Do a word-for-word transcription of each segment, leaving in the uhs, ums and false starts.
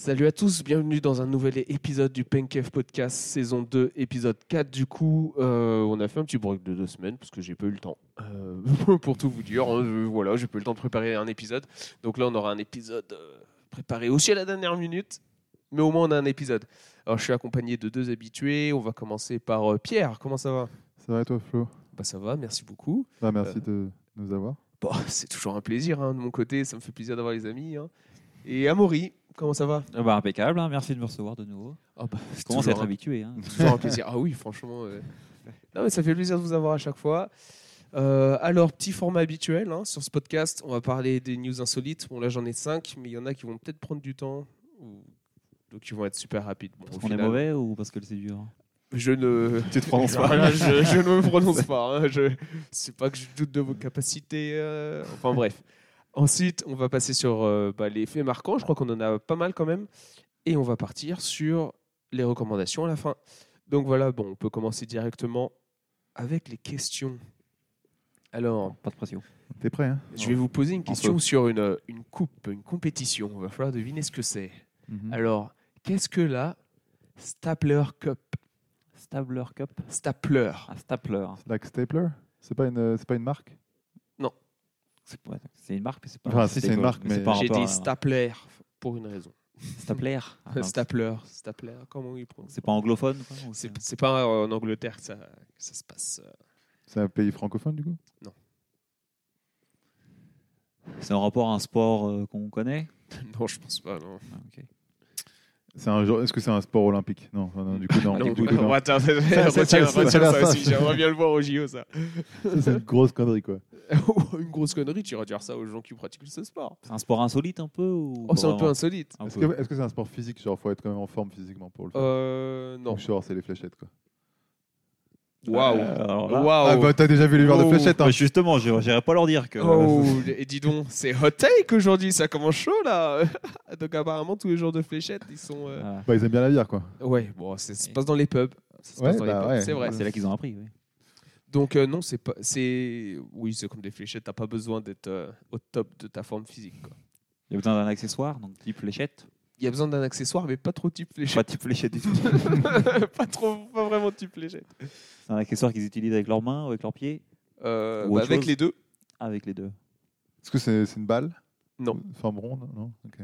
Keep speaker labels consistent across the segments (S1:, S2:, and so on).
S1: Salut à tous, bienvenue dans un nouvel épisode du Pencave Podcast, saison deux, épisode quatre. Du coup, euh, on a fait un petit break de deux semaines parce que j'ai pas eu le temps. Euh, pour tout vous dire, hein, je, voilà, j'ai pas eu le temps de préparer un épisode. Donc là, on aura un épisode euh, préparé aussi à la dernière minute, mais au moins on a un épisode. Alors, je suis accompagné de deux habitués. On va commencer par euh, Pierre. Comment ça va?
S2: Ça va et toi, Flo?
S1: Bah, ça va, merci beaucoup.
S2: Bah, merci
S1: Euh,
S2: de nous avoir.
S1: Bon, c'est toujours un plaisir hein, de mon côté, ça me fait plaisir d'avoir les amis. Hein. Et Amaury, comment ça va?
S3: Ah bah, impeccable, hein, merci de me recevoir de nouveau.
S1: Oh bah,
S3: Je commence à être habitué. Hein.
S1: C'est toujours un plaisir. Ah oui, franchement. euh, Non, mais ça fait plaisir de vous avoir à chaque fois. Euh, alors, petit format habituel hein, sur ce podcast, on va parler des news insolites. Bon, là, j'en ai cinq, mais il y en a qui vont peut-être prendre du temps. Ou... Donc, ils vont être super rapides. Bon,
S3: Parce
S1: au
S3: qu'on
S1: final,
S3: est mauvais ou parce que c'est dur?
S1: Je ne.
S2: Tu te prononces pas.
S1: Voilà, je, je ne me prononce pas. Hein. Je... C'est pas que je doute de vos capacités. euh, Enfin, bref. Ensuite, on va passer sur euh, bah, les faits marquants. Je crois qu'on en a pas mal quand même. Et on va partir sur les recommandations à la fin. Donc voilà, bon, on peut commencer directement avec les questions. Alors,
S3: Pas de pression.
S2: T'es prêt, hein?
S1: je vais vous poser une
S3: On
S1: question
S3: peut.
S1: sur une, une coupe, une compétition. Il va falloir deviner ce que c'est.
S2: Mhm.
S1: Alors, qu'est-ce que la Stapler Cup?
S3: Stabler Cup.
S1: Stapler.
S3: Un stapler.
S2: Like Stapler? C'est pas une, euh, c'est pas une marque?
S3: C'est ouais, c'est une marque, mais c'est pas.
S2: Enfin, si, c'est une
S3: pas-
S2: marque, mais-
S3: c'est pas un
S1: J'ai
S3: rapport
S1: dit
S3: à-
S1: Stapler pour une raison.
S3: Stapler. Ah, non,
S1: Stapler, Stapler, comment il prononce?
S3: C'est pas anglophone quoi, ou
S1: C'est
S3: c'est-
S1: c'est pas en Angleterre que ça, que ça se passe. euh.
S2: C'est un pays francophone, du coup?
S3: C'est en rapport à un sport euh, qu'on connaît.
S1: Non, je pense pas, non.
S3: Ah, ok.
S2: C'est un genre- Est-ce que c'est un sport olympique? Non, non, non, du coup, non.
S1: Non,
S2: Du coup, non.
S1: attends,
S2: ça,
S1: retiens,
S2: ça,
S1: retiens
S2: ça,
S1: ça
S2: ça,
S1: aussi.
S2: ça.
S1: J'aimerais bien le voir au J O, ça.
S2: Ça, c'est une grosse connerie, quoi.
S1: Une grosse connerie, tu iras dire ça aux gens qui pratiquent ce sport.
S3: C'est un sport insolite un peu ou
S1: Oh, c'est un peu
S3: vraiment
S1: insolite.
S3: Un
S2: Est-ce
S3: peu.
S2: que est-ce que c'est un sport physique? Genre, faut être quand même en forme physiquement pour le faire.
S1: Euh, non.
S2: Ou genre, c'est les fléchettes, quoi.
S1: Waouh.
S3: Euh, alors là-
S1: Waouh.
S2: Ah, bah, t'as déjà vu les joueurs
S1: Oh.
S2: de fléchettes, hein?
S3: Bah, justement, je n'irai pas leur dire que.
S1: Oh, et dis donc, c'est hot take aujourd'hui, ça commence chaud là. Donc apparemment tous les joueurs de fléchettes, ils sont. euh,
S3: Voilà.
S2: Bah, ils aiment bien la bière, quoi.
S1: Ouais, bon, c'est- ça se passe dans les pubs. Ça se
S2: Ouais,
S1: passe dans
S2: bah
S1: les pubs,
S2: ouais.
S1: c'est vrai.
S3: C'est là qu'ils ont appris. Oui.
S1: Donc euh, non, c'est pas, c'est, oui, c'est comme des fléchettes. T'as pas besoin d'être euh, au top de ta forme physique. Quoi.
S3: Il y a besoin d'un accessoire, donc type fléchette.
S1: Il y a besoin d'un accessoire, mais pas trop type
S3: Pas
S1: fléchette.
S3: type fléchette du tout.
S1: pas trop, pas vraiment type fléchette.
S3: C'est un accessoire qu'ils utilisent avec leurs mains ou avec leurs pieds.
S1: Euh,
S3: Ou
S1: bah,
S3: autre
S1: avec
S3: chose.
S1: les deux.
S3: Avec les deux.
S2: Est-ce que c'est c'est une balle?
S1: Non.
S2: Forme ronde? Non? Ok.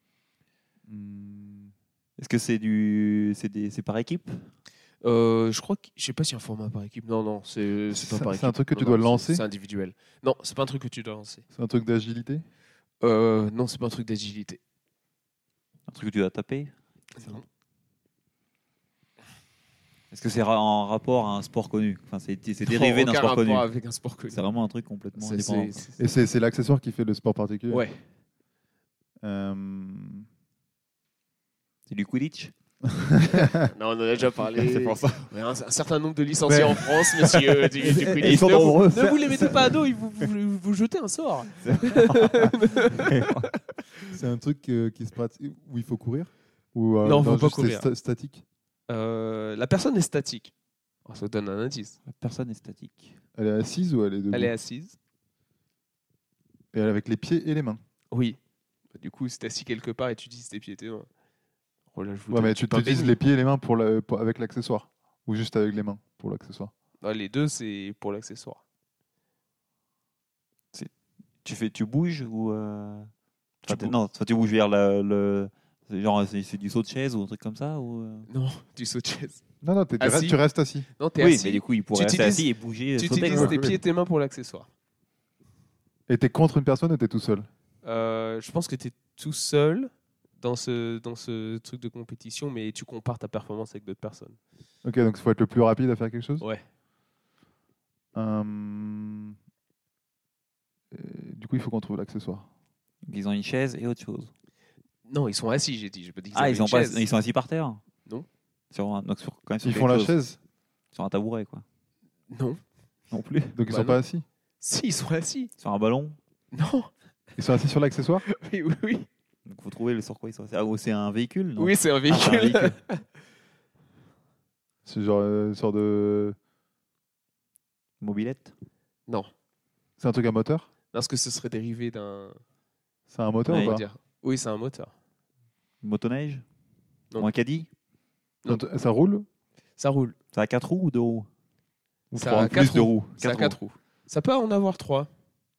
S2: Hmm.
S3: Est-ce que c'est du, c'est des, c'est par équipe?
S1: Euh, je crois que je sais pas s'il y a un format par équipe. Non, non, c'est c'est pas
S2: C'est-
S1: par
S2: c'est
S1: équipe.
S2: un truc que
S1: Non,
S2: tu
S1: non,
S2: dois
S1: c'est-
S2: lancer?
S1: C'est individuel. Non, c'est pas un truc que tu dois lancer.
S2: C'est un truc d'agilité?
S1: Euh, non, c'est pas un truc d'agilité.
S3: Un truc que tu dois taper?
S1: Non.
S3: Est-ce que c'est ra- en rapport à un sport connu? Enfin, c'est, c'est dérivé d'un
S1: Aucun
S3: sport connu.
S1: rapport avec un sport connu.
S3: C'est vraiment un truc complètement
S1: C'est-
S3: indépendant.
S1: c'est- c'est-
S2: Et c'est c'est l'accessoire qui fait le sport particulier?
S1: Ouais.
S2: Euh,
S3: C'est du Quidditch?
S1: Non, on en a déjà parlé.
S2: C'est pour ça.
S1: Ouais, un, un certain nombre de licenciés
S2: Ouais.
S1: en France, monsieur. du, du Quidditch.
S2: Ils sont
S1: ne, vous,
S2: nombreux.
S1: ne vous les mettez pas à dos, ils vous, vous, vous jetez un sort.
S2: C'est un truc euh, qui se pratique où il faut courir? Ou, euh,
S1: Non, faut pas
S2: juste c'est
S1: courir.
S2: sta- statique?
S1: Euh, la personne est statique. Oh, ça vous donne un indice.
S3: La personne est statique.
S2: Elle est assise ou elle est debout?
S1: Elle est assise.
S2: Et elle est avec les pieds et les mains.
S1: Oui. Bah, du coup, si t'es assis quelque part et tu utilises tes pieds et tes mains. Oh là, je vous
S2: Ouais,
S1: donne
S2: mais
S1: du
S2: tu
S1: pain
S2: utilises
S1: béni.
S2: les pieds et les mains pour la- pour- avec l'accessoire? Ou juste avec les mains pour l'accessoire?
S1: Non, les deux, c'est pour l'accessoire.
S3: Tu fais, tu bouges ou euh...
S1: Tu
S3: enfin, t'es-
S1: bouges.
S3: non, soit tu bouges vers le, le... c'est genre c'est, c'est du saut de chaise ou un truc comme ça ou euh
S1: Non, du saut de chaise.
S2: Non, non, t'es- tu,
S1: Assis.
S2: restes, tu restes assis.
S1: Non, t'es
S3: Oui,
S1: assis.
S3: mais du coup, il pourrait
S1: Tu
S3: rester
S1: utilises-
S3: assis et bouger.
S1: Tu
S3: sauter,
S1: utilises
S3: quoi.
S1: tes pieds et tes mains pour l'accessoire.
S2: Et t'es contre une personne ou t'es tout seul?
S1: Euh, je pense que tu es tout seul dans ce, dans ce truc de compétition, mais tu compares ta performance avec d'autres personnes.
S2: Ok, donc il faut être le plus rapide à faire quelque chose?
S1: Ouais.
S2: Euh, et Du coup, il faut qu'on trouve l'accessoire.
S3: Ils ont une chaise et autre chose.
S1: Non, ils sont assis, j'ai dit. J'ai pas dit qu'ils
S3: Ah,
S1: avaient
S3: ils, sont
S1: une
S3: pas,
S1: chaise.
S3: ils sont assis par terre?
S1: Non.
S3: Sur un, donc sur, quand même sur
S2: Ils
S3: quelque
S2: font la
S3: chose.
S2: chaise?
S3: Sur un tabouret, quoi.
S1: Non.
S3: Non plus.
S2: Donc ils
S1: Bah
S2: sont
S1: non.
S2: pas assis?
S1: Si, ils sont assis.
S3: Sur un ballon.
S1: Non.
S2: Ils sont assis sur l'accessoire?
S1: Oui, oui, oui.
S3: Donc faut trouver le sur quoi ils sont assis. Ah, ou c'est un véhicule? Non.
S1: Oui, c'est un
S3: Ah, c'est un
S1: véhicule.
S3: véhicule.
S2: C'est genre euh, une sorte de...
S3: Mobilette.
S1: non.
S2: C'est un truc à moteur?
S1: Parce que ce serait dérivé d'un.
S2: C'est un moteur
S3: Ouais,
S2: ou
S1: on va
S2: pas?
S1: dire. Oui, c'est un moteur.
S3: Motoneige.
S1: Non.
S3: Ou un caddie.
S1: Non.
S2: Quand- Ça roule
S1: Ça roule.
S3: Ça a quatre roues ou deux roues? Ou
S1: Ça
S3: trois,
S1: a
S3: plus
S1: quatre
S3: de
S1: roues.
S3: roues.
S1: Ça a quatre roues. Ça peut en avoir trois.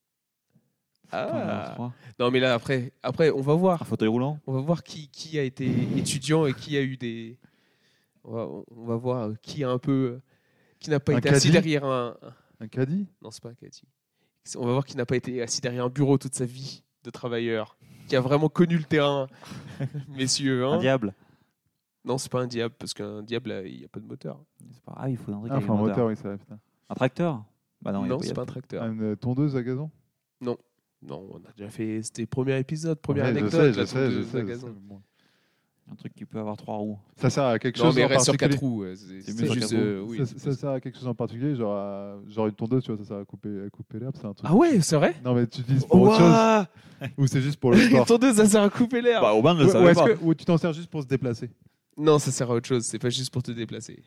S3: Ah.
S1: Ah.
S3: Trois.
S1: Non, mais là, après, après on va voir.
S3: Un fauteuil roulant.
S1: On va voir qui, qui a été étudiant et qui a eu des. On va, on va voir qui a un peu. Qui n'a pas
S2: Un
S1: été assis
S2: caddie
S1: derrière un.
S2: Un caddie
S1: Non, c'est pas un caddie. On va voir qui n'a pas été assis derrière un bureau toute sa vie de travailleur. Qui a vraiment connu le terrain, messieurs. Hein.
S3: Un diable.
S1: Non, c'est pas un diable, parce qu'un diable, là, il n'y a pas de moteur.
S3: C'est pas- Ah, il faut un truc
S2: Ah,
S3: avec
S2: enfin, un
S3: un
S2: moteur,
S3: moteur.
S2: oui, ça va, putain.
S3: Un tracteur. Bah non,
S1: Non,
S3: il y a pas- il y
S1: c'est
S3: a
S1: pas un
S3: pas-
S1: tracteur.
S2: Une tondeuse à gazon
S1: Non, on a déjà fait. C'était le premier épisode, première
S2: Ouais, je
S1: anecdote.
S2: sais,
S1: la
S2: je sais, je
S1: tondeuse
S2: sais,
S1: à
S2: je
S1: gazon.
S2: sais, bon.
S3: Un truc qui peut avoir trois roues.
S2: Ça sert à quelque
S1: Non,
S2: chose
S1: mais
S2: en
S1: reste sur
S2: particulier
S1: quatre roues. ouais, C'est
S3: C'est
S1: c'est
S3: mieux sur
S1: juste.
S3: quatre
S1: euh, oui,
S2: ça,
S1: c'est
S2: ça
S1: pas-
S2: sert à quelque chose en particulier, genre, à- genre une tondeuse, tu vois, ça sert à couper, à couper l'herbe, c'est un truc.
S1: Ah ouais, c'est vrai.
S2: Non, mais tu utilises pour autre
S1: Ouah
S2: chose ou c'est juste pour le
S1: Une
S2: sport
S1: tondeuse, ça sert à couper l'air.
S3: Bah, Aubin ne le
S2: ou, ou
S3: savait
S2: est-ce
S3: pas.
S2: que- ou tu t'en sers juste pour se déplacer
S1: Non, ça sert à autre chose. C'est pas juste pour te déplacer.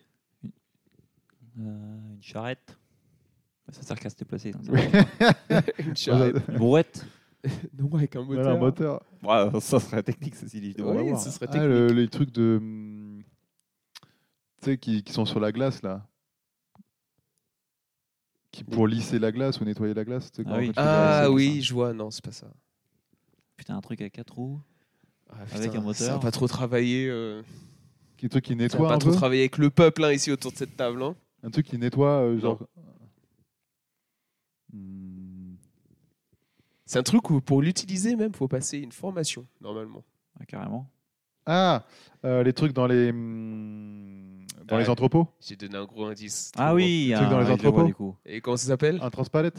S3: Euh, une charrette. Ça sert qu'à se déplacer. donc ça
S2: Oui.
S3: va.
S1: Une charrette.
S3: Une brouette.
S1: Non, avec un
S2: Voilà,
S1: moteur.
S2: un moteur.
S3: Ouais, ça serait technique, ceci. Je devrais
S1: Oui,
S3: l'avoir.
S1: ce serait
S2: Ah,
S1: technique.
S2: le- les trucs de. hum, Tu sais, qui, qui sont sur la glace, là. Qui, pour lisser la glace ou nettoyer la glace. tu sais,
S3: Ah
S2: quand-
S3: oui.
S2: quand tu fais
S1: Ah
S2: la-
S1: oui, je vois. Non, c'est pas ça.
S3: Putain, un truc à quatre roues.
S1: Ah,
S3: Avec un moteur.
S1: Ça va pas trop travailler. Euh...
S2: Qui, un truc qui
S1: Ça va
S2: nettoie
S1: pas
S2: un
S1: trop
S2: peu.
S1: travailler avec le peuple hein, ici autour de cette table. Hein.
S2: Un truc qui nettoie, euh,
S1: Non.
S2: genre. Hmm.
S1: C'est un truc où pour l'utiliser même, faut passer une formation normalement.
S3: Ah, carrément.
S2: Ah, euh, les trucs dans les hum, dans
S1: Ouais.
S2: les entrepôts.
S1: J'ai donné un gros indice.
S3: Ah
S1: Trop
S3: oui,
S2: truc
S3: un-
S2: dans les
S3: ouais, je le vois,
S2: entrepôts.
S3: du coup.
S1: bon. Et comment ça s'appelle
S2: Un transpalette.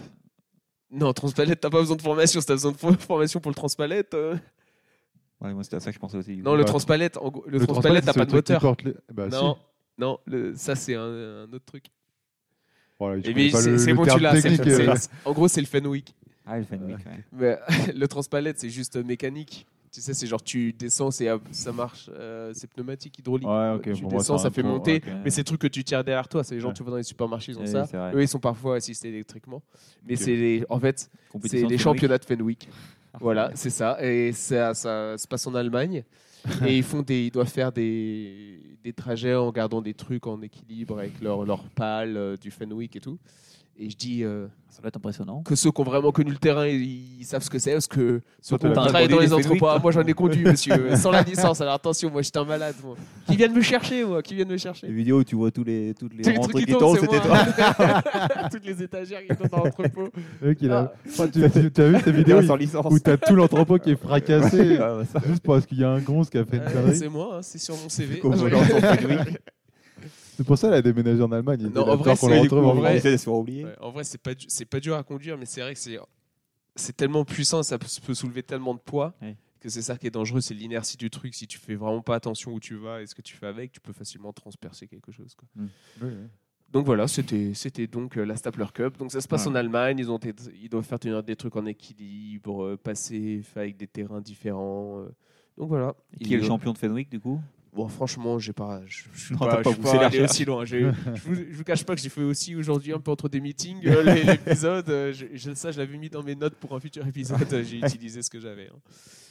S1: Non, transpalette, t'as pas besoin de formation. Si t'as besoin de fo- formation pour le transpalette. euh,
S3: Ouais, moi, c'était à ça que je pensais aussi.
S1: Non, le
S2: Bah,
S1: transpalette, en gros, le,
S2: Le
S1: transpalette, t'as
S2: c'est
S1: pas
S2: le
S1: de
S2: truc qui
S1: moteur.
S2: porte les- Bah,
S1: Non,
S2: si.
S1: non, le- ça c'est un, un autre truc.
S2: Voilà, je
S1: Et
S2: connais
S1: mais
S2: pas
S1: c'est
S2: le-
S1: c'est
S2: le
S1: bon,
S2: terme
S1: tu l'as. c'est-
S2: technique,
S1: c'est-
S2: euh.
S1: c'est- En gros, c'est le Fenwick.
S3: Ah, le Fenwick, ouais.
S1: Mais, le transpalette, c'est juste mécanique. Tu sais, c'est genre tu descends, c'est, ça marche, euh, c'est pneumatique, hydraulique.
S2: Ouais, ok,
S1: tu
S2: pour moi,
S1: descends,
S2: c'est
S1: ça
S2: un
S1: fait
S2: pro-
S1: monter.
S3: ouais, ok.
S1: Mais c'est des trucs que tu tires derrière toi. C'est les gens,
S2: Ouais.
S1: tu vas dans les supermarchés, ils ont
S3: Oui,
S1: ça.
S3: c'est vrai.
S1: Eux, ils sont parfois assistés électriquement. Mais
S2: Ok.
S1: c'est les, en fait, c'est
S3: Compétition
S1: les
S3: de
S1: championnats de Fenwick.
S3: Ah,
S1: Voilà,
S3: ouais.
S1: c'est ça. Et ça, ça se passe en Allemagne. Et ils, font des, ils doivent faire des, des trajets en gardant des trucs en équilibre avec leur, leur pale euh, du Fenwick et tout. Et je dis euh,
S3: Ça doit être impressionnant.
S1: que ceux qui ont vraiment connu le terrain, ils, ils savent ce que c'est. Parce que ceux qui
S2: Toi,
S1: ont
S2: t'as
S1: travaillé dans
S3: conduit
S1: les
S3: des Fenwick,
S1: entrepôts, ah,
S3: toi.
S1: moi j'en ai conduit, monsieur, sans la licence. Alors attention, moi j'étais un malade. Moi. Qui viennent me chercher, moi, qui viennent me chercher.
S3: Les vidéos où tu vois tous les, toutes les
S1: Tous les
S3: rentrées
S1: trucs
S3: qui
S1: qui
S3: tombent,
S1: tombent,
S3: c'était
S1: c'est
S3: toi.
S1: moi. Toutes les étagères qui tombent dans l'entrepôt.
S2: Le mec, il a-
S1: Ah.
S2: Enfin, tu, tu- tu as vu ces vidéos
S3: sans licence.
S2: où t'as tout l'entrepôt qui est fracassé
S3: Ouais, bah, ça.
S2: juste parce qu'il y a un gonze qui a fait une
S1: Euh,
S2: connerie.
S1: c'est moi, hein, c'est sur mon C V.
S3: Comme
S1: Ah,
S3: on
S1: ouais.
S3: dans son Fenwick.
S2: C'est pour ça qu'elle a déménagé en Allemagne. Il
S1: Non,
S2: était
S1: en
S2: là
S1: vrai,
S2: peur qu'on
S1: c'est-
S2: le
S1: du
S2: retrouve
S1: coup,
S2: en
S1: en
S2: France.
S1: vrai-
S3: On essaie de se faire oublier.
S1: Ouais, en vrai, c'est pas, du- c'est pas dur à conduire, mais c'est vrai que c'est, c'est tellement puissant, ça peut, peut soulever tellement de poids
S3: Ouais.
S1: que c'est ça qui est dangereux, c'est l'inertie du truc. Si tu fais vraiment pas attention où tu vas et ce que tu fais avec, tu peux facilement transpercer quelque chose. Quoi.
S2: Oui, oui.
S1: Donc voilà, c'était, c'était donc euh, la Stapler Cup. Donc ça se passe
S3: Ouais.
S1: en Allemagne, ils, ont été- ils doivent faire tenir des trucs en équilibre, euh, passer fait avec des terrains différents. euh. Donc voilà.
S3: Et qui est le
S1: Ils-
S3: champion de Fenwick, du coup?
S1: Bon, franchement, j'ai pas, je, je suis
S3: Non,
S1: pas,
S3: t'as pas
S1: je suis
S3: poussé
S1: pas
S3: la
S1: allé
S3: recherche.
S1: aussi loin. J'ai- je, vous, je vous cache pas que j'ai fait aussi aujourd'hui un peu entre des meetings euh, les- l'épisode. euh, je- je- ça, je l'avais mis dans mes notes pour un futur épisode. euh, J'ai utilisé ce que j'avais. hein.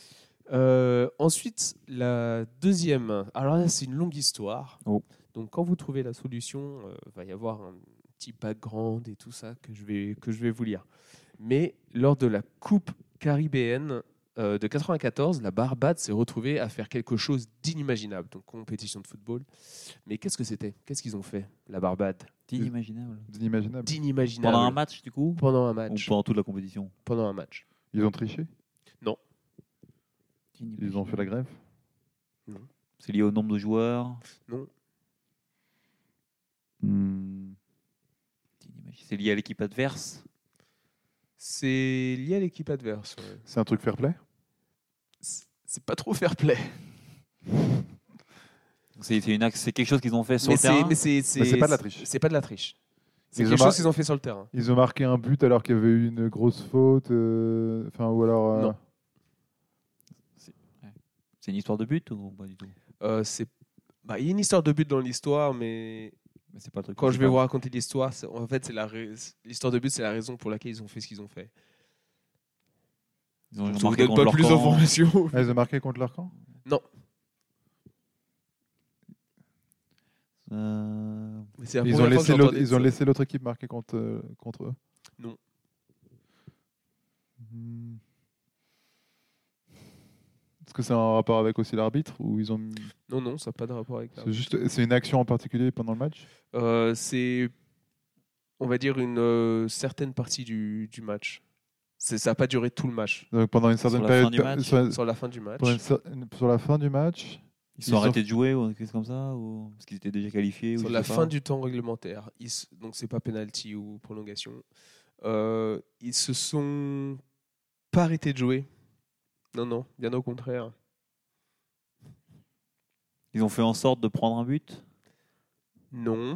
S1: Euh, ensuite, la deuxième. Alors là, c'est une longue histoire.
S3: Oh.
S1: Donc, quand vous trouvez la solution, il va y avoir un petit background et tout ça que je vais que je vais vous lire. Mais lors de la Coupe caribéenne euh, de quatre-vingt-quatorze, la Barbade s'est retrouvée à faire quelque chose d'inimaginable, donc compétition de football. Mais qu'est-ce que c'était? Qu'est-ce qu'ils ont fait, la Barbade?
S3: Inimaginable.
S2: Inimaginable.
S1: D'inimaginable.
S3: Pendant un match, du coup?
S1: Pendant un
S3: Ou
S1: match.
S3: pendant toute la compétition?
S1: Pendant un match.
S2: Ils ont triché. Ils ont fait la grève.
S3: C'est lié au nombre de joueurs?
S1: Non.
S2: Hmm.
S3: C'est lié à l'équipe adverse?
S1: C'est lié à l'équipe adverse. ouais.
S2: C'est un truc fair play.
S1: C'est c'est pas trop fair play.
S3: C'est c'est une axe- c'est quelque chose qu'ils ont fait sur
S1: Mais
S3: le
S1: c'est,
S3: terrain?
S1: mais c'est, c'est,
S2: Mais c'est pas de la triche.
S1: C'est pas de la triche. C'est
S2: Ils ont
S1: quelque
S2: mar-
S1: chose qu'ils ont fait sur le terrain.
S2: Ils ont marqué un but alors qu'il y avait eu une grosse faute. euh, Enfin, ou alors. euh,
S1: Non.
S3: C'est une histoire de but ou pas du tout?
S1: Euh, c'est... Bah, il y a une histoire de but dans l'histoire, mais
S3: Mais c'est pas le truc
S1: quand je vais
S3: principal.
S1: vous raconter l'histoire, c'est- en fait, c'est la rais- l'histoire de but, c'est la raison pour laquelle ils ont fait ce qu'ils ont fait.
S3: Ils ont
S1: Je vous
S3: marqué
S1: donne
S3: contre
S1: pas
S3: leur
S1: plus
S3: camp.
S1: d'informations.
S2: Ah, ils ont marqué contre leur camp.
S1: Non.
S3: Euh,
S1: Mais c'est la
S2: Ils ont,
S1: première fois
S2: laissé
S1: que
S2: l'autre,
S1: j'entendais
S2: ils ont
S1: ça.
S2: laissé l'autre équipe marquer contre, euh, contre eux.
S1: Non.
S2: Hmm. Est-ce que c'est un rapport avec aussi l'arbitre ou ils ont
S1: Non, non, ça n'a pas de rapport avec ça.
S2: c'est juste c'est une action en particulier pendant le match?
S1: Euh, c'est, on va dire, une euh, certaine partie du, du match. C'est, ça n'a pas duré tout le match.
S2: Donc, pendant une certaine
S3: la
S2: période
S3: fin du match
S2: sur,
S1: Sur la fin du match.
S2: pendant une cer- une- sur la fin du match,
S3: Ils sont
S2: Ils ont-
S3: arrêtés de jouer ou quelque chose comme ça ou... Parce qu'ils étaient déjà qualifiés ou
S1: Sur
S3: je
S1: la
S3: sais
S1: fin
S3: pas.
S1: du temps réglementaire, ils s- donc c'est pas penalty ou prolongation, euh, ils se sont pas arrêtés de jouer. Non, non, bien au contraire.
S3: Ils ont fait en sorte de prendre un but.
S1: Non,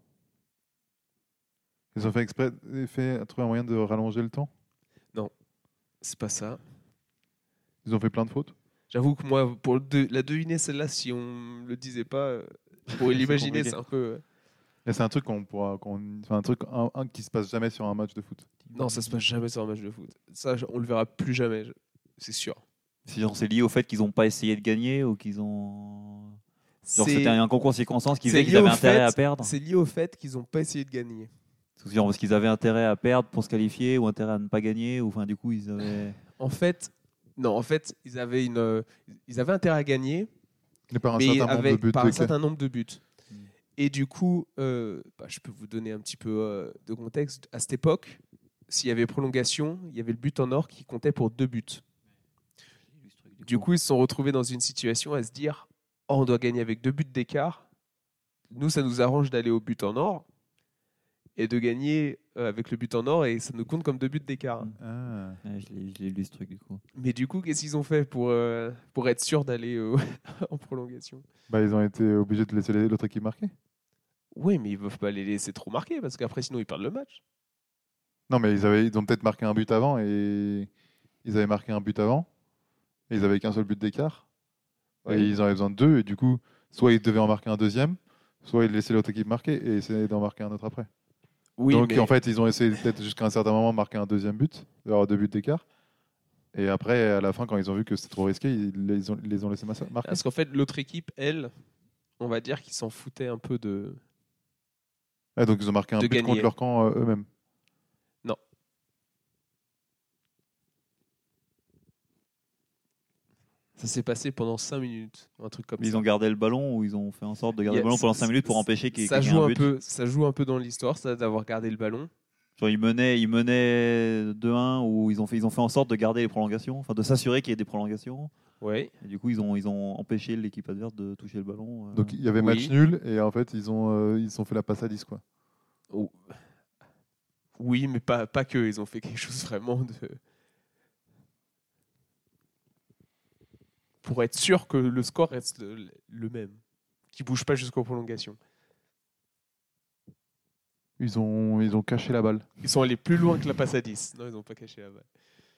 S2: ils ont fait exprès fait trouver un moyen de rallonger le temps.
S1: c'est pas ça.
S2: Ils ont fait plein de fautes.
S1: J'avoue que moi, pour le de- la deviner celle-là, si on le disait pas, euh, pour
S3: C'est
S1: l'imaginer,
S3: compliqué.
S1: c'est un peu. euh,
S2: Et c'est un truc qu'on pourra, qu'on, enfin, un truc un, un qui se passe jamais sur un match de foot.
S1: Non, ça se passe jamais sur un match de foot. Ça, je- on le verra plus jamais, je- c'est sûr.
S3: Si genre, c'est lié au fait qu'ils n'ont pas essayé de gagner ou qu'ils ont. Genre
S1: C'est-
S3: c'était un concours de circonstances qui
S1: c'est
S3: faisait qu'ils
S1: lié
S3: avaient
S1: au
S3: intérêt
S1: fait-
S3: à perdre.
S1: C'est lié au fait qu'ils n'ont pas essayé de gagner.
S3: Genre parce qu'ils avaient intérêt à perdre pour se qualifier ou intérêt à ne pas gagner ou enfin du coup ils avaient.
S1: En fait, non, en fait, ils avaient une, euh, ils avaient intérêt à gagner,
S2: Mais par un
S1: mais
S2: certain nombre
S1: avec
S2: de buts.
S1: par un
S2: ok.
S1: certain nombre de buts.
S3: Mm.
S1: Et du coup, euh, bah, je peux vous donner un petit peu euh, de contexte. À cette époque, s'il y avait prolongation, il y avait le but en or qui comptait pour deux buts. Du coup, ils se sont retrouvés dans une situation à se dire oh, on doit gagner avec deux buts d'écart. Nous, ça nous arrange d'aller au but en or et de gagner euh, avec le but en or et ça nous compte comme deux buts d'écart.
S3: Mm.
S2: Ah.
S3: Ouais, je l'ai je l'ai lu ce truc du coup.
S1: Mais du coup, qu'est-ce qu'ils ont fait pour, euh, pour être sûr d'aller euh, en prolongation?
S2: Bah, ils ont été obligés de laisser l'autre équipe marquer.
S1: Oui, mais ils ne peuvent pas les laisser trop marquer parce qu'après, sinon, ils perdent le match.
S2: Non, mais ils, avaient, ils ont peut-être marqué un but avant et ils avaient marqué un but avant et ils avaient qu'un seul but d'écart.
S1: Ouais.
S2: Et ils en avaient besoin de deux et du coup, soit ils devaient en marquer un deuxième, soit ils laissaient l'autre équipe marquer et essayer d'en marquer un autre après.
S1: Oui,
S2: Donc
S1: mais
S2: en fait, ils ont essayé peut-être jusqu'à un certain moment de marquer un deuxième but, d'avoir deux buts d'écart. Et après, à la fin, quand ils ont vu que c'était trop risqué, ils les ont, ils les ont laissés massa- marquer.
S1: parce qu'en fait, l'autre équipe, elle, on va dire qu'ils s'en foutaient un peu de.
S2: Ouais, donc ils ont marqué un
S1: de
S2: but
S1: gagner.
S2: contre leur camp euh, eux-mêmes.
S1: Ça s'est passé pendant cinq minutes, un truc comme
S3: Mais
S1: ça.
S3: ils ont gardé le ballon ou ils ont fait en sorte de garder
S1: Il y a-
S3: le ballon pendant
S1: ça-
S3: cinq minutes pour empêcher qu'il y ait
S1: ça
S3: qu'il y ait
S1: joue
S3: un
S1: un
S3: but.
S1: peu, ça joue un peu dans l'histoire, ça, d'avoir gardé le ballon.
S3: Genre ils menaient, ils menaient deux un ou ils ont fait, ils ont fait en sorte de garder les prolongations, enfin de s'assurer qu'il y ait des prolongations.
S1: Ouais.
S3: Et du coup ils ont, ils ont empêché l'équipe adverse de toucher le ballon. euh.
S2: Donc il y avait
S1: Oui.
S2: match nul et en fait, ils ont, euh, ils ont fait la passe à dix. Quoi.
S1: Oh. Oui, mais pas, pas que. Ils ont fait quelque chose vraiment de. Pour être sûr que le score reste le, le même, qu'il ne bouge pas jusqu'aux prolongations.
S2: Ils ont, ils ont caché la balle.
S1: Ils sont allés plus loin que la passe à dix. Non, ils n'ont pas caché la balle.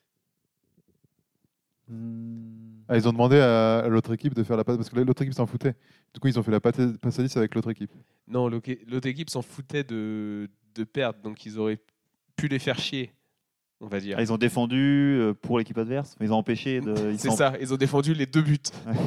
S3: Hmm.
S2: Ah, ils ont demandé à, à l'autre équipe de faire la passe parce que l'autre équipe s'en foutait. Du coup, ils ont fait la passe passe à dix avec l'autre équipe.
S1: Non, l'autre l'autre équipe s'en foutait de, de perdre, donc ils auraient pu les faire chier, on va dire.
S3: Ah, ils ont défendu euh, pour l'équipe adverse, mais ils ont empêché de. ils
S1: C'est
S3: sont-
S1: ça, ils ont défendu les deux buts.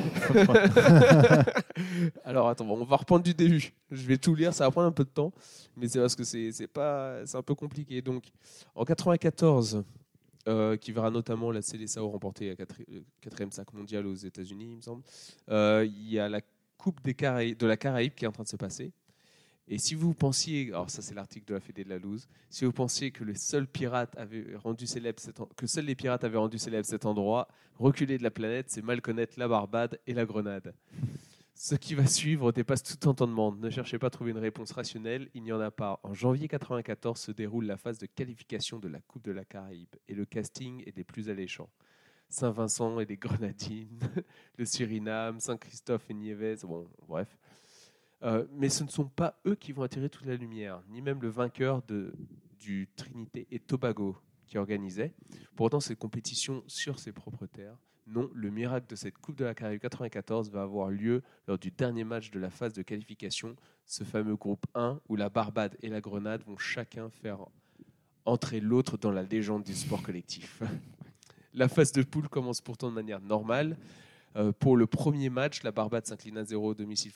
S1: Alors attends, bon, on va reprendre du début. Je vais tout lire, ça va prendre un peu de temps, mais c'est parce que c'est c'est pas, c'est un peu compliqué. Donc, en quatre-vingt-quatorze, euh, qui verra notamment la Seleção remporter la quatri- le quatrième sac mondial aux États-Unis, il me semble. euh, Il y a la Coupe des Caraïbes, de la Caraïbe qui est en train de se passer. Et si vous pensiez, alors ça c'est l'article de la Fédé de la Loose, si vous pensiez que les seuls pirates avaient rendu célèbre cet en- que seuls les pirates avaient rendu célèbre cet endroit, reculé de la planète, c'est mal connaître la Barbade et la Grenade. Ce qui va suivre dépasse tout entendement. Ne cherchez pas à trouver une réponse rationnelle, il n'y en a pas. En janvier quatre-vingt-quatorze se déroule la phase de qualification de la Coupe de la Caraïbe et le casting est des plus alléchants. Saint-Vincent et des Grenadines, le Suriname, Saint-Christophe et Nieves, bon, bref. Euh, mais ce ne sont pas eux qui vont attirer toute la lumière, ni même le vainqueur de, du Trinité et Tobago qui organisait. Pour autant, cette compétition sur ses propres terres. Non, le miracle de cette Coupe de la Caraïbe quatre-vingt-quatorze va avoir lieu lors du dernier match de la phase de qualification, ce fameux groupe un où la Barbade et la Grenade vont chacun faire entrer l'autre dans la légende du sport collectif. La phase de poule commence pourtant de manière normale. Euh, pour le premier match, la Barbade s'incline à zéro au domicile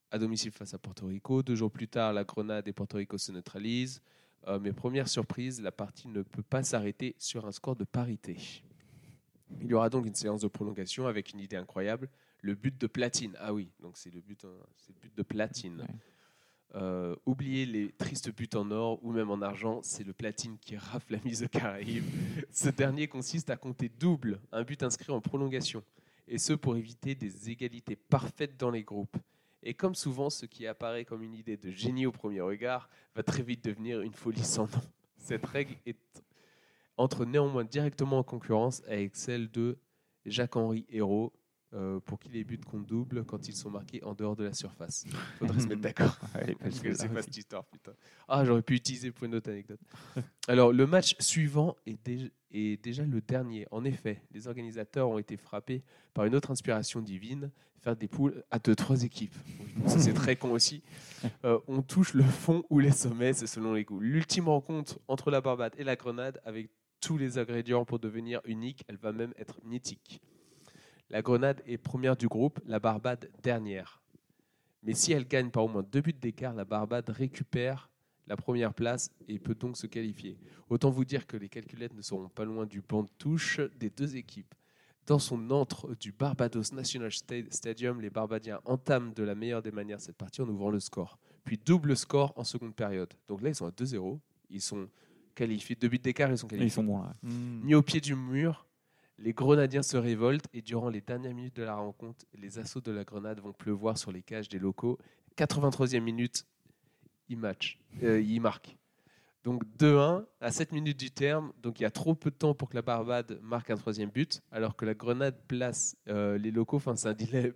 S1: à domicile face à Porto Rico. Deux jours plus tard, la Grenade et Porto Rico se neutralisent. Euh, mais première surprise, la partie ne peut pas s'arrêter sur un score de parité. Il y aura donc une séance de prolongation avec une idée incroyable, le but de Platine. Ah oui, donc c'est le but, hein, c'est le but de Platine.
S3: Ouais.
S1: Euh, oubliez les tristes buts en or ou même en argent, c'est le Platine qui rafle la mise au Caraïbes. Ce dernier consiste à compter double un but inscrit en prolongation, et ce pour éviter des égalités parfaites dans les groupes. Et comme souvent, ce qui apparaît comme une idée de génie au premier regard va très vite devenir une folie sans nom. Cette règle est entre néanmoins directement en concurrence avec celle de Jacques-Henri Hérault, euh, pour qui les buts comptent double quand ils sont marqués en dehors de la surface. Il faudrait se mettre d'accord.
S3: Ouais,
S1: Parce que
S3: là
S1: c'est quoi
S3: aussi.
S1: cette histoire, putain. Ah, j'aurais pu utiliser pour une autre anecdote. Alors, le match suivant est, dé- est déjà le dernier. En effet, les organisateurs ont été frappés par une autre inspiration divine, faire des poules à deux, trois équipes. Donc, ça, c'est très con aussi. Euh, on touche le fond ou les sommets, c'est selon les goûts. L'ultime rencontre entre la Barbade et la Grenade, avec tous les ingrédients pour devenir unique, elle va même être mythique. La Grenade est première du groupe, la Barbade dernière. Mais si elle gagne par au moins deux buts d'écart, la Barbade récupère la première place et peut donc se qualifier. Autant vous dire que les calculettes ne seront pas loin du banc de touche des deux équipes. Dans son antre du Barbados National Stadium, les Barbadiens entament de la meilleure des manières cette partie en ouvrant le score. Puis double score en seconde période. Donc là, ils sont à deux zéro. Ils sont qualifiés. Deux buts d'écart, ils sont qualifiés.
S3: Ils sont bons là.
S1: Mis au pied du mur, les Grenadiens se révoltent et durant les dernières minutes de la rencontre, les assauts de la Grenade vont pleuvoir sur les cages des locaux. quatre-vingt-troisième minute, ils matchent, euh, ils marquent. Donc deux un à sept minutes du terme. Donc il y a trop peu de temps pour que la Barbade marque un troisième but, alors que la Grenade place euh, les locaux face à un dilemme.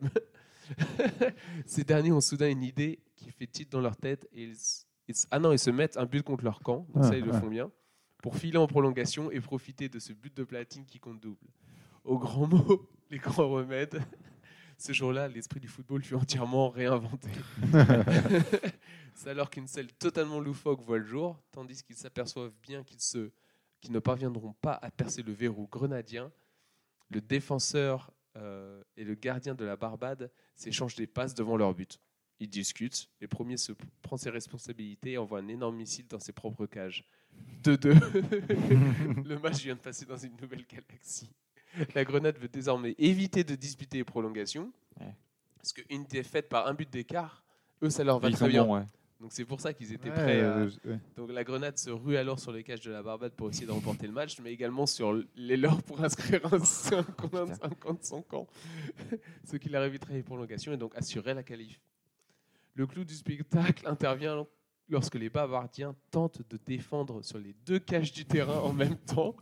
S1: Ces derniers ont soudain une idée qui fait titre dans leur tête et ils, ils- ah non, ils se mettent un but contre leur camp. Donc
S2: Ah,
S1: ça, ils le
S2: ah.
S1: font bien. Pour filer en prolongation et profiter de ce but de Platine qui compte double. Au grand mot, les grands remèdes. Ce jour-là, l'esprit du football fut entièrement réinventé. C'est alors qu'une scène totalement loufoque voit le jour, tandis qu'ils s'aperçoivent bien qu'ils, se, qu'ils ne parviendront pas à percer le verrou grenadien. Le défenseur euh, et le gardien de la Barbade s'échangent des passes devant leur but. Ils discutent, le premier se prend ses responsabilités et envoie un énorme missile dans ses propres cages. deux deux. Le match vient de passer dans une nouvelle galaxie. La Grenade veut désormais éviter de disputer les prolongations,
S3: Ouais.
S1: parce qu'une défaite par un but d'écart, eux, ça leur va
S3: Ils
S1: très
S3: sont
S1: bien.
S3: bons, ouais.
S1: Donc c'est pour ça qu'ils étaient
S2: Ouais,
S1: prêts. à-
S2: euh, je- ouais.
S1: Donc la Grenade se rue alors sur les cages de la Barbade pour essayer de remporter le match, mais également sur les leurs pour inscrire un cinq contre son camp, ce qui leur éviterait les prolongations et donc assurer la qualif. Le clou du spectacle intervient lorsque les Bavardiens tentent de défendre sur les deux cages du terrain en même temps.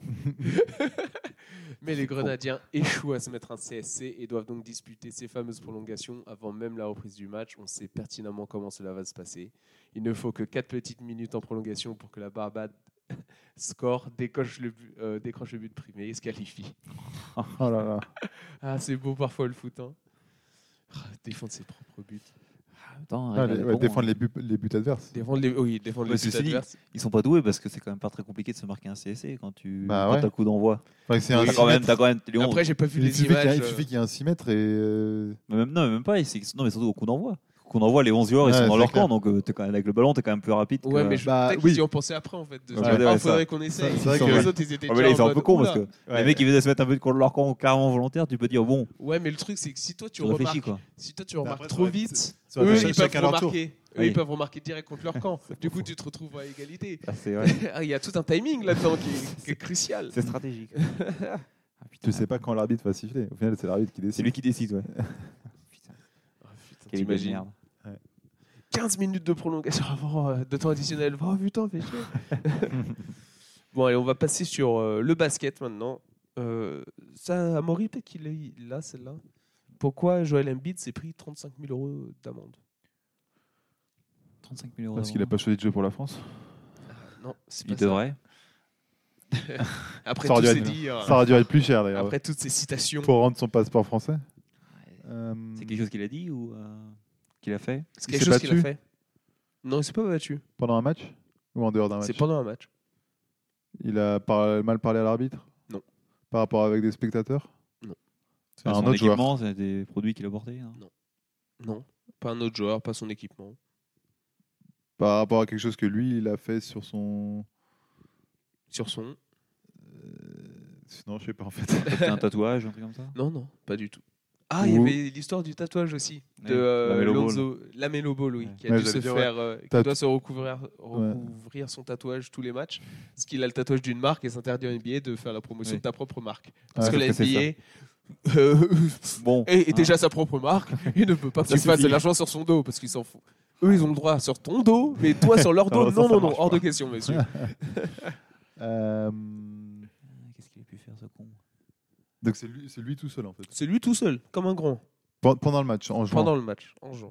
S1: Mais les Grenadiens échouent à se mettre un C S C et doivent donc disputer ces fameuses prolongations avant même la reprise du match. On sait pertinemment comment cela va se passer. Il ne faut que quatre petites minutes en prolongation pour que la Barbade score, décoche le but, euh, décroche le but primé et se qualifie.
S2: Oh là là.
S1: Ah, c'est beau parfois le foot. Hein. Ah, défendre ses propres buts.
S3: Attends,
S2: Ah,
S3: Real
S2: les-
S3: est
S2: ouais,
S3: bon,
S2: défendre
S3: hein.
S2: les buts, les buts adverses.
S1: Défendre les, oui, défendre
S3: Ouais,
S1: les buts
S3: ceci dit,
S1: adverses.
S3: Ils sont pas doués parce que c'est quand même pas très compliqué de se marquer un C S C quand tu
S2: Bah
S3: quand
S2: ouais.
S3: t'as le coup d'envoi.
S2: Enfin, c'est
S1: Oui,
S2: un
S3: T'as
S2: six
S3: quand même,
S2: mètres.
S3: t'as quand même Lyon.
S1: Après, j'ai pas vu
S2: Il
S1: les
S2: suffit qu'il y,
S1: images.
S2: ait- il
S1: euh,
S2: suffit qu'il y ait un six mètres et. euh,
S3: Mais même, non, mais même pas. c'est- Non, mais surtout au coup d'envoi. Au coup d'envoi, les onze joueurs ils
S2: Ouais,
S3: sont dans
S2: c'est
S3: leur
S2: clair.
S3: camp, donc euh, t'es quand même, avec le ballon, t'es quand même plus rapide.
S1: Ouais,
S3: que...
S1: mais je,
S2: Bah,
S1: peut-être
S2: oui.
S1: qu'ils y ont pensé après en fait. De se
S3: Ouais,
S1: dire,
S3: ouais,
S1: ah,
S3: ouais,
S1: faudrait
S3: ça.
S1: qu'on essaye.
S2: Ça, c'est vrai
S1: Quand
S2: que-
S1: les autres, ils étaient
S3: Ouais, mais
S1: déjà
S3: là,
S1: en
S3: ils sont un
S1: mode,
S3: peu cons
S1: oula.
S3: parce que
S2: Ouais.
S3: les mecs ils venaient se mettre un but contre leur camp carrément volontaire. Tu peux dire bon,
S1: Ouais, mais le truc, c'est que si toi tu
S3: tu réfléchis
S1: remarques,
S3: quoi.
S1: si toi tu
S2: Mais
S1: remarques
S2: après, ça
S1: trop
S2: aurait-
S1: vite,
S2: ça aurait
S1: eux
S2: été
S1: ils
S2: chacun
S1: peuvent
S2: leur tour.
S1: remarquer. Eux,
S3: Oui.
S1: ils peuvent remarquer direct contre leur camp. Du coup, tu te retrouves à égalité.
S3: Ah, c'est vrai.
S1: Ah, il y a tout un timing là-dedans qui est, qui est crucial.
S3: C'est stratégique. Ah, putain.
S2: Tu sais pas quand l'arbitre va siffler. Au final, c'est l'arbitre qui
S3: C'est
S2: décide.
S3: lui qui décide, ouais. Putain,
S1: Ah, putain,
S3: quelle idée de
S1: t'imagines
S3: merde.
S1: quinze minutes de prolongation avant euh, de temps additionnel. Oh putain, fait chier. Bon, allez, on va passer sur euh, le basket maintenant. Euh, ça, Amaury, peut-être qu'il est là, celle-là. Pourquoi Joel Embiid s'est pris trente-cinq mille euros d'amende?
S3: trente-cinq mille euros.
S2: Parce qu'il a pas choisi de jeu pour la France.
S1: Non, c'est
S3: Il
S1: pas ça.
S3: devrait.
S1: Après
S2: Ça aurait
S1: tous
S2: dû
S1: ces
S2: être-
S1: dires,
S2: Ça aurait dû être plus cher d'ailleurs.
S1: après toutes ces citations,
S2: Pour rendre son passeport français. Euh,
S3: C'est quelque chose qu'il a dit ou euh, qu'il a fait?
S1: c'est
S2: il
S1: quelque
S2: s'est
S1: chose qu'il a
S2: battu
S1: fait. Non, il s'est pas battu.
S2: Pendant un match ou en dehors d'un match
S1: C'est pendant un match.
S2: Il a par- mal parlé à l'arbitre
S1: Non.
S2: Par rapport avec des spectateurs
S1: Non.
S2: C'est un
S3: Son
S2: autre joueur.
S3: équipement, c'est des produits qu'il a portés. hein.
S1: Non. Pas un autre joueur, pas son équipement.
S2: Par rapport à quelque chose que lui, il a fait sur son.
S1: Sur son.
S2: Sinon, je sais pas en fait.
S3: Peut-être un tatouage, un truc comme ça.
S1: Non, non, pas du tout. Ah, il y
S2: Ou-
S1: avait l'histoire du tatouage aussi. De
S3: Ouais,
S1: euh,
S3: Lamelo Ball.
S1: Lonzo. Lamelo Ball, oui.
S3: Ouais.
S1: Qui a
S2: Ouais,
S1: dû se
S2: j'allais dire,
S1: faire. euh, qui
S2: Tat-
S1: doit se recouvrir, recouvrir son tatouage tous les matchs. Parce qu'il a le tatouage d'une marque et s'interdit en N B A de faire la promotion
S3: Oui.
S1: de ta propre marque. Parce
S2: Ouais,
S1: que la
S3: parce que
S1: N B A. euh,
S3: Bon.
S1: est, est
S3: hein.
S1: déjà sa propre marque, il ne peut pas que
S3: Ça
S1: tu fasses de
S3: suffit.
S1: l'argent sur son dos parce qu'ils s'en foutent. Eux, ils ont le droit sur ton dos, mais toi sur leur dos,
S2: Non, ça,
S1: non,
S2: ça
S1: non, non,
S2: marche
S1: hors
S2: pas.
S1: de question, monsieur.
S2: Euh,
S3: Qu'est-ce qu'il a pu faire ce con?
S2: Donc c'est lui, c'est lui tout seul en fait.
S1: C'est lui tout seul, comme un grand,
S2: Pen- Pendant le match, en jouant.
S1: pendant le match, en jouant.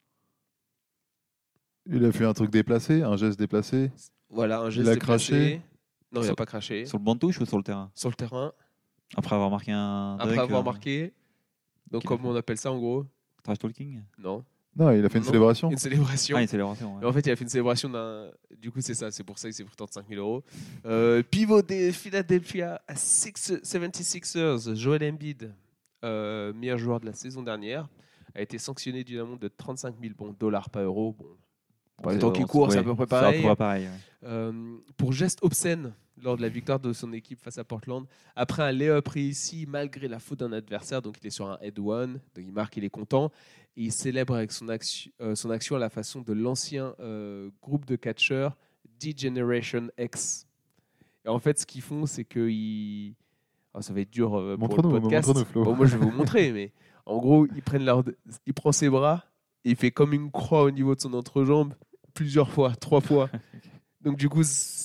S2: Il a fait un truc déplacé, un geste déplacé.
S1: Voilà, un geste
S2: a
S1: déplacé.
S2: craché.
S1: Non, il n'a
S3: Sur-
S1: pas craché.
S3: Sur le banc de touche ou sur le terrain?
S1: Sur le terrain,
S3: Après avoir marqué un.
S1: après
S3: dunk,
S1: avoir
S3: euh,
S1: marqué. Donc,
S3: qu'il a
S1: comme
S3: fait.
S1: on appelle ça en gros.
S3: Trash talking?
S1: Non.
S2: Non, il a fait une
S1: Non.
S2: célébration.
S1: Une célébration.
S3: Ah, une célébration.
S1: Et
S3: Ouais.
S1: en fait, il a fait une célébration d'un. Du coup, c'est ça, c'est pour ça qu'il s'est pris trente-cinq mille euros. Euh, pivot des Philadelphia soixante-seize ers, Joel Embiid, euh, meilleur joueur de la saison dernière, a été sanctionné d'une amende de trente-cinq mille bon, dollars, pas euros. Bon, pour le temps qu'il court, c'est à peu près pareil.
S3: C'est à peu près pareil. ouais.
S1: Euh, pour geste obscène lors de la victoire de son équipe face à Portland, après un lay-up réussi malgré la faute d'un adversaire, donc il est sur un head one, donc il marque, il est content, et il célèbre avec son, action, euh, son action à la façon de l'ancien euh, groupe de catcheurs D-Generation X. Et en fait, ce qu'ils font, c'est que ils... oh, ça va être dur euh, pour le
S2: Montre-nous,
S1: podcast.
S2: montre-nous, Flo.
S1: Bon, moi, je vais vous montrer, mais en gros, ils prennent leur... il prend ses bras, et il fait comme une croix au niveau de son entrejambe plusieurs fois, trois fois. Donc du coup,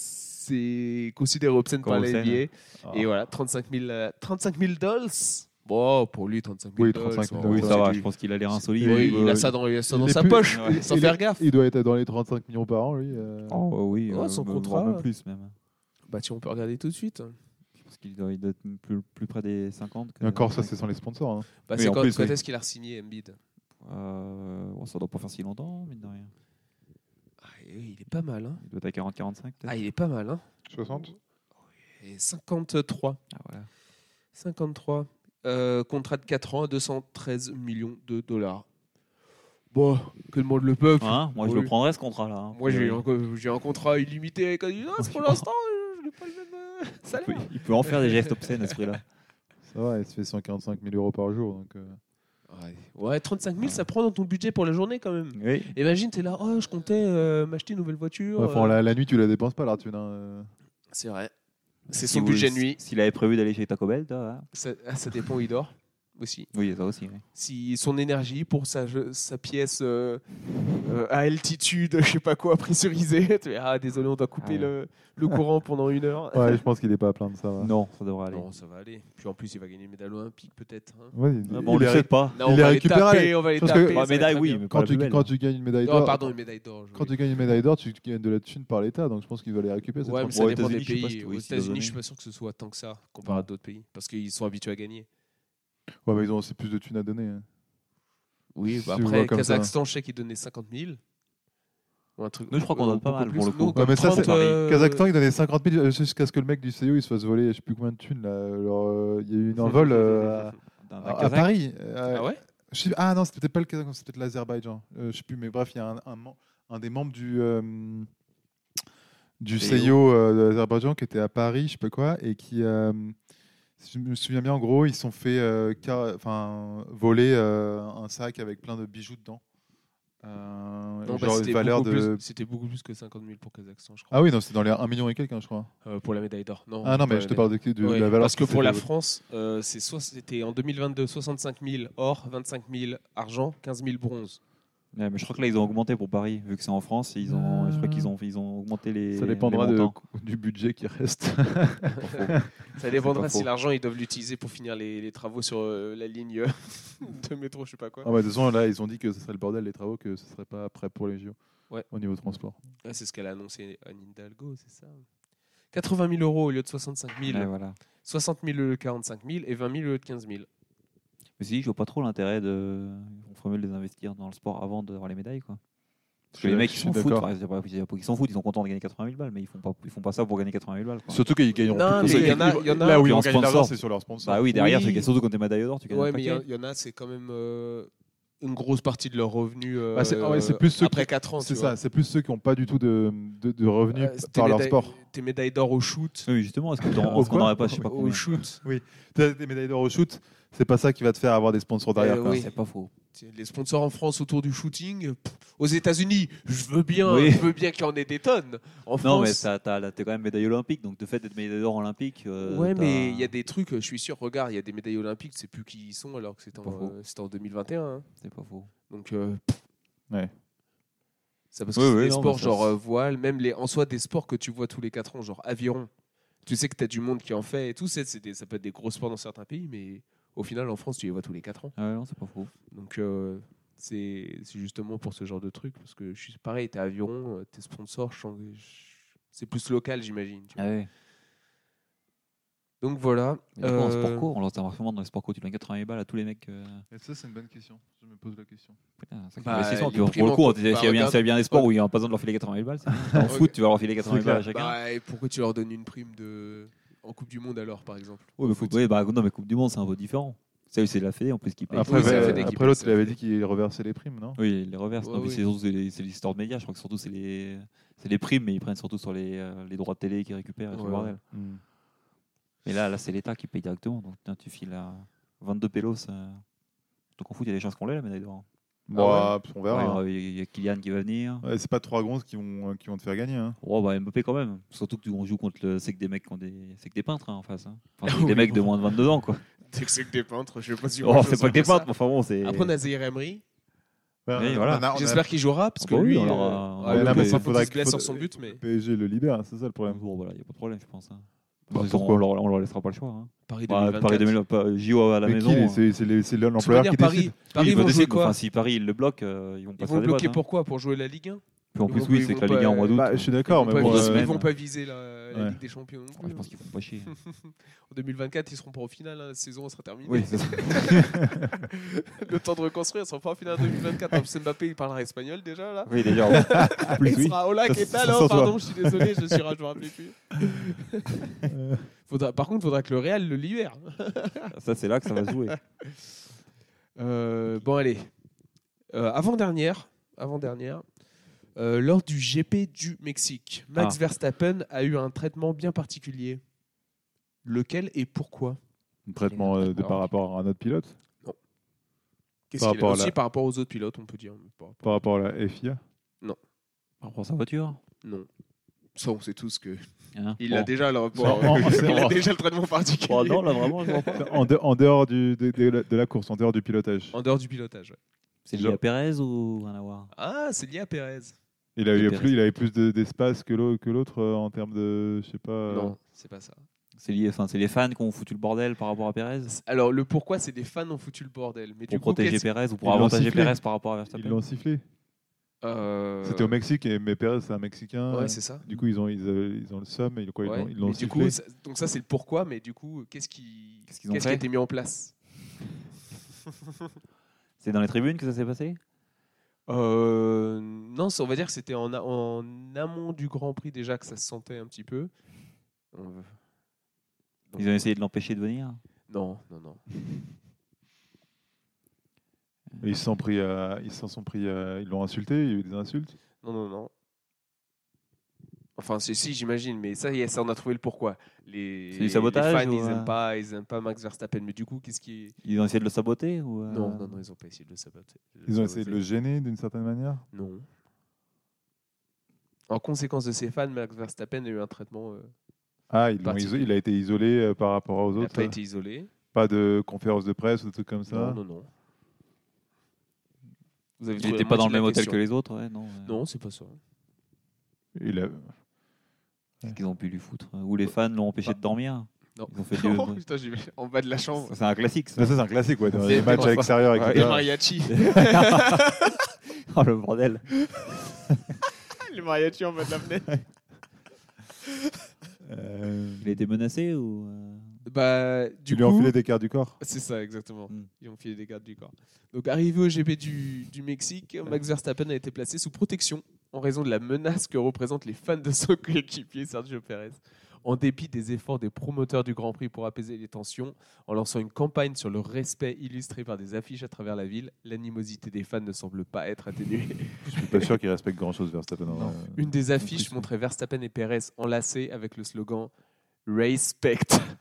S1: c'est considéré obscène
S3: Comme
S1: par la N
S3: obscène.
S1: B A.
S2: Ah.
S1: Et voilà, trente-cinq mille, euh, trente-cinq mille dollars. Bon, pour lui, trente-cinq mille
S2: Oui,
S1: dollars.
S2: trente-cinq mille,
S1: oh,
S3: Oui,
S2: Ouais,
S3: ça va.
S1: c'est-
S3: Je pense qu'il a l'air insolite.
S1: Oui,
S2: Oui,
S1: il a
S2: oui.
S1: ça dans, il a ça
S2: Il
S1: dans
S2: est
S1: sa
S2: plus-
S1: poche,
S3: Ouais.
S1: sans
S2: il,
S1: faire
S2: est-
S1: gaffe.
S2: il doit être dans les trente-cinq millions par an, lui. euh.
S3: Oh oui,
S1: Ouais,
S3: euh,
S1: son
S3: voire
S1: contrat.
S3: même plus même.
S1: Bah tiens, on peut regarder tout de suite.
S3: Je pense qu'il doit il doit être plus, plus près des cinquante. que-
S2: Et encore, ça, c'est sans les sponsors. hein.
S1: Bah,
S3: Oui,
S1: c'est
S3: en
S1: quand,
S3: plus,
S1: quand
S3: oui.
S1: est-ce qu'il a re-signé Embiid?
S3: Euh, bon, ça doit pas faire si longtemps, mine de rien.
S1: Ah, il est pas mal, hein.
S3: Il doit être à quarante quarante-cinq peut-être.
S1: Ah, il est pas mal, hein.
S2: soixante
S1: Et cinquante-trois.
S3: Ah, voilà.
S1: cinquante-trois. Euh, contrat de quatre ans à deux cent treize millions de dollars. Bon, que demande le peuple?
S3: Hein, moi, je
S1: Oui.
S3: le prendrais ce contrat-là. hein.
S1: Moi, j'ai
S3: Euh,
S1: un, j'ai un contrat illimité avec Adidas. Pour l'instant, je n'ai pas le même euh,
S3: il,
S1: salaire.
S3: peut, il peut en faire des gestes obscènes à ce prix-là.
S2: Ça va, il se fait cent quarante-cinq mille euros par jour. Donc, euh.
S1: Ouais, ouais, trente-cinq mille, ça prend dans ton budget pour la journée quand même.
S3: Oui.
S1: Imagine, t'es là, oh, je comptais euh, m'acheter une nouvelle voiture.
S2: Ouais, enfin,
S1: euh.
S2: la, la nuit, tu la dépenses pas, la thune. hein, euh.
S1: C'est vrai. C'est
S3: Si
S1: son
S3: vous-
S1: budget nuit.
S3: S'il avait prévu d'aller chez Taco Bell, toi, hein.
S1: Ça, ah, ça dépend où il dort aussi.
S3: Oui, ça aussi. oui.
S1: Si son énergie pour sa, sa pièce euh, euh, à altitude, je sais pas quoi, pressurisée, tu fais, ah désolé, on doit couper
S3: Ah ouais.
S1: le, le courant pendant une heure.
S2: Ouais, je pense qu'il est pas à plaindre, ça va.
S3: Non, ça devrait aller.
S1: Non, ça va aller. Puis en plus, il va gagner une médaille olympique peut-être. hein.
S2: Ouais, il-
S3: Ah,
S2: il
S3: bon, on le
S2: est-
S3: souhaite pas.
S1: Non,
S2: Il
S1: on
S2: est
S1: va les
S2: récupérable.
S1: taper, on va les
S2: Je pense que-
S1: taper.
S3: Bah,
S1: ça va être
S3: médaille,
S1: très
S3: oui,
S1: bien.
S3: mais pas
S2: Quand
S3: la plus
S2: tu,
S3: belle.
S2: quand tu gagnes une médaille
S1: Non,
S2: d'or,
S1: pardon, une médaille d'or. je
S2: quand
S1: voulais
S2: tu gagnes une médaille d'or, tu gagnes de la thune par l'État. Donc je pense qu'il va les récupérer. cette
S1: Ouais, mais
S2: fois.
S1: ça
S3: Aux
S1: dépend des
S3: États-Unis, je sais pas
S1: pays.
S3: si-
S1: Aux
S3: oui, s'ils
S1: États-Unis,
S3: doivent
S1: je suis
S3: donner.
S1: pas sûr que ce soit tant que ça comparé à d'autres pays, parce qu'ils sont habitués à gagner.
S2: Ouais, mais ils ont aussi plus de thunes à donner. hein.
S1: Oui,
S2: Si
S1: bah
S2: tu
S1: après,
S2: vois comme
S1: Kazakhstan, je sais qu'ils donnaient cinquante mille. Ou un truc.
S3: Nous, je crois qu'on donne pas
S1: beaucoup
S3: mal,
S1: plus.
S3: pour le coup.
S1: Nous,
S2: Ouais,
S1: comme
S2: mais ça,
S1: trente,
S2: c'est-
S1: euh,
S2: Kazakhstan, il donnait cinquante mille jusqu'à ce que le mec du C E O il se fasse voler, je sais plus combien de thunes. Là. Alors, euh, il y a eu une envol euh,
S3: D'un-
S2: à,
S3: d'un
S2: à
S3: Kazakh.
S2: Paris. Euh,
S1: Ah ouais?
S2: je sais- ah non, c'était peut-être pas le Kazakhstan, c'était peut-être l'Azerbaïdjan. Euh, je sais plus, mais bref, il y a un, un, mem- un des membres du, euh, du
S3: C E O.
S2: C E O euh, de l'Azerbaïdjan qui était à Paris, je sais pas quoi, et qui, euh, si je me souviens bien, en gros, ils se sont fait euh, car- enfin, voler euh, un sac avec plein de bijoux dedans. Euh,
S1: Non, bah,
S2: genre
S1: c'était
S2: une valeur
S1: beaucoup,
S2: de.
S1: plus- c'était beaucoup plus que cinquante mille pour Kazakhstan, je crois.
S2: Ah oui, non, c'est dans les un million et quelqu'un, je crois.
S1: Euh, pour la médaille d'or. Non,
S2: Ah non, mais
S1: pas
S2: je
S1: la
S2: te parle de, de, de
S1: Ouais,
S2: la valeur.
S1: parce que
S2: qui
S1: pour
S2: s'est
S1: la
S2: fait-
S1: France, euh, c'est soit- c'était en deux mille vingt-deux soixante-cinq mille or, vingt-cinq mille argent, quinze mille bronze.
S3: Ouais, mais je crois que là, ils ont augmenté pour Paris, vu que c'est en France. Ils ont, je crois qu'ils ont, ils ont augmenté les.
S2: Ça dépendra
S3: les
S2: de-
S3: montants.
S2: du budget qui reste.
S1: Ça dépendra
S3: pas
S1: si
S3: faux.
S1: l'argent ils doivent l'utiliser pour finir les, les travaux sur euh, la ligne euh, de métro, je sais pas quoi.
S2: Ah bah, de toute façon, là, ils ont dit que ce serait le bordel, les travaux, que ce serait pas prêt pour les J O.
S1: Ouais.
S2: Au niveau transport.
S1: Ouais, c'est ce qu'elle a annoncé Anne Hidalgo, c'est ça. quatre-vingt mille euros au lieu de soixante-cinq mille.
S3: Ouais, voilà.
S1: soixante mille au lieu de quarante-cinq mille et vingt mille au lieu de quinze mille.
S3: Mais si, je vois pas trop l'intérêt de. On ferait mieux de les investir dans le sport avant d'avoir les médailles, quoi. Parce que les mecs,
S2: Je
S3: ils
S2: suis
S3: s'en foutent.
S2: d'accord.
S3: Enfin, c'est pas- c'est pas qu'ils s'en foutent, ils sont contents de gagner quatre-vingt mille balles, mais ils font pas, ils font pas ça pour gagner quatre-vingt mille balles. Quoi.
S2: Surtout qu'ils gagneront
S1: Non,
S2: plus.
S1: mais il y en a- il y en a-
S2: Là où
S3: Puis
S2: ils
S3: en
S2: vont gagner de l'argent,
S3: sponsor.
S2: c'est sur leur sponsor.
S3: Bah oui, derrière,
S1: Oui.
S3: c'est surtout quand t'es médaille d'or, tu gagnes
S1: Ouais,
S3: un
S1: mais il y en-
S3: paquet.
S1: il y, en a, c'est quand même. euh, une grosse partie de leurs revenus euh,
S2: Bah, c'est- ah ouais, c'est plus ceux
S1: après
S2: qui-
S1: quatre ans.
S2: C'est
S1: tu
S2: ça,
S1: vois.
S2: c'est plus ceux qui n'ont pas du tout de, de, de revenus
S1: Euh, tes
S2: par leur
S1: médailles-
S2: sport.
S1: Tes médailles d'or au shoot.
S3: Oui, justement, est-ce que
S2: Au
S3: t'en- est-ce qu'on
S2: quoi
S3: n'aurait pas, je sais pas
S1: Au
S3: combien.
S1: shoot.
S2: Tu as des médailles d'or au shoot, c'est pas ça qui va te faire avoir des sponsors derrière.
S1: Euh,
S2: quoi.
S1: oui.
S3: C'est pas faux.
S1: Les sponsors en France autour du shooting, pff, aux États-Unis, je veux bien,
S3: Oui.
S1: je veux bien qu'il y en ait des tonnes. En
S3: Non,
S1: France,
S3: mais t'as, t'as, là, t'es quand même médaille olympique, donc de fait d'être médaille d'or olympique. euh,
S1: ouais,
S3: t'as-
S1: mais il y a des trucs, je suis sûr, regarde, il y a des médailles olympiques, c'est plus qui y sont alors que c'était en,
S3: Pas faux.
S1: euh, c'était en deux mille vingt et un. hein.
S3: C'est pas faux.
S1: Donc, euh,
S2: Ouais.
S1: ça parce que
S3: Oui,
S1: c'est
S3: oui,
S1: des
S3: non,
S1: sports
S3: mais ça,
S1: genre
S3: c'est-
S1: euh, voile, même les, en soi des sports que tu vois tous les quatre ans, genre aviron. Tu sais que tu as du monde qui en fait et tout, c'est, c'est des- ça peut être des gros sports dans certains pays, mais au final en France tu les vois tous les quatre ans.
S3: Ah ouais, non, c'est pas faux.
S1: Donc euh, c'est, c'est justement pour ce genre de truc, parce que je suis pareil, t'es aviron, euh, t'es sponsor, je sens que je- c'est plus local j'imagine. tu vois.
S3: Ah ouais.
S1: Donc voilà.
S3: Mais du coup, en
S1: Euh,
S3: sport co, on lance un vraiment dans les sport co, tu donnes quatre-vingts balles à tous les mecs. euh,
S2: Et ça, c'est une bonne question. Je me pose la question.
S3: putain, c'est ça qui
S1: Bah,
S3: est investissant.
S1: les
S3: Tu vois,
S1: primes
S3: pour le coup,
S1: en-
S3: on- s'il y a
S1: bah,
S3: bien,
S1: regarde-
S3: s'il y a bien des sports où il n'y a pas besoin de leur filer quatre-vingt mille balles. c'est- En foot, tu vas leur filer quatre-vingt balles à chacun.
S1: bah, et pourquoi tu leur donnes une prime de... en Coupe du Monde alors par exemple
S3: Oui, mais, foot, oui, bah, non, mais Coupe du Monde, c'est un peu différent. C'est, c'est la Fédé en plus qui paye.
S2: Après,
S1: Oui, c'est la
S2: ouais,
S1: Fédé qui
S2: après
S1: paye,
S2: l'autre,
S1: c'est
S2: il
S1: la
S2: avait
S1: Fédé.
S2: dit qu'il reversait les primes, non?
S3: Oui, ils les reversent.
S1: Ouais,
S3: Non, mais
S1: oui.
S3: c'est, surtout, c'est, les, c'est l'histoire de médias. Je crois que surtout, c'est les, c'est les primes, mais ils prennent surtout sur les, euh, les droits de télé qu'ils récupèrent et tout
S1: Ouais,
S3: le bordel.
S2: Hmm.
S3: Mais là, là c'est l'État qui paye directement. Donc, putain, tu files à vingt-deux pélos. euh, Donc, en foot, il y a des chances qu'on l'ait, la médaille d'or.
S2: Bon,
S1: Ah
S2: on verra.
S3: Ouais, Il y a Kylian qui va venir.
S2: Ouais, c'est pas trois gonzes qui vont, qui vont te faire gagner. Hein.
S3: Oh, bah, Mbappé quand même. Surtout que on joue contre le. C'est que des mecs qui ont des. C'est que des peintres hein, en face. Hein. Enfin, c'est que
S1: Oui,
S3: des mecs de
S1: bon.
S3: moins de vingt-deux ans, quoi.
S1: C'est que c'est que des peintres, je sais pas si
S3: Oh, c'est pas que des peintres, mais enfin bon, c'est.
S1: Après on a Zaire Emery,
S2: Ouais,
S3: Oui,
S2: on a-
S3: voilà.
S2: on a- on a-
S1: j'espère qu'il jouera parce que
S3: Ah bah oui,
S1: lui,
S3: on
S1: euh,
S3: l'aura-
S1: ah,
S3: on
S1: le
S3: l'aura-
S1: pauvre,
S3: mais
S1: il
S3: il
S1: faut
S2: faudra
S1: qu'il se
S2: que-
S1: blesse sur
S2: faudra-
S1: son but, mais
S2: P S G le libère, c'est ça le problème.
S3: Bon, voilà, il n'y a pas de problème, je pense. hein.
S2: Bah,
S3: Ils
S2: pourquoi
S3: ont- on, leur, on leur laissera pas le choix. Hein.
S1: Paris
S3: Bah,
S1: deux mille vingt-quatre.
S3: Paris deux mille, pas- J O à la
S2: Mais
S3: maison.
S2: qui,
S3: hein.
S2: c'est c'est les- c'est
S1: De toute
S2: l'employeur
S1: manière,
S2: qui
S1: Paris,
S2: décide.
S1: Paris
S3: Oui,
S1: vont
S3: bah,
S1: jouer
S3: décide,
S1: quoi
S3: enfin, si Paris il le bloque, euh, ils vont pas
S1: Ils
S3: se
S1: vont
S3: faire
S1: bloquer
S3: des boîtes, hein.
S1: pourquoi Pour jouer la Ligue un
S3: Puis en
S1: Ils
S3: plus,
S1: vont-
S3: oui,
S1: ils
S3: c'est
S1: vont
S3: que la Ligue un en
S1: pas-
S3: mois d'août.
S2: Bah, je suis
S1: Ils
S2: d'accord,
S1: vont
S2: mais
S1: pas
S2: bon,
S3: deux
S1: viser-
S2: euh,
S1: ils
S3: semaines.
S1: vont pas viser la, la
S2: Ouais.
S1: Ligue des Champions non
S3: Ouais,
S1: plus.
S3: je pense qu'ils font pas chier.
S1: En deux mille vingt-quatre, ils seront pas en finale, hein, la saison sera terminée.
S3: Oui, c'est ça.
S1: Le temps de reconstruire, ils seront pas en finale en deux mille vingt-quatre. En plus, Mbappé, il parlera espagnol déjà là.
S3: Oui, déjà. En plus,
S1: Il
S3: oui.
S1: sera Hola,
S2: Ça,
S1: qu'est-ce
S2: ça,
S1: que
S2: ça
S1: oh,
S2: s'en
S1: pardon,
S2: voit.
S1: je suis désolé, je suis rage, je me rappelais plus. Faudra, par contre, il faudra que le Real le libère.
S3: Ça, c'est là que ça va se jouer.
S1: Euh, bon, allez. Euh, avant-dernière, avant-dernière euh, lors du G P du Mexique, Max
S3: Ah.
S1: Verstappen a eu un traitement bien particulier. Lequel et pourquoi
S2: Un traitement euh, de
S1: Alors,
S2: par rapport à un autre pilote,
S1: Qu'est-ce
S2: Par
S1: qu'il a
S2: rapport à
S1: aussi
S2: la-
S1: par rapport aux autres pilotes, on peut dire. mais par rapport-
S2: par rapport à la F I A.
S3: Par rapport à sa voiture.
S1: Non. Ça, on sait tous que
S3: Hein.
S1: il
S3: Bon.
S1: a déjà le
S2: En- en-
S1: il a
S2: en-
S1: déjà le traitement particulier.
S3: Oh, non, là, vraiment, je vois pas.
S2: En, de- en dehors du, de, de la- de la course, en dehors du pilotage.
S1: En dehors du pilotage. ouais.
S3: C'est lié à Pérez ou rien à voir?
S1: Ah, c'est lié à Pérez.
S2: Il avait,
S3: Pérez.
S2: plus, il avait plus de- d'espace que l'au- que l'autre euh, en termes de, je sais pas. euh,
S1: Non, c'est pas ça.
S3: C'est lié, enfin, c'est les fans qui ont foutu le bordel par rapport à Pérez
S1: Alors le pourquoi, c'est des fans ont foutu le bordel. Mais
S3: pour
S1: du coup,
S3: protéger
S1: qu'est-ce-
S3: Pérez ou
S2: Ils
S3: pour
S2: l'ont
S3: avantager
S2: sifflé.
S3: Pérez par rapport à
S2: Ils
S3: Verstappen.
S2: l'ont sifflé.
S1: Euh,
S2: C'était au Mexique, et, mais Pérez c'est un Mexicain.
S1: Ouais, c'est ça.
S2: Du coup, ils ont, ils, euh, ils ont le somme et quoi, ils
S1: Ouais,
S2: l'ont- ils l'ont
S1: mais du
S2: sifflé.
S1: coup, ça- donc ça c'est le pourquoi, mais du coup, qu'est-ce qui,
S3: Qu'est-ce qu'ils ont
S1: qu'est-ce qui a
S3: fait
S1: été mis en place
S3: C'est dans les tribunes que ça s'est passé?
S1: Euh, Non, ça, on va dire que c'était en, a- en amont du Grand Prix déjà que ça se sentait un petit peu. On veut- Donc,
S3: Ils ont essayé de l'empêcher de venir?
S1: Non, non, non.
S2: Et ils se sont pris, à- ils s'en sont pris, à- ils l'ont insulté, il y a eu des insultes.
S1: Non, non, non. Enfin, si, si, j'imagine, mais ça, y est, ça, on a trouvé le pourquoi. Les,
S3: C'est du sabotage
S1: les fans,
S3: ou,
S1: ils
S3: euh
S1: aiment pas, ils aiment pas Max Verstappen. Mais du coup, qu'est-ce qui est...
S3: Ils ont essayé de le saboter ou euh,
S1: Non, non, non, ils ont pas essayé de le saboter.
S2: Ils ont essayé de le gêner d'une certaine manière.
S1: Non. En conséquence de ces fans, Max Verstappen a eu un traitement. Euh,
S2: Ah, ils l'ont
S1: Particulier.
S2: iso- il a été isolé euh, par rapport aux
S1: il n'a
S2: autres.
S1: pas été isolé.
S2: Pas de conférence de presse ou des trucs comme ça.
S1: Non, non, non. Vous avez
S3: Il
S1: trouvé
S3: n'était
S1: la
S3: pas dans
S1: moitié
S3: le
S1: de
S3: même
S1: la
S3: hôtel
S1: question.
S3: que les autres, ouais, non. ouais.
S1: Non, c'est pas ça.
S2: Il a-
S3: Qu'est-ce qu'ils ont pu lui foutre? Ou les fans l'ont empêché de dormir?
S1: Non.
S3: Ils ont fait Dieu.
S1: Oh, putain, j'y vais en bas de la chambre.
S3: C'est un classique, ça.
S2: Ça, c'est un classique, ouais, dans
S1: C'est-
S2: les matchs à
S1: c'est-
S2: l'extérieur,
S1: Et
S2: et cetera.
S1: mariachi.
S3: Oh le bordel.
S1: Les mariachi en bas de la fenêtre.
S2: Euh,
S3: Il a été menacé ou euh,
S1: Bah, du
S2: tu lui as
S1: coup,
S2: enfilé des quarts du corps.
S1: c'est ça exactement.
S3: Hmm.
S1: Ils ont filé des gardes du corps. Donc, arrivé au G P du, du Mexique, Max Verstappen a été placé sous protection en raison de la menace que représentent les fans de son coéquipier Sergio Pérez. En dépit des efforts des promoteurs du Grand Prix pour apaiser les tensions, en lançant une campagne sur le respect illustrée par des affiches à travers la ville, l'animosité des fans ne semble pas être atténuée.
S4: Je suis pas sûr qu'il respecte grand-chose Verstappen.
S3: Non.
S4: Euh,
S1: Une des affiches
S4: impression.
S1: montrait Verstappen et Perez enlacés avec le slogan Respect.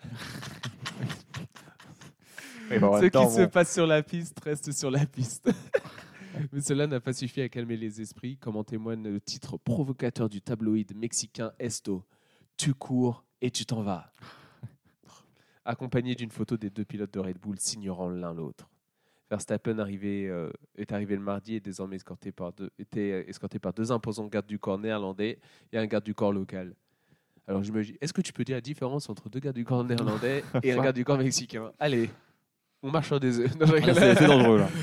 S3: Oui, bah, en
S1: Ce
S3: même
S1: qui
S3: temps,
S1: se
S3: bon.
S1: passe sur la piste reste sur la piste. Mais cela n'a pas suffi à calmer les esprits, comme en témoigne le titre provocateur du tabloïd mexicain Esto. Tu cours et tu t'en vas. Accompagné d'une photo des deux pilotes de Red Bull s'ignorant l'un l'autre. Verstappen arrivé, euh, est arrivé le mardi et désormais escorté par deux, était escorté par deux imposants gardes du corps néerlandais et un garde du corps local. Alors je me dis, est-ce que tu peux dire la différence entre deux gardes du corps néerlandais et un garde du corps mexicain? Allez, on marche sur des œufs. Non, je
S3: Ah,
S1: rigole.
S3: c'est c'est dangereux là.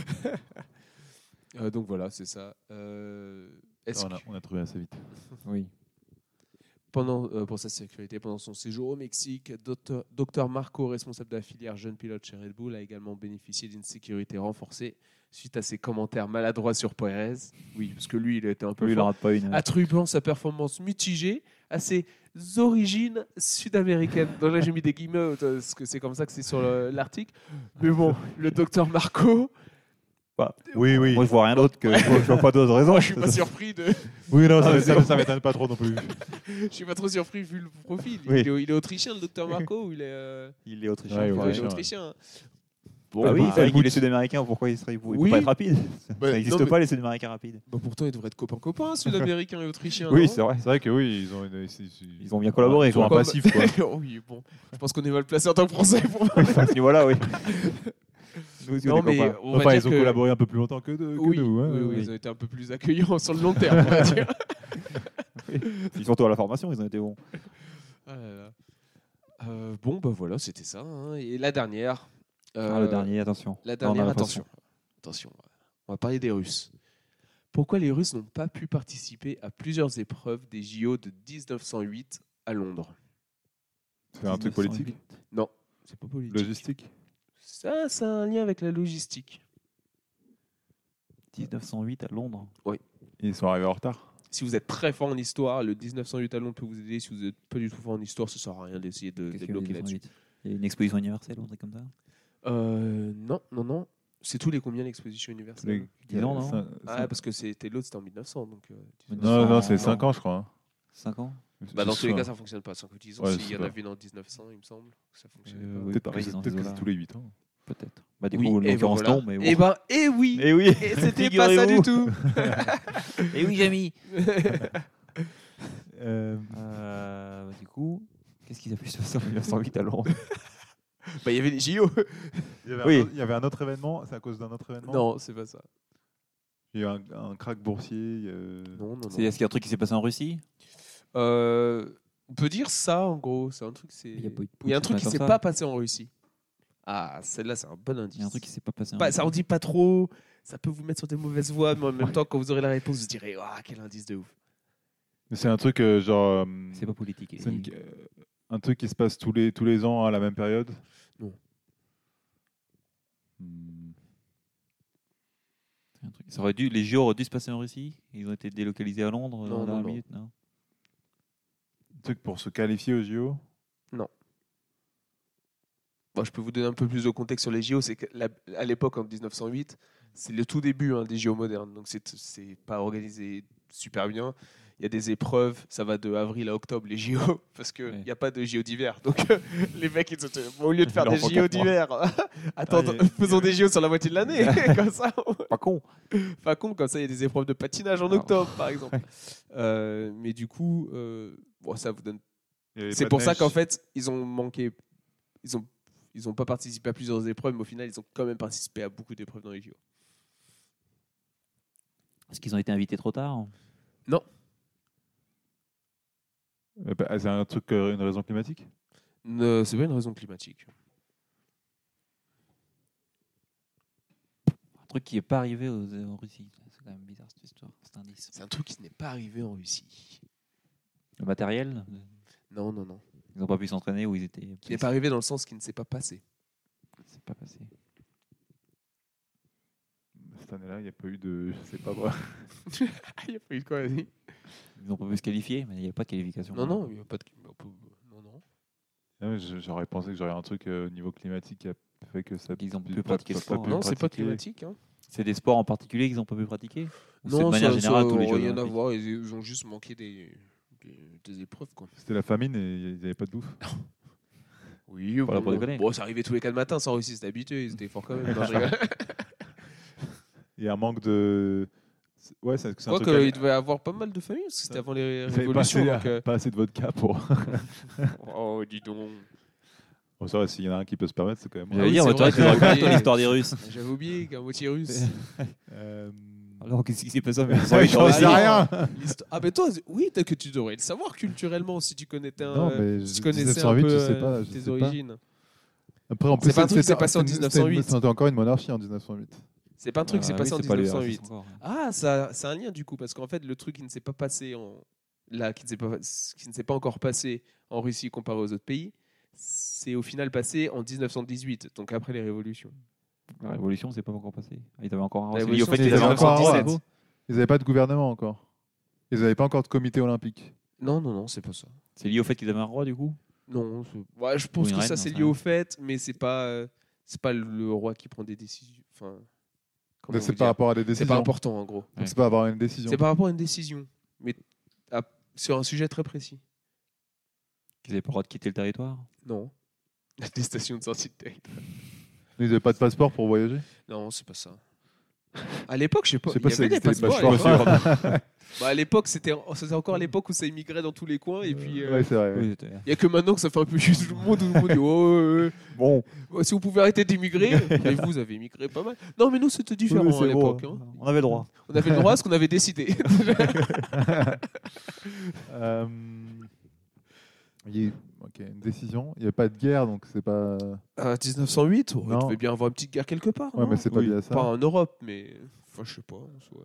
S1: Euh, donc voilà, c'est ça. Euh, est-ce
S4: on, a,
S1: que
S4: on a trouvé assez vite.
S3: Oui.
S1: pendant, euh, pour sa sécurité, pendant son séjour au Mexique, docteur Docteur Marco, responsable de la filière jeune pilote chez Red Bull, a également bénéficié d'une sécurité renforcée suite à ses commentaires maladroits sur Perez. Oui, parce que lui, il était un peu
S3: Lui, il en
S1: fort,
S3: rate pas une.
S1: attribuant sa performance mitigée à ses origines sud-américaines. Donc là, j'ai mis des guillemets euh, parce que c'est comme ça que c'est sur le- l'article. Mais bon, le docteur Marco,
S4: Oui, oui.
S3: Moi, je vois rien d'autre que. Je vois pas d'autres raisons.
S1: moi, je suis pas surpris de.
S4: Oui, non, ça,
S3: Ah,
S4: ça,
S3: c'est
S4: ça m'étonne pas trop non plus.
S1: Je suis pas trop surpris vu le profil.
S3: Oui.
S1: Il, est, il est autrichien, le docteur Marco, ou il est. euh,
S3: Il est autrichien.
S4: Ouais,
S3: faut
S1: il est
S4: autrichien,
S3: arrêter.
S1: autrichien.
S3: Bon, ah oui,
S1: bah,
S3: c'est vrai qu'il
S1: écoute,
S3: est sud-américain. Pourquoi il serait. Il peut
S1: Oui.
S3: pas être rapide.
S1: Bah,
S3: Ça n'existe
S1: non, mais-
S3: pas les sud-américains rapides.
S1: bah, pourtant, ils devraient être copains-copains, sud-américains et autrichiens.
S3: Oui,
S1: non
S3: c'est vrai.
S4: C'est vrai que oui, ils ont, une, c'est- c'est-
S3: Ils ont bien collaboré,
S4: Ils ont un
S3: quoi.
S4: passif, quoi.
S1: Oui, bon. Je pense qu'on est mal placé en tant que Français pour
S3: À ce niveau-là, oui. Nous aussi, on
S1: Non,
S3: est
S1: mais
S3: copains.
S1: on va
S4: Enfin,
S1: dire
S4: ils ont
S1: que-
S4: collaboré un peu plus longtemps que, de, que
S1: Oui,
S4: nous. hein.
S1: oui, oui,
S3: oui.
S1: ils ont été un peu plus accueillants sur le long terme, on va dire.
S3: Puis surtout à la formation, ils ont été bons.
S1: Ah là là. Euh, bon, bah voilà, c'était ça. hein. Et la dernière.
S3: Ah,
S1: euh,
S3: le dernier, attention.
S1: La
S3: Là, on a
S1: dernière,
S3: l'impression.
S1: attention. Attention, on va parler des Russes. Pourquoi les Russes n'ont pas pu participer à plusieurs épreuves des J O de dix-neuf cent huit à Londres?
S4: C'est un truc politique.
S1: Non, c'est pas politique.
S4: Logistique.
S1: Ça, ça a un lien avec la logistique.
S3: dix-neuf cent huit à Londres.
S4: Ils sont arrivés en retard.
S1: Si vous êtes très fort en histoire, le dix-neuf cent huit à Londres peut vous aider. Si vous n'êtes pas du tout fort en histoire, ça sert à rien d'essayer de
S3: Qu'est-ce qu'il y a
S1: débloquer
S3: eu,
S1: là-dessus.
S3: dix-neuf cent huit? Il y a une exposition universelle ou un truc comme ça.
S1: Euh, non, non, non. C'est tous les combien l'exposition universelle?
S4: Les-
S3: dix ans, non
S4: Cin-
S1: Ah,
S4: cin-
S1: parce que c'était l'autre, c'était en mille neuf cents. Donc, euh, dix-neuf
S4: Non, non,
S3: Non,
S4: c'est
S3: non.
S4: cinq ans, je crois. hein.
S3: cinq ans.
S1: Bah, dans
S4: Je
S1: tous les
S4: sais
S1: cas,
S4: pas.
S1: ça fonctionne pas. cinq ou dix ans,
S4: Ouais,
S1: s'il
S4: je
S1: y
S4: sais
S1: en a
S4: pas.
S1: vu dans dix-neuf cents, il me semble. que Ça fonctionnait
S3: Euh,
S1: pas.
S3: oui,
S4: Peut-être
S3: pareil,
S4: que,
S3: dans
S4: peut-être
S3: ces
S4: que c'est
S3: eaux-là.
S4: tous les huit ans.
S3: Peut-être. Bah, du
S1: Oui,
S3: coup, en
S1: et
S3: l'occurrence,
S1: voilà.
S3: non, mais bon.
S1: Eh ben, eh oui.
S3: Et oui.
S1: Et c'était pas ça du tout.
S3: Et oui, Jamie.
S4: Euh,
S3: Euh, du coup, qu'est-ce qu'ils a pu se passer en mille neuf cent huit à Londres?
S1: Bah, il y avait les J O.
S4: il, y avait
S3: Oui.
S4: un autre, il y avait un autre événement. C'est à cause d'un autre événement.
S1: Non, c'est pas ça.
S4: Il y a eu un, un crack boursier. il y a-
S1: Non, non,
S3: C'est-
S1: non.
S3: Est-ce qu'il y a un truc qui s'est passé en Russie?
S1: Euh, on peut dire ça, en gros. C'est un truc, c'est.
S3: Il y a pas eu de
S1: Il y a un
S3: Poutine,
S1: truc qui
S3: comme
S1: s'est
S3: ça.
S1: pas passé en Russie. Ah, celle-là, c'est un bon indice.
S3: Il y a un truc qui s'est pas passé en
S1: Pas-
S3: Russie.
S1: ça en dit pas trop. Ça peut vous mettre sur des mauvaises voies, mais en même temps, quand vous aurez la réponse, vous direz ah, quel indice de ouf.
S4: Mais c'est un truc euh, genre. euh,
S3: C'est pas politique.
S4: c'est une- euh, un truc qui se passe tous les, tous les ans à la même période.
S1: Non.
S4: Hmm.
S3: C'est un truc- Ça aurait dû, les J O auraient dû se passer en Russie. Ils ont été délocalisés à Londres
S1: Non,
S3: dans la
S1: non, non.
S3: minute, non.
S4: Un truc pour se qualifier aux J O.
S1: Bon, je peux vous donner un peu plus de contexte sur les J O. C'est qu'à l'époque, en dix-neuf cent huit, c'est le tout début hein, des J O modernes. Donc, c'est c'est pas organisé super bien. Il y a des épreuves, ça va de avril à octobre, les J O, parce qu'il
S3: Ouais.
S1: n'y a pas de J O d'hiver. Donc, euh, les mecs, ils étaient, bon, au lieu de faire
S3: Il leur
S1: des
S3: faut
S1: J O
S3: quatre mois.
S1: d'hiver, attends,
S4: Ah, il y a-
S1: faisons des J O sur la moitié de l'année. Comme ça, on-
S3: Pas con.
S1: Enfin, con, comme ça, il y a des épreuves de patinage en
S3: Alors.
S1: octobre, par exemple. Euh, mais du coup, euh, bon, ça vous donne.
S4: Il y avait
S1: C'est
S4: pas
S1: pour
S4: de
S1: ça
S4: neige.
S1: qu'en fait, ils ont manqué. Ils ont, ils ont pas participé à plusieurs épreuves, mais au final, ils ont quand même participé à beaucoup d'épreuves dans les J O.
S3: Est-ce qu'ils ont été invités trop tard?
S4: Euh, bah, c'est un truc, euh, une raison climatique.
S1: Ne- C'est pas une raison climatique.
S3: Un truc qui n'est pas arrivé aux- en Russie. C'est quand même bizarre cette histoire, cet indice.
S1: C'est un truc qui n'est pas arrivé en Russie.
S3: Le matériel,
S1: Non, non, non.
S3: ils n'ont pas pu s'entraîner ou ils étaient.
S1: Qui n'est pas arrivé dans le sens qui ne s'est pas passé.
S3: C'est pas passé.
S4: Cette année-là, il n'y a pas eu de. Je sais pas moi.
S1: Il y a pas eu de quoi, vas-y.
S3: Ils n'ont pas pu se qualifier, mais il n'y a pas de qualification.
S1: Non, non, il n'y a pas de. Non, non.
S4: Ah ouais, je- J'aurais pensé que j'aurais un truc euh, au niveau climatique qui a fait que ça.
S3: Qu'ils ont pu
S4: pas-
S3: pratiquer le
S4: pas- pas
S3: sport,
S4: pu
S3: hein.
S1: Non, c'est pas
S4: pratiquer.
S1: climatique. Hein.
S3: C'est des sports en particulier qu'ils n'ont pas pu pratiquer Ou c'est de
S1: Non,
S3: manière
S1: ça,
S3: générale
S1: ça
S3: tous les
S1: aurait
S3: Jeux
S1: rien à
S3: olympiques.
S1: voir. Ils, ils ont juste manqué des, des, des épreuves. Quoi.
S4: C'était la famine et ils n'avaient pas de bouffe.
S1: Oui,
S3: Voilà,
S1: bon,
S3: pour déconner.
S1: bon, ça arrivait tous les quatre matins sans Russie, c'était habitué. Ils étaient forts quand même. Non, je rigole.
S4: Il y a un manque de. c'est- Ouais, c'est
S1: Je
S4: c'est un
S1: crois
S4: truc. à-
S1: qu'il devait y avoir pas mal de familles, parce que c'était avant les
S4: Vous avez pas
S1: révolutions.
S4: assez,
S1: donc, euh,
S4: pas assez de vodka pour.
S1: Oh, dis donc.
S4: Bon, ça va, s'il y en a un qui peut se permettre, c'est quand même.
S1: Ah
S3: J'allais
S1: oui,
S3: dire,
S1: c'est
S3: mais toi,
S1: vrai
S3: tu
S1: que
S3: racontes
S1: j'avais
S3: toi
S1: oublié.
S3: l'histoire des Russes.
S1: J'avais oublié qu'un moitié russe.
S4: Euh,
S3: Alors, qu'est-ce qui s'est passé en
S4: Ouais,
S3: mille neuf cent huit?
S4: j'en sais rien.
S1: L'histoire- Ah, mais toi, oui, peut-être que tu devrais le savoir culturellement si tu connaissais un,
S2: Non,
S1: euh,
S2: mais
S1: si tu
S2: je-
S1: connaissais un
S2: dix-neuf cent huit,
S1: peu
S2: je sais
S1: euh,
S2: pas, je
S1: tes
S2: sais pas.
S1: origines.
S2: Après, en
S1: C'est
S2: plus,
S1: pas un truc qui
S2: c'était-
S1: s'est passé en
S2: c'était-
S1: mille neuf cent huit.
S2: C'était encore une monarchie en dix-neuf cent huit.
S1: C'est pas un truc qui s'est
S3: Ah
S1: passé
S3: oui,
S1: en
S3: c'est pas les
S1: dix-neuf cent
S3: racistes
S1: huit.
S3: encore.
S1: Ah, ça, c'est un lien du coup, parce qu'en fait, le truc qui ne s'est pas passé en là, qui ne s'est pas, qui ne s'est pas encore passé en Russie comparé aux autres pays, c'est au final passé en dix-neuf cent dix-huit, donc après les révolutions.
S3: La révolution, c'est pas encore passé. Ah, ils avaient encore un
S1: La
S3: roi. C'est lié au
S1: révolution,
S3: fait qu'ils
S2: c'était
S3: avaient encore un roi.
S2: dix-neuf cent dix-sept.
S3: du coup
S2: Ils n'avaient pas de gouvernement encore. Ils n'avaient pas encore de comité olympique.
S1: Non, non, non, c'est pas ça.
S3: C'est lié au fait qu'ils avaient un roi, du coup.
S1: Non, c'est- ouais, je pense
S3: Ou une
S1: que
S3: reine,
S1: ça
S3: j'en
S1: c'est
S3: sais
S1: lié
S3: rien.
S1: au fait, mais c'est pas, euh, c'est pas le roi qui prend des décisions. Enfin, comment
S2: Mais
S1: vous
S2: c'est
S1: dire
S2: par rapport à des
S1: C'est
S2: décisions.
S1: pas important en gros.
S3: Ouais.
S2: C'est pas avoir une décision.
S1: C'est par rapport à une décision, mais à- sur un sujet très précis.
S3: Qu'ils n'avaient pas le droit de quitter le territoire.
S1: Non. Des stations de sortie de territoire.
S2: Ils n'avaient pas de passeport pour voyager.
S1: Non, c'est pas ça. À l'époque, je sais pas.
S2: Je sais pas
S1: il y
S2: si
S1: avait
S2: ça
S1: des
S2: existait,
S1: passeports.
S2: bah, je suis
S1: à
S2: pas
S1: l'époque. Bah, à l'époque, c'était c'était encore à l'époque où ça immigrait dans tous les coins. Et puis, euh,
S2: Ouais, c'est vrai. ouais.
S3: Oui, c'était-
S1: il y a que maintenant que ça fait un peu chier tout le monde. Tout le monde dit, oh, euh,
S3: Bon.
S1: euh, si vous pouvez arrêter d'immigrer. Mais vous avez immigré pas mal. Non, mais nous, c'était différent
S3: Oui,
S1: à
S3: c'est
S1: l'époque.
S3: bon.
S1: hein.
S3: On avait le droit.
S1: On avait le droit à ce qu'on avait décidé.
S2: Euh, il y a eu- ok, une décision. Il n'y a pas de guerre, donc c'est pas.
S1: À dix-neuf cent huit, oh, il
S2: Non.
S1: devait bien avoir une petite guerre quelque part.
S2: Ouais,
S1: non
S2: mais c'est pas
S3: Oui,
S2: lié à ça.
S1: Pas en Europe, mais. Enfin, je sais pas. en soi.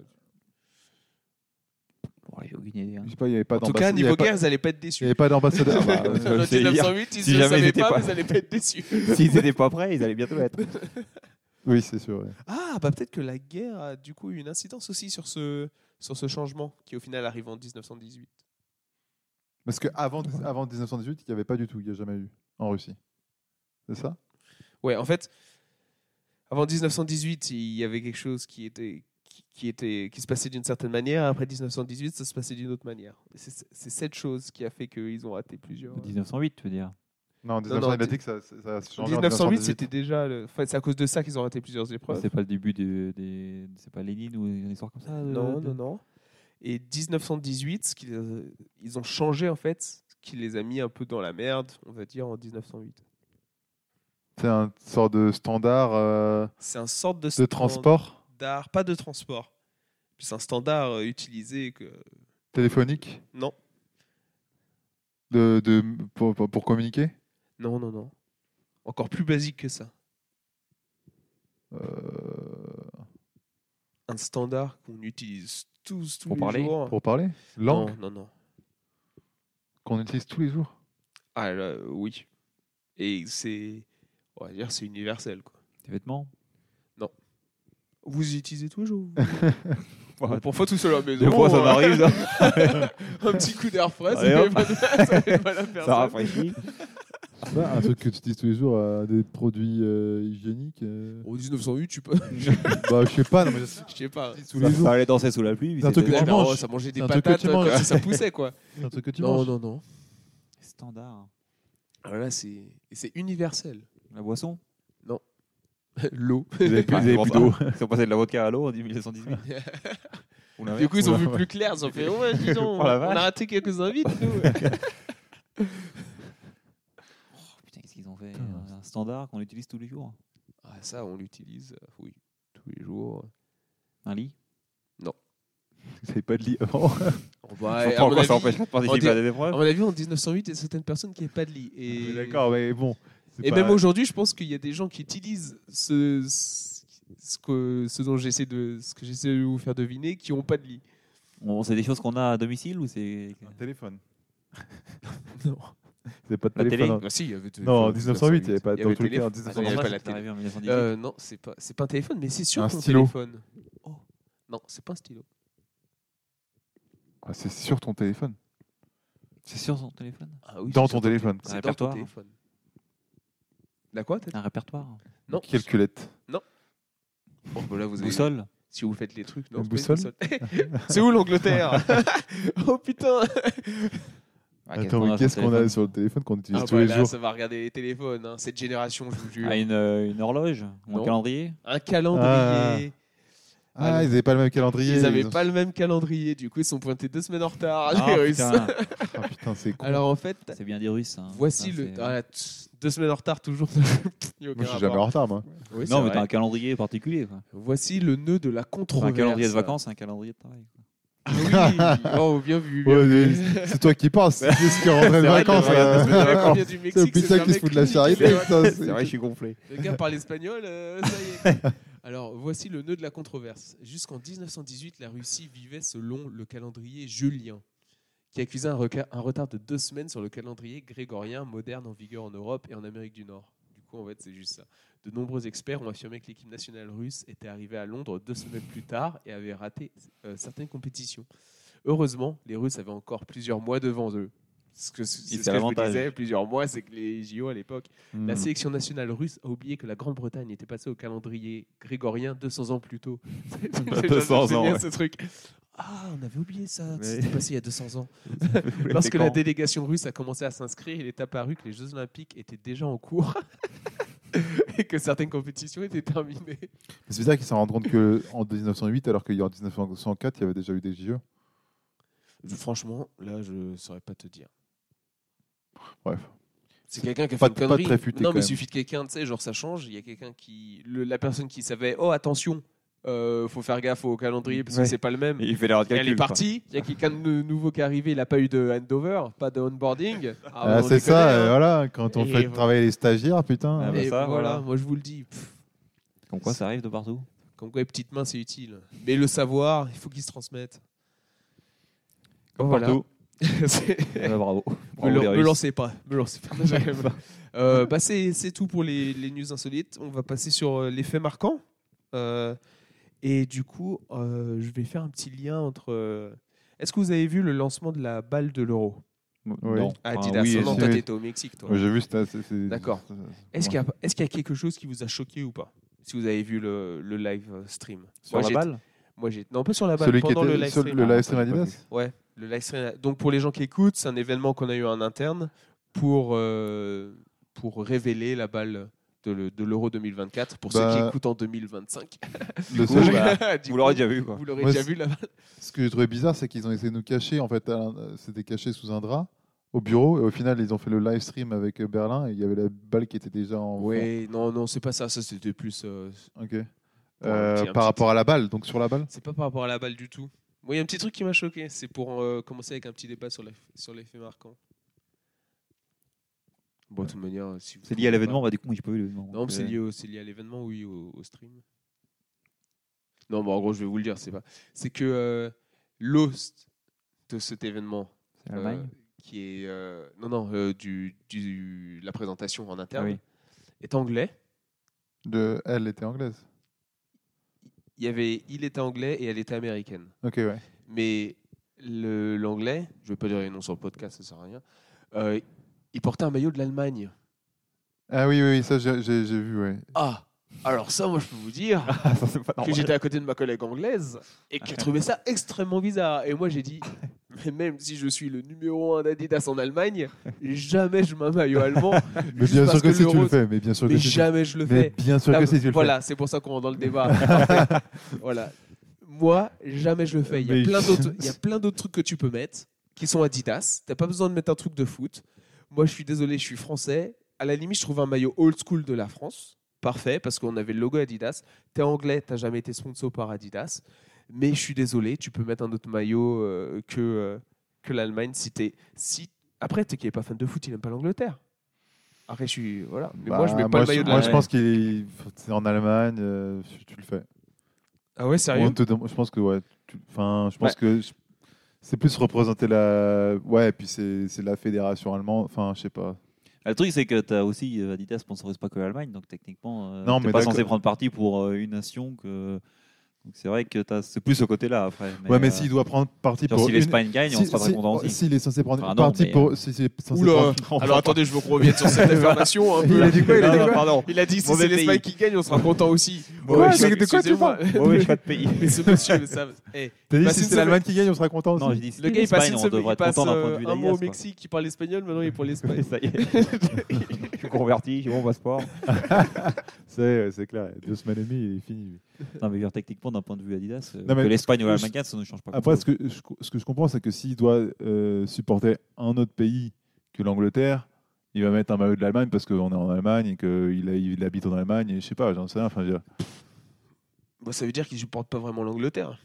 S3: Bon, allez, aucune idée. hein.
S2: Je sais pas, il n'y avait pas
S1: En tout cas,
S2: d'ambassade- il y
S1: niveau
S2: avait pas-
S1: guerre, ils n'allaient pas être
S2: Il
S1: déçus.
S2: n'y avait pas d'ambassadeur. Ah, bah,
S1: En
S2: ouais.
S3: c'est
S1: dix-neuf cent huit, ils
S3: si
S1: ne
S3: jamais ils
S1: savaient
S3: étaient
S1: pas,
S3: pas-
S1: mais ils n'allaient pas être déçus.
S3: S'ils n'étaient pas prêts, ils allaient bientôt l'être.
S2: Oui, c'est sûr. ouais.
S1: Ah, bah peut-être que la guerre a du coup eu une incidence aussi sur ce, sur ce changement qui au final arrive en dix-neuf cent dix-huit.
S2: Parce qu'avant avant dix-neuf cent dix-huit, il n'y avait pas du tout. Il n'y a jamais eu en Russie. C'est ça?
S1: Ouais, en fait, avant dix-neuf cent dix-huit, il y avait quelque chose qui était qui, qui était qui se passait d'une certaine manière. Après dix-neuf cent dix-huit, ça se passait d'une autre manière. Et C'est c'est cette chose qui a fait qu'ils ont raté plusieurs.
S3: dix-neuf cent huit, tu veux dire.
S2: Non, en dix-neuf cent,
S1: non,
S2: il a
S1: dix-
S2: dit que ça, ça, ça a
S1: En
S2: changé en
S1: dix-neuf cent huit,
S2: dix-neuf cent dix-huit.
S1: c'était déjà. Le... Enfin, c'est à cause de ça qu'ils ont raté plusieurs épreuves.
S3: C'est pas le début de- des. C'est pas Lénine ou une histoire comme ça de-
S1: Non,
S3: de-
S1: non, non. Et dix-neuf cent dix-huit, ce qui les a- ils ont changé en fait, ce qui les a mis un peu dans la merde, on va dire, en dix-neuf cent huit.
S2: C'est un sort de standard euh,
S1: C'est un sorte de,
S2: de transport
S1: standard, pas de transport. C'est un standard euh, utilisé que
S2: téléphonique
S1: non,
S2: de, de, pour, pour, pour communiquer.
S1: non, non, non. Encore plus basique que ça.
S2: Euh,
S1: Un standard qu'on utilise tous tous
S3: Pour
S1: les
S3: parler,
S1: jours.
S2: pour parler Langue
S1: Non, non, non.
S2: qu'on utilise tous les jours.
S1: Ah là, oui. Et c'est, on va dire, c'est universel quoi.
S3: Des vêtements.
S1: Vous utilisez tous les jours. Bon, pour fois tout seul à la maison.
S3: Des fois, ça
S1: euh,
S3: m'arrive. ça.
S1: Un petit coup d'air frais, ça
S3: Allez,
S1: fait
S3: hop.
S1: pas de- ça fait mal à personne.
S3: Ça rafraîchit.
S2: Je sais pas, un truc que tu utilises tous les jours, euh, des produits euh, hygiéniques. euh.
S1: Au dix-neuf cent huit, tu peux.
S2: Bah, je sais pas. Non, mais je-
S1: Je sais pas.
S2: tous les jours.
S3: Ça allait danser sous la pluie.
S2: C'est un truc que
S1: Ouais,
S2: tu
S1: mais
S2: manges.
S1: oh, ça mangeait des
S2: C'est un truc que
S1: patates
S2: tu
S1: comme
S2: manges.
S1: si ça poussait quoi.
S2: C'est un truc que tu
S1: non,
S2: manges.
S1: non, non.
S3: Standard.
S1: Alors là, c'est et c'est universel.
S3: La boisson.
S1: L'eau.
S4: Vous avez plus, vous avez plus d'eau.
S3: Ils sont passés de la vodka à l'eau en mille neuf cent dix-huit. Ou l'inverse.
S1: Du coup, ils ont
S2: Oula,
S1: vu
S2: ouais.
S1: plus clair. Ils ont fait, ouais, dis donc,
S3: Oh la
S1: on
S3: vache.
S1: a raté quelques invités. nous.
S3: Oh, putain, qu'est-ce qu'ils ont fait
S2: Putain.
S3: Un standard qu'on utilise tous les jours.
S1: Ah, ça, on l'utilise, euh, oui, tous les jours.
S3: Un lit.
S2: Vous n'avez pas de lit avant.
S1: On va,
S3: Enfin,
S1: à, mon
S3: quoi, ça
S1: avis,
S3: empêche de participer
S1: dit-
S3: à des
S1: à
S3: épreuves.
S1: mon avis, en dix-neuf cent huit, il y a certaines personnes qui n'avaient pas de lit. Et,
S2: Oui, D'accord, mais bon. c'est
S1: et
S2: pas-
S1: même aujourd'hui, je pense qu'il y a des gens qui utilisent ce, ce, ce que, ce dont j'essaie de, ce que j'essaie de vous faire deviner, qui n'ont pas de lit.
S3: Bon, c'est des choses qu'on a à domicile ou c'est.
S2: Un téléphone.
S1: Non.
S2: C'est pas de
S3: La
S2: téléphone.
S3: télé.
S2: hein.
S1: Ah, si, il y avait
S2: Non, en dix-neuf cent huit, il n'y avait pas
S1: Il y avait
S2: dans tous les cas. En
S1: téléphone.
S2: dix-neuf
S1: Ah,
S2: cent
S1: il y avait
S2: huit,
S1: pas la
S3: C'est
S1: télé.
S3: arrivé en mille neuf cent dix-huit.
S1: Euh, non, c'est pas, c'est pas un téléphone, mais c'est sur
S2: Un
S1: ton
S2: stylo.
S1: téléphone. Oh. Non, c'est pas un stylo.
S2: ah, c'est sur ton téléphone.
S3: C'est sur son téléphone.
S1: Ah oui,
S2: Dans
S1: c'est
S2: ton
S1: sur
S2: téléphone.
S1: C'est dans ton
S3: Répertoire.
S1: téléphone. La quoi peut-être
S3: Un répertoire.
S1: Non.
S2: Calculette.
S1: Bon, bah là, vous avez...
S3: Boussole.
S1: Si vous faites les trucs, non,
S2: Une
S1: c'est pas
S2: boussole
S1: C'est où l'Angleterre? Oh putain.
S3: Ah, qu'est-ce
S2: Attends,
S3: qu'on
S2: mais
S3: a
S2: qu'est-ce
S3: sur le
S2: qu'on a
S3: téléphone
S2: sur le téléphone qu'on utilise
S1: Ah
S2: tous
S1: bah
S2: les
S1: là,
S2: jours?
S1: ça va regarder les téléphones. Hein. Cette génération, je vous jure.
S3: Ah, une, euh, une horloge ou
S1: Non.
S3: un calendrier.
S1: Un calendrier.
S2: Ah,
S1: Ah,
S2: ils n'avaient pas le même calendrier.
S1: Ils n'avaient
S2: ont-
S1: pas le même calendrier. Du coup, ils sont pointés deux semaines en retard,
S3: Ah,
S1: les Russes.
S3: putain,
S2: Ah putain, c'est con.
S1: Alors en fait,
S3: c'est bien des Russes. hein.
S1: voici
S3: Putain,
S1: le.
S3: c'est-
S1: Ah, tch, deux semaines en retard, toujours. Il y a aucun
S2: Moi, je suis jamais
S1: rapport.
S2: en retard, moi.
S1: Oui, c'est
S3: Non, mais
S1: vrai.
S3: t'as un calendrier particulier. Quoi.
S1: Voici le nœud de la
S3: Enfin,
S1: controverse.
S3: un calendrier de vacances, un calendrier de travail. quoi.
S1: Ah oui. Oh, bien vu. Bien
S2: Ouais,
S1: vu.
S2: mais c'est toi qui penses. C'est ce qui rentrait de
S1: C'est vrai,
S2: vacances.
S1: le gars
S2: euh.
S1: de vacances vient du
S2: C'est
S1: Mexique,
S2: le pizza
S1: c'est
S2: qui se fout de la
S1: jamais
S2: charité.
S1: clinique,
S2: putain,
S3: C'est vrai, je suis gonflé.
S1: Le gars parle espagnol, euh, ça y est. Alors, voici le nœud de la controverse. Jusqu'en dix-neuf cent dix-huit, la Russie vivait selon le calendrier julien, qui accusait un, reca- un retard de deux semaines sur le calendrier grégorien moderne en vigueur en Europe et en Amérique du Nord. Du coup, en fait, c'est juste ça. De nombreux experts ont affirmé que l'équipe nationale russe était arrivée à Londres deux semaines plus tard et avait raté euh, certaines compétitions. Heureusement, les Russes avaient encore plusieurs mois devant eux. Ce que, c'est
S3: C'est
S1: ce que je vous
S3: l'avantage.
S1: disais, plusieurs mois, c'est que les J O à l'époque.
S2: Hmm.
S1: La sélection nationale russe a oublié que la Grande-Bretagne était passée au calendrier grégorien deux cents ans plus tôt.
S3: deux cents
S1: J'aime
S3: ans,
S1: bien
S3: ouais.
S1: ce truc. Ah, on avait oublié ça,
S3: Mais-
S1: c'était passé il y a deux cents ans.
S3: C'est
S1: Lorsque la
S3: quand
S1: délégation russe a commencé à s'inscrire, il est apparu que les Jeux Olympiques étaient déjà en cours et que certaines compétitions étaient terminées.
S2: C'est bizarre qu'ils s'en rendent compte qu'en dix-neuf cent huit, alors qu'en dix-neuf cent quatre, il y avait déjà eu des J O.
S1: Franchement, là, je ne saurais pas te dire.
S2: Bref.
S1: C'est quelqu'un qui a
S2: Pas
S1: fait
S2: de-
S1: une
S2: pas de
S1: connerie.
S2: très futé,
S1: non,
S2: quand
S1: mais il
S2: même.
S1: suffit de quelqu'un, tu sais, genre ça change. Il y a quelqu'un qui. le- la personne qui savait, oh attention, euh, faut faire gaffe au calendrier parce
S3: Ouais.
S1: que c'est pas le même.
S3: Et il fait l'erreur de
S1: Et elle
S3: calcul.
S1: est partie. Il y a quelqu'un de nouveau qui est arrivé. Il n'a pas eu de handover, pas de onboarding. Ah,
S2: Ah,
S1: on
S2: c'est
S1: les
S2: ça,
S1: connaît,
S2: euh,
S1: hein.
S2: voilà. Quand on
S1: Et
S2: fait
S1: voilà.
S2: travailler les stagiaires, putain.
S3: Ah, bah
S1: Et
S3: ça,
S1: voilà,
S3: voilà.
S1: moi je vous le dis. Pff,
S3: Comme quoi, ça arrive de partout.
S1: comme quoi, les petites mains, c'est utile. Mais le savoir, il faut qu'il se transmette.
S3: Comme
S1: Voilà.
S3: partout.
S1: C'est-
S3: Ah, bah, bravo.
S1: me,
S3: Bravo,
S1: lan-
S3: les
S1: me
S3: Russes.
S1: lancez pas. Me lancez pas. Euh, bah, c'est c'est tout pour les, les news insolites. On va passer sur euh, les faits marquants. Euh, et du coup, euh, je vais faire un petit lien entre. euh, Est-ce que vous avez vu le lancement de la balle de l'euro
S2: Oui.
S3: Non.
S1: à
S3: Enfin,
S1: Adidas?
S3: oui,
S1: non,
S2: si,
S1: toi,
S2: oui.
S1: t'étais au Mexique, toi.
S2: Ouais, j'ai vu, c'était- c'est- c'est-
S1: D'accord.
S2: c'est-
S1: Est-ce qu'il y,
S2: ouais.
S1: a- est-ce qu'il y a quelque chose qui vous a choqué ou pas? Si vous avez vu le, le live euh, stream.
S3: Sur
S1: Moi,
S3: la
S1: j'ai-
S3: balle
S1: Moi, j'ai. Non, pas sur la balle,
S2: Celui qui
S1: pendant le
S2: était
S1: live
S2: sur
S1: stream.
S2: le live
S3: Ah,
S2: stream
S3: j'ai pas
S2: Adidas.
S1: Ouais, le live stream. Donc pour les gens qui écoutent, c'est un événement qu'on a eu en interne pour, euh, pour révéler la balle de, le- de l'Euro deux mille vingt-quatre pour ceux
S2: Bah,
S1: qui écoutent en deux mille vingt-cinq.
S2: Le
S3: coup,
S2: seul-
S3: bah,
S1: Du
S3: Vous
S1: coup,
S3: l'aurez déjà vu, quoi.
S1: Vous l'aurez
S2: Ouais,
S1: déjà
S2: c'est-
S1: vu la balle.
S2: Ce que je trouvais bizarre, c'est qu'ils ont essayé de nous cacher. En fait, à l'in- c'était caché sous un drap au bureau. Et au final, ils ont fait le live stream avec euh, Berlin. Et il y avait la balle qui était déjà en.
S1: Oui, non, non, c'est pas ça. Ça, c'était plus. euh,
S2: Ok.
S1: Pour un
S2: Euh,
S1: petit- un
S2: par
S1: petit-
S2: rapport à la balle, donc sur la balle.
S1: c'est pas par rapport à la balle du tout. Moi, il y a un petit truc qui m'a choqué. C'est pour euh, commencer avec un petit débat sur, la, sur les faits marquants. Bon, de toute manière, si vous
S3: C'est lié à
S1: trouvez
S3: l'événement,
S1: pas-
S3: bah, du coup, moi, j'ai pas vu l'événement.
S1: Non, mais c'est
S3: Euh,
S1: lié, au- c'est lié à l'événement, oui, au, au stream. Non, bon, en gros, je vais vous le dire, c'est pas. C'est que euh, l'host de cet événement,
S3: C'est l'Allemagne.
S1: euh, qui est euh, non, non, euh, du, du la présentation en interne,
S3: Ah oui.
S1: est anglais.
S2: De... Elle était anglaise.
S1: Il y avait, il était anglais et elle était américaine.
S2: Ok, ouais.
S1: Mais le- l'anglais, je vais pas dire les noms sur le podcast, ça sert à rien. euh, il portait un maillot de l'Allemagne.
S2: Ah oui, oui, oui, ça j'ai j'ai- j'ai vu, ouais.
S1: Ah, alors ça, moi, je peux vous dire.
S3: Ah, ça, c'est pas
S1: que
S3: normal.
S1: j'étais à côté de ma collègue anglaise et qui a trouvé ça extrêmement bizarre. Et moi, j'ai dit, mais même si je suis le numéro un d'Adidas en Allemagne, jamais je mets un maillot allemand.
S2: Mais
S1: juste
S2: bien
S1: parce
S2: sûr que, si tu
S1: l'euro-
S2: le fais. Mais bien sûr
S1: Mais
S2: que si tu-
S1: jamais je le
S2: Mais
S1: fais.
S2: bien sûr
S1: Là,
S2: que si tu le
S1: voilà, c'est pour ça qu'on rentre dans le débat. En fait, voilà. Moi, jamais je le fais. Il y a
S2: Mais-
S1: plein d'autres, il y a plein d'autres trucs que tu peux mettre qui sont Adidas. T'as pas besoin de mettre un truc de foot. Moi, je suis désolé, je suis français. À la limite, je trouve un maillot old school de la France. Parfait, parce qu'on avait le logo Adidas. T'es anglais, t'as jamais été sponsor par Adidas. Mais je suis désolé, tu peux mettre un autre maillot euh, que, euh, que l'Allemagne si t'es. Si... Après, t'es qui n'est pas fan de foot, il n'aime pas l'Angleterre. Après, je suis. Voilà. Mais
S2: Bah,
S1: moi, je mets pas
S2: moi,
S1: le maillot
S2: je,
S1: de
S2: moi,
S1: l'Allemagne.
S2: je pense qu'il c'est en Allemagne, euh, tu le fais.
S1: Ah ouais, sérieux?
S2: On te dem- je pense que ouais. tu- Enfin, je pense
S3: Ouais.
S2: que je- c'est plus représenter la. Ouais, et puis c'est c'est la fédération allemande. Enfin, je sais pas.
S3: Le truc, c'est que tu as aussi euh, Adidas sponsorise pas que l'Allemagne, donc techniquement, euh,
S2: Non,
S3: t'es
S2: mais
S3: pas
S2: d'accord.
S3: censé prendre parti pour euh, une nation que Donc c'est vrai que t'as- c'est plus ce côté-là après.
S2: Ouais, mais
S3: euh,
S2: s'il doit prendre parti
S3: genre,
S2: pour.
S3: si
S2: une-
S3: l'Espagne gagne, on
S2: si-
S3: sera très
S2: si-
S3: content aussi.
S2: S'il est censé prendre
S3: Enfin,
S2: une
S3: non,
S2: partie
S3: mais,
S2: pour.
S3: euh,
S2: Si c'est censé
S1: Oula.
S2: prendre-
S1: Alors attendez, je veux qu'on revienne sur cette information un peu.
S2: Il a dit quoi, il a dit
S3: Non,
S2: quoi
S3: pardon.
S1: Il a dit si
S3: Mauvais
S1: c'est l'Espagne
S3: pays.
S1: qui gagne, on sera content aussi.
S2: Quoi,
S1: Ouais,
S2: de quoi tu
S1: excusez-moi.
S3: Mauvais choix de pays.
S1: Mais ce monsieur, mais ça. Eh,
S2: T'as dit
S1: Bah,
S2: si
S1: c'est
S2: c'est
S1: une
S2: l'Allemagne qui gagne, on sera content
S3: Non, je
S2: aussi.
S3: dis si
S1: le gars, il passe
S3: l'Espagne,
S1: une
S3: on
S1: semaine,
S3: devrait
S1: il
S3: être
S1: passe
S3: content d'un point de
S1: euh,
S3: vue
S1: un mois
S3: d'Alias,
S1: au
S3: quoi.
S1: Mexique, qui parle espagnol, maintenant il est pour l'Espagne.
S3: Ça y est. Je suis converti, j'ai mon passeport.
S2: C'est c'est clair, deux semaines et demie, il est fini. lui.
S3: Non, mais techniquement, d'un point de vue Adidas, euh,
S2: Non, mais-
S3: que l'Espagne ou l'Allemagne gagne, ça ne change pas.
S2: Après,
S3: grand-chose.
S2: ce que, je, ce que je comprends, c'est que s'il doit euh, supporter un autre pays que l'Angleterre, il va mettre un maillot de l'Allemagne parce qu'on est en Allemagne et qu'il a- il habite en Allemagne et je sais pas, j'en sais rien. Enfin, je veux dire,
S1: Bah, ça veut dire qu'il supporte pas vraiment l'Angleterre.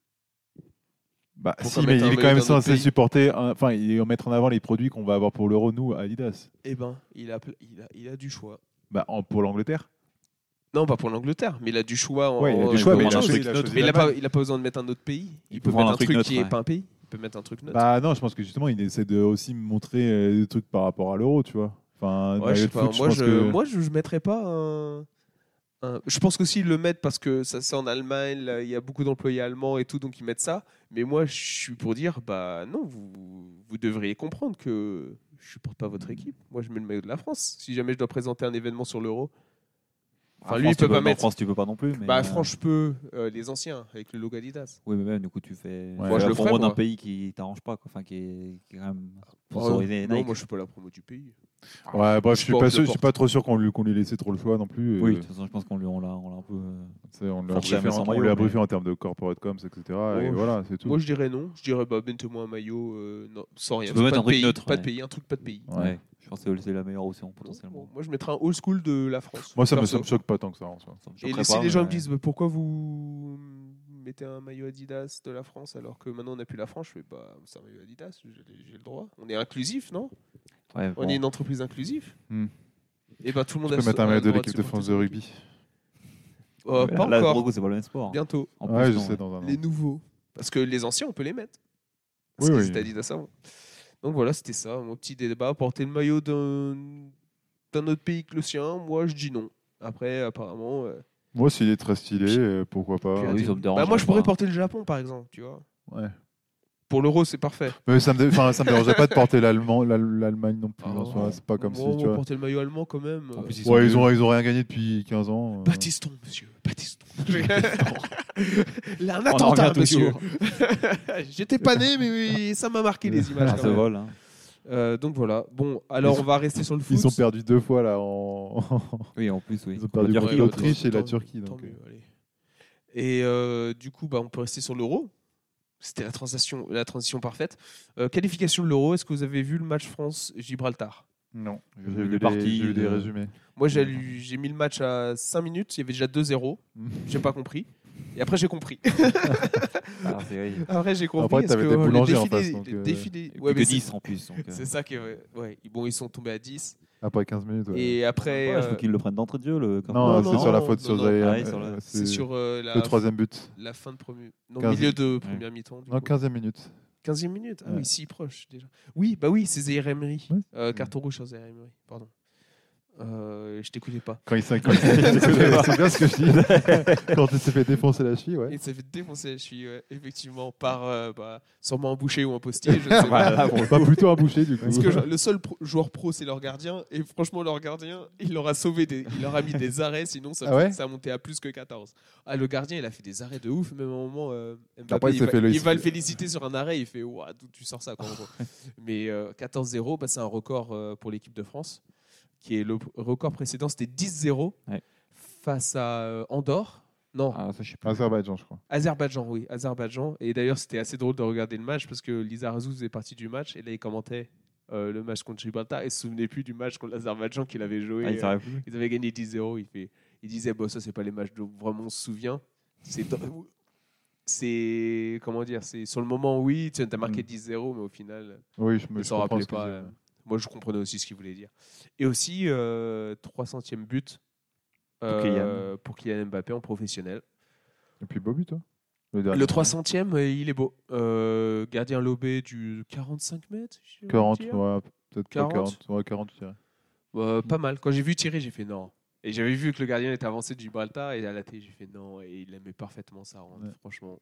S2: bah,
S1: Pourquoi
S2: si, mais
S1: mettre
S2: il
S1: un
S2: est quand
S1: maillot
S2: même
S1: d'un autre
S2: censé
S1: pays
S2: supporter, un- enfin, il va mettre en avant les produits qu'on va avoir pour l'euro, nous, à Adidas.
S1: Eh ben, il a, pl- il a, il a du choix.
S2: Bah, en- pour l'Angleterre.
S1: Non, pas pour l'Angleterre, mais il a du choix. En,
S2: Ouais, il a
S1: en-
S2: du choix,
S1: en
S2: mais
S1: autre
S2: il a
S1: chose.
S2: choisi-
S1: Mais
S2: il a choisi
S1: il a pas,
S2: l'Allemagne.
S1: il a pas besoin de mettre un autre pays. Il,
S3: Il
S1: peut
S3: peut
S1: mettre
S3: prendre
S1: un
S3: un truc
S1: truc
S3: neutre,
S1: qui est
S3: ouais.
S1: pas un pays. Il peut mettre un truc neutre.
S2: Bah non, je pense que justement, il essaie de aussi montrer euh, des trucs par rapport à l'euro, tu vois. Enfin,
S1: Ouais, je sais
S2: maillot de
S1: pas.
S2: foot,
S1: Moi,
S2: pense
S1: je,
S2: que-
S1: moi, je, je mettrais pas un. un- Je pense qu'aussi ils le mettent parce que ça c'est en Allemagne, là, il y a beaucoup d'employés allemands et tout, donc ils mettent ça. Mais moi, je suis pour dire, bah non, vous, vous devriez comprendre que je supporte pas votre équipe. Moi, je mets le maillot de la France. Si jamais je dois présenter un événement sur l'Euro. Enfin,
S3: En
S1: lui,
S3: France,
S1: il peut
S3: tu
S1: pas
S3: peux-
S1: mettre.
S3: En France, tu peux pas non plus. Mais
S1: Bah,
S3: euh,
S1: France, je peux. euh, les anciens, avec le logo Adidas.
S3: Oui, mais même, du coup, tu fais.
S2: Moi,
S3: tu fais
S1: je
S3: la
S1: le
S3: promo
S1: ferais,
S3: d'un
S1: moi.
S3: pays qui t'arrange pas, quoi. Enfin, qui est, qui est quand même
S1: Oh,
S3: sponsorisé.
S1: non,
S3: Nike.
S1: moi, je suis pas la promo du pays.
S2: Ouais, bref, je suis
S1: Sport,
S2: pas
S1: je
S2: sûr,
S1: le
S2: je suis
S1: porte.
S2: pas trop sûr qu'on lui, qu'on lui laissait trop le choix non plus.
S3: Oui,
S2: euh,
S3: de toute façon, je pense qu'on lui, on l'a, on l'a un peu. euh,
S2: c'est- on l'a
S3: Forcé à
S2: briefé,
S3: mettre
S2: en-
S3: son
S2: on
S3: maillot,
S2: l'a
S3: mais-
S2: briefé en termes de corporate coms, et cetera. Et
S1: Ouais.
S2: voilà, c'est tout.
S1: Moi, je dirais non. Je dirais, bah, mettez-moi un maillot, euh, non, sans rien.
S3: Tu peux
S1: Pas
S3: mettre
S1: de
S3: un truc
S1: pays,
S3: neutre,
S1: Pas de
S3: ouais.
S1: pays, un truc pas de pays.
S2: Ouais.
S3: Ouais. Je pense que c'est la meilleure option potentiellement.
S1: Bon, moi, je mettrais un old school de la France.
S2: Moi, ça me,
S1: perso.
S2: ça me choque pas tant que ça en soi.
S3: Ça me
S1: Et
S3: choquerait
S1: si
S3: pas,
S1: les gens
S3: mais-
S1: me disent bah, pourquoi vous mettez un maillot Adidas de la France alors que maintenant on n'a plus la France, je fais bah c'est un maillot Adidas, j'ai j'ai le droit. On est inclusif, non
S3: Ouais,
S1: On
S3: bon.
S1: est une entreprise inclusive.
S2: Hmm.
S1: Et bah tout le monde
S2: Tu
S1: a
S2: peux
S1: ce-
S2: mettre un
S1: a le
S2: maillot de
S1: droit
S2: l'équipe de France de
S1: supporter
S2: rugby.
S1: son équipe. Euh,
S3: Mais
S1: pas
S3: là,
S1: encore.
S3: pour le coup, c'est pas le même sport.
S1: Bientôt.
S3: En
S2: Ouais,
S3: plus,
S2: je
S3: non,
S2: sais, dans un an.
S1: Les nouveaux. Parce que les anciens, on peut les mettre. Parce
S2: Oui,
S1: qu'ils
S2: oui.
S1: étaient Adidas avant. Donc voilà, c'était ça, mon petit débat. Porter le maillot d'un d'un autre pays que le sien, moi je dis non. Après, apparemment. euh,
S2: Moi, s'il est très stylé, euh, pourquoi pas.
S1: puis,
S3: Ah oui,
S1: euh,
S3: ça me dérange
S1: bah, moi je
S3: pas.
S1: pourrais porter le Japon par exemple, tu vois.
S2: Ouais.
S1: Pour l'euro, c'est parfait.
S2: Mais ça me, dé- enfin, ça me dérangeait pas de porter l'Allemand, l'Al- l'Allemagne non plus.
S1: Ah,
S2: en soi. C'est pas comme
S1: moi,
S2: si, tu
S1: moi,
S2: vois.
S1: porter le maillot allemand quand même.
S3: En
S1: euh,
S3: plus, ils sont
S2: Ouais, ils
S3: nuls.
S2: ont, ils ont rien gagné depuis quinze ans. euh.
S1: Baptiston, monsieur. Baptiston. Là, un
S3: On en
S1: attentat,
S3: revient
S1: monsieur.
S3: toujours.
S1: J'étais pas né, mais oui, ça m'a marqué les images.
S3: Ça
S1: quand
S3: se
S1: même.
S3: vole. hein.
S1: Euh, donc voilà. Bon, alors
S2: Ils
S1: on va rester sur le foot.
S2: Ils ont perdu deux fois là en.
S3: Oui, en plus, oui.
S2: Ils ont perdu
S3: La
S2: contre
S3: Turquie,
S2: l'Autriche et la
S1: Tant-
S2: Turquie.
S1: tant
S2: Donc,
S1: mieux, allez. Et euh, du coup, bah, on peut rester sur l'euro. C'était la transition, la transition parfaite. Euh, qualification de l'euro. Est-ce que vous avez vu le match France-Gibraltar?
S2: non,
S3: J'ai
S2: j'ai
S3: vu
S2: vu,
S3: les
S2: des-
S3: parties
S2: j'ai vu des
S3: de-
S2: résumés.
S1: Moi, j'ai lu- j'ai mis le match à cinq minutes. Il y avait déjà deux zéro. J'ai pas compris. Et après, j'ai compris.
S3: Ah, c'est vrai.
S1: Après, j'ai compris.
S2: Après,
S1: parce
S2: t'avais
S1: que,
S2: des
S1: euh, le
S2: boulangers en
S1: défilé-
S2: face, donc,
S1: le
S2: euh,
S1: défilé-
S3: Et
S1: ouais,
S3: plus
S1: mais
S3: que
S1: c'est-
S3: dix en plus. donc, euh,
S1: C'est ça qui est. Ouais. Ouais. Bon, ils sont tombés à dix.
S2: Après quinze minutes. Ouais.
S1: Et après.
S3: Ouais, il faut
S1: euh,
S3: qu'ils le prennent d'entrée de jeu. Le...
S2: Non,
S1: Non,
S2: c'est sur la
S1: non,
S2: faute
S1: non,
S2: sur
S1: non.
S2: Zaire.
S3: Ah oui, sur la-
S2: euh,
S1: c'est sur euh, la,
S2: le troisième but.
S1: la fin de premier. Non,
S2: quinze.
S1: milieu de première mi-temps. du
S2: Non,
S1: coup.
S2: quinzième minute.
S1: quinzième minute. Ah
S2: Ouais.
S1: oui, si proche déjà. Oui, bah oui, c'est Zaire Emery.
S2: Ouais.
S1: Euh, carton rouge sur Zaire Emery. Pardon. Euh, je t'écoutais pas.
S2: Quand il s'est quand il s'est- c'est bien ce que je dis. Quand il s'est fait défoncer la cheville, ouais.
S1: Il s'est fait défoncer, je suis ouais, effectivement par euh, bah, sûrement un boucher ou un postier. Je ne sais pas.
S3: Voilà, bon,
S2: Pas plutôt un boucher du coup.
S1: Parce que genre, le seul pro- joueur pro, c'est leur gardien. Et franchement, leur gardien, il leur a sauvé, des, il leur a mis des arrêts. Sinon, ça,
S2: Ah ouais
S1: ça a monté à plus que quatorze. Ah, le gardien, il a fait des arrêts de ouf. Même à un moment, euh, Mbappé,
S2: Après, il
S1: il,
S2: s'est
S1: va,
S2: fait le-
S1: il va le féliciter sur un arrêt. Il fait Ouah, d'où tu sors ça quoi, en gros. Mais euh, quatorze zéro, bah, c'est un record euh, pour l'équipe de France. Qui est le record précédent, c'était dix zéro
S3: Ouais.
S1: face à euh, Andorre. Non,
S3: Ah, ça, je sais pas.
S2: Azerbaïdjan, je crois.
S1: Azerbaïdjan, oui, Azerbaïdjan. Et d'ailleurs, c'était assez drôle de regarder le match parce que Lisa Razou faisait partie du match et là, il commentait euh, le match contre Gibraltar et il se souvenait plus du match contre l'Azerbaïdjan qu'il avait joué.
S3: Ah, il
S1: Euh,
S3: s'arrête plus.
S1: ils avaient gagné dix zéro. Il, fait, il disait, bon, ça, c'est pas les matchs dont vraiment on se souvient. C'est, c'est comment dire, c'est sur le moment, oui, tu as marqué
S2: Mm.
S1: dix zéro, mais au final,
S2: Oui, je
S1: il
S2: me
S1: ne
S2: je
S1: s'en
S2: comprends
S1: rappelait
S2: ce qu'il
S1: pas.
S2: disait.
S1: euh. Moi, je comprenais aussi ce qu'il voulait dire. Et aussi, euh, trois centième but euh, pour Kylian Mbappé en professionnel.
S2: Et puis beau but, toi. Le dernier.
S1: Le trois centième, euh, il est beau. Euh, gardien lobé du quarante-cinq mètres. je vais
S2: quarante,
S1: dire.
S2: ouais, peut-être pas
S1: quarante.
S2: quarante. Ouais, quarante, je dirais.
S1: Euh, pas mal. Quand j'ai vu tirer, j'ai fait non. Et j'avais vu que le gardien était avancé de Gibraltar et à la télé, j'ai fait non, et il aimait parfaitement ça,
S2: Ouais.
S1: franchement.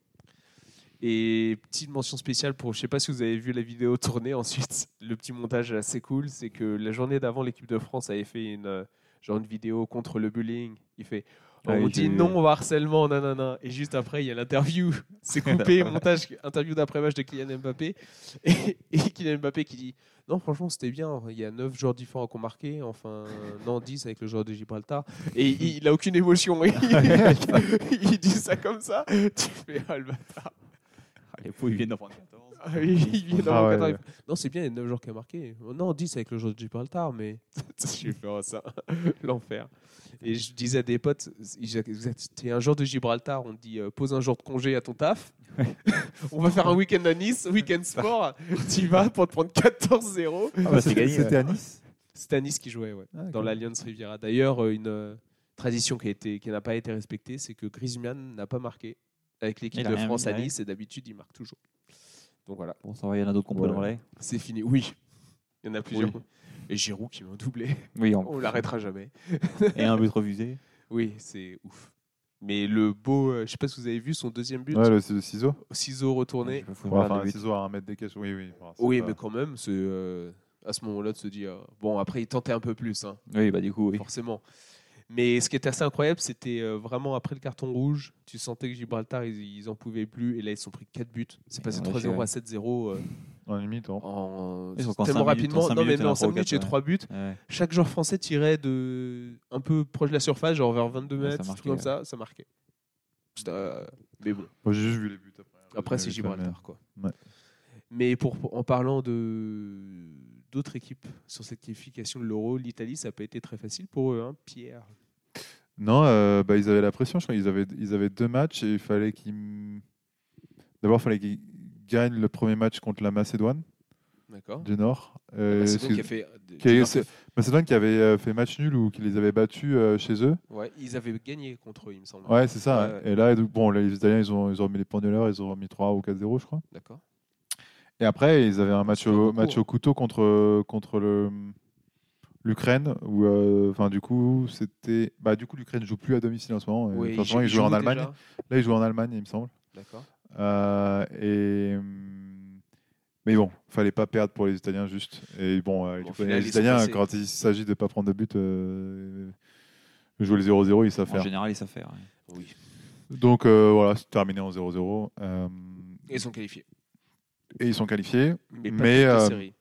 S1: Et petite mention spéciale pour, je sais pas si vous avez vu la vidéo tournée ensuite, le petit montage assez cool, c'est que la journée d'avant, l'équipe de France avait fait une, euh, genre une vidéo contre le bullying. Il fait,
S3: Ah
S1: on
S3: oui,
S1: dit
S3: j'ai vu.
S1: non au harcèlement, nanana. Et juste après, il y a l'interview, c'est coupé, montage, interview d'après-match de Kylian Mbappé. Et, et Kylian Mbappé qui dit, non, franchement, c'était bien, il y a neuf joueurs différents qui ont marqué, enfin, non, dix avec le joueur de Gibraltar. Et il, il a aucune émotion, il, il dit ça comme ça, tu fais, ah le bâtard.
S3: Ah, les faux, ils viennent d'en prendre quatorze.
S1: Ah oui, il vient
S2: Ah
S1: d'avoir
S2: ouais,
S1: quatorze.
S2: ouais.
S1: Non, c'est bien, il y a neuf joueurs qui ont marqué. Non, dix avec le joueur de Gibraltar, mais je vais faire ça. L'enfer. Et je disais à des potes, tu es un joueur de Gibraltar, on te dit euh, pose un jour de congé à ton taf. On va faire un week-end à Nice, week-end sport. Tu y vas pour te prendre quatorze zéro.
S3: Ah bah, c'est gagné.
S2: C'était à Nice.
S1: C'était à Nice qui jouait, ouais,
S2: Ah,
S1: dans
S2: ok.
S1: l'Alliance Riviera. D'ailleurs, euh, une euh, tradition qui, a été, qui n'a pas été respectée, c'est que Griezmann n'a pas marqué avec l'équipe
S3: Il a
S1: de
S3: rien
S1: France
S3: mis,
S1: à
S3: ouais.
S1: Nice et d'habitude, il marque toujours. Donc voilà.
S3: Bon, ça va, il y en a d'autres qu'on peut
S2: Ouais.
S3: le relais.
S1: C'est fini, oui. Il y en a plusieurs.
S3: Oui.
S1: Et Giroud qui m'a doublé.
S3: Oui, en-
S1: On l'arrêtera jamais.
S3: et un but refusé.
S1: Oui, c'est ouf. Mais le beau, euh, je sais pas si vous avez vu son deuxième but,
S2: Ouais, le, le ciseau.
S1: au ciseau retourné.
S3: Il faut
S2: Ouais,
S3: voir
S2: enfin,
S3: le
S2: un
S3: but.
S2: ciseau à un mètre des caches. Oui, oui. Enfin, c'est
S1: Oui,
S2: pas-
S1: mais quand même, c'est euh, à ce moment-là de se dire. Bon, après, il tentait un peu plus, hein,
S3: Oui, bah du coup, oui.
S1: forcément. Mais ce qui était assez incroyable, c'était euh, vraiment après le carton rouge, tu sentais que Gibraltar, ils, ils en pouvaient plus. Et là, ils se sont pris quatre buts. C'est passé
S3: Ouais,
S1: trois zéro
S3: c'est-
S1: à sept zéro. euh,
S2: En limite, hein.
S1: en...
S3: Ils sont qu'en
S1: tellement
S3: cinq minutes,
S1: rapidement.
S3: en cinq
S1: non, mais
S3: minutes, il y en a
S1: en cinq
S3: trois ou
S1: minutes,
S3: quatre,
S1: j'ai
S3: ouais.
S1: trois buts.
S3: Ouais.
S1: Chaque joueur français tirait de un peu proche de la surface, genre vers vingt-deux
S3: Ouais, ça
S1: mètres,
S3: marquait,
S1: truc comme
S3: ouais.
S1: ça, ça marquait. C'était, euh, Mais bon,
S2: Moi, j'ai juste vu les buts après.
S1: après
S2: J'ai
S1: c'est
S2: vu ça, mais-
S1: Gibraltar, quoi.
S2: Ouais.
S1: Mais pour, pour- en parlant de d'autres équipes sur cette qualification de l'Euro, l'Italie, ça n'a pas été très facile pour eux, hein, Pierre.
S2: Non, euh, bah, ils avaient la pression. Je crois qu'ils avaient, ils avaient deux matchs et il fallait qu'ils. D'abord, il fallait qu'ils gagnent le premier match contre la Macédoine
S1: D'accord.
S2: du Nord. Euh,
S1: C'est donc
S2: excuse-
S1: qui a fait.
S2: qui a-
S1: du Nord
S2: c'est-
S1: qui a
S2: Macédoine qui avait euh, fait match nul ou qui les avait battus euh, chez eux.
S1: fait- Ouais, ils avaient gagné contre eux, il me semble.
S2: Ouais, c'est ça.
S1: Ouais,
S2: ouais. Et là, donc, bon, les Italiens, ils ont, ils ont remis les points de l'heure, ils ont remis trois ou quatre zéro, je crois.
S1: D'accord.
S2: Et après, ils avaient un match,
S1: pas
S2: au,
S1: beaucoup,
S2: match
S1: hein.
S2: au couteau contre, contre le, l'Ukraine. Où, euh, enfin, du coup, c'était. Bah, du coup, l'Ukraine joue plus à domicile en ce moment.
S1: Oui,
S2: Et, forcément, ils jouent en Allemagne.
S1: déjà.
S2: Là, ils jouent en Allemagne, il me semble.
S1: D'accord.
S2: Euh, et, hum, mais bon, fallait pas perdre pour les Italiens juste. Et bon, euh,
S1: Bon,
S2: tu
S1: au
S2: connais
S1: final,
S2: les
S1: ils sont
S2: Italiens,
S1: passés.
S2: quand il s'agit de pas prendre de but, euh, jouer le zéro zéro, ils savent
S3: En
S2: faire.
S3: général, ils savent faire. ouais.
S1: Oui.
S2: Donc euh, voilà, c'est terminé en zéro zéro. Euh,
S1: Et ils sont qualifiés.
S2: et ils sont qualifiés.
S1: Mais, pas
S2: Mais,
S1: toutes les
S2: euh,
S1: séries.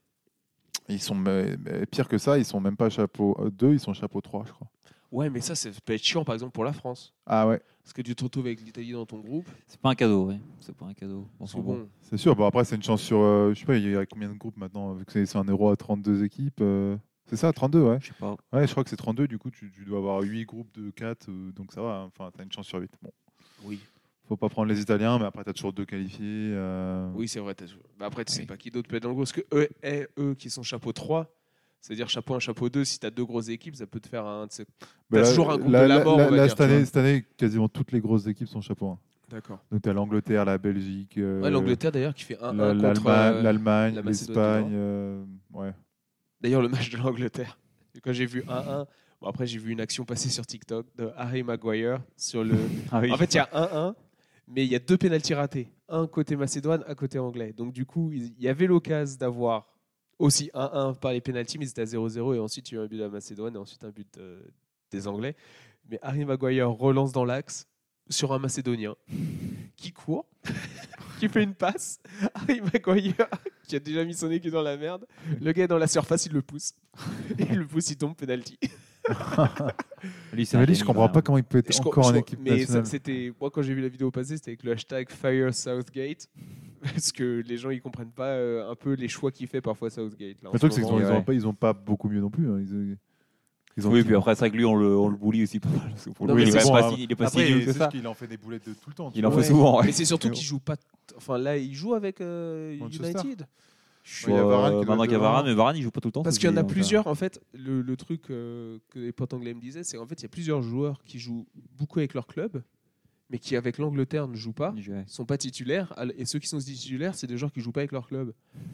S2: Ils sont mais- mais pire que ça, ils sont même pas chapeau deux, ils sont chapeau trois, je crois.
S1: Ouais, mais ça, ça peut être chiant, par exemple, pour la France.
S2: Ah ouais,
S1: Parce que tu te retrouves avec l'Italie dans ton groupe.
S3: C'est pas un cadeau, ouais. C'est pas un cadeau.
S1: Parce que
S3: Enfin, bon.
S1: bon,
S2: c'est sûr. Bon, après, c'est une chance sur. euh, je sais pas, il y a combien de groupes maintenant, vu que c'est c'est un euro à trente-deux équipes. euh, c'est ça, trente-deux, ouais.
S3: Je sais pas.
S2: Ouais, je crois que c'est trente-deux, du coup, tu, tu dois avoir huit groupes de quatre, euh, donc ça va, hein. Enfin, tu as une chance sur huit. Bon,
S1: oui.
S2: faut pas prendre les Italiens, mais après, tu as toujours deux qualifiés. euh,
S1: Oui, c'est vrai. t'as- Bah après, tu sais
S3: Oui.
S1: pas qui d'autre peut être dans le groupe. Parce que eux, eh, eux qui sont chapeau trois, c'est-à-dire chapeau un, chapeau deux, si tu as deux grosses équipes, ça peut te faire un. de ces-
S2: bah,
S1: T'as
S2: là-
S1: toujours un groupe
S2: là-
S1: de la
S2: là-
S1: mort,
S2: là-
S1: on va
S2: là,
S1: dire,
S2: cette,
S1: tu
S2: année,
S1: vois.
S2: cette année, quasiment toutes les grosses équipes sont chapeau un.
S1: D'accord.
S2: Donc, tu as l'Angleterre, la Belgique, euh,
S1: Ouais, l'Angleterre d'ailleurs qui fait un
S2: la-
S1: un contre.
S2: l'Allemagne,
S1: euh,
S2: l'Allemagne,
S1: la Macédoine du
S2: l'Espagne. euh, ouais.
S1: D'ailleurs, le match de l'Angleterre. Quand j'ai vu un un, bon, après j'ai vu une action passer sur TikTok de Harry Maguire sur le.
S3: Ah oui.
S1: En fait, il y a un un, mais il y a deux pénaltys ratés. Un côté Macédoine, un côté anglais. Donc du coup, il y avait l'occasion d'avoir aussi un un par les pénaltys, mais c'était à zéro zéro. Et ensuite, il y a eu un but de la Macédoine et ensuite un but euh, des Anglais. Mais Harry Maguire relance dans l'axe sur un Macédonien qui court, qui fait une passe. Harry Maguire, qui a déjà mis son équipe dans la merde. Le gars est dans la surface, il le pousse. Et le pousse, il tombe, penalty.
S3: Lui, c'est
S2: Mais
S3: un
S2: lui, je
S3: génie,
S2: comprends
S3: quand
S2: pas
S3: même.
S2: comment il peut être
S1: Je
S2: encore
S1: co-
S2: en
S1: je-
S2: équipe
S1: mais ça,
S2: nationale.
S1: c'était moi quand j'ai vu la vidéo passer, c'était avec le hashtag Fire Southgate parce que les gens ils comprennent pas euh, un peu les choix qu'il fait parfois Southgate. Là, en
S2: Le
S1: ce
S2: truc, c'est qu'ils
S1: moment.
S2: ont, ils
S3: ouais.
S2: ont pas, ils ont pas beaucoup mieux non plus. hein. Ils, ils ont
S3: Oui, puis après, c'est vrai que lui, on le, on le bully aussi pas mal. Parce que pour
S1: Non,
S3: lui,
S1: mais
S3: il est
S1: c'est
S3: quand même
S2: bon,
S3: pas
S2: hein.
S3: si- il est pas
S2: Après,
S3: si nul
S2: c'est
S3: que
S2: juste
S3: ça.
S2: qu'il en fait des boulettes de tout le temps. tu
S3: Il en
S2: vois.
S3: fait souvent, ouais.
S1: Mais c'est surtout
S3: Mais
S1: qu'il joue pas. t- Enfin là, il joue avec euh,
S2: Manchester.
S1: United. Je
S2: Ouais, il y a
S3: Euh,
S2: Varane qui doit
S3: maintenant
S2: être
S3: qu'il y a
S2: devant.
S3: Varane, mais Varane, il joue pas tout le temps.
S1: Parce
S3: faut
S1: qu'il y en a
S3: le dire,
S1: plusieurs. En fait, le, le truc euh, que les potes anglais me disaient, c'est qu'en fait, il y a plusieurs joueurs qui jouent beaucoup avec leur club, mais qui avec l'Angleterre ne jouent pas.
S3: donc, euh,
S1: Ils sont pas titulaires. al- Et ceux qui sont titulaires, c'est des joueurs qui jouent pas avec leur club.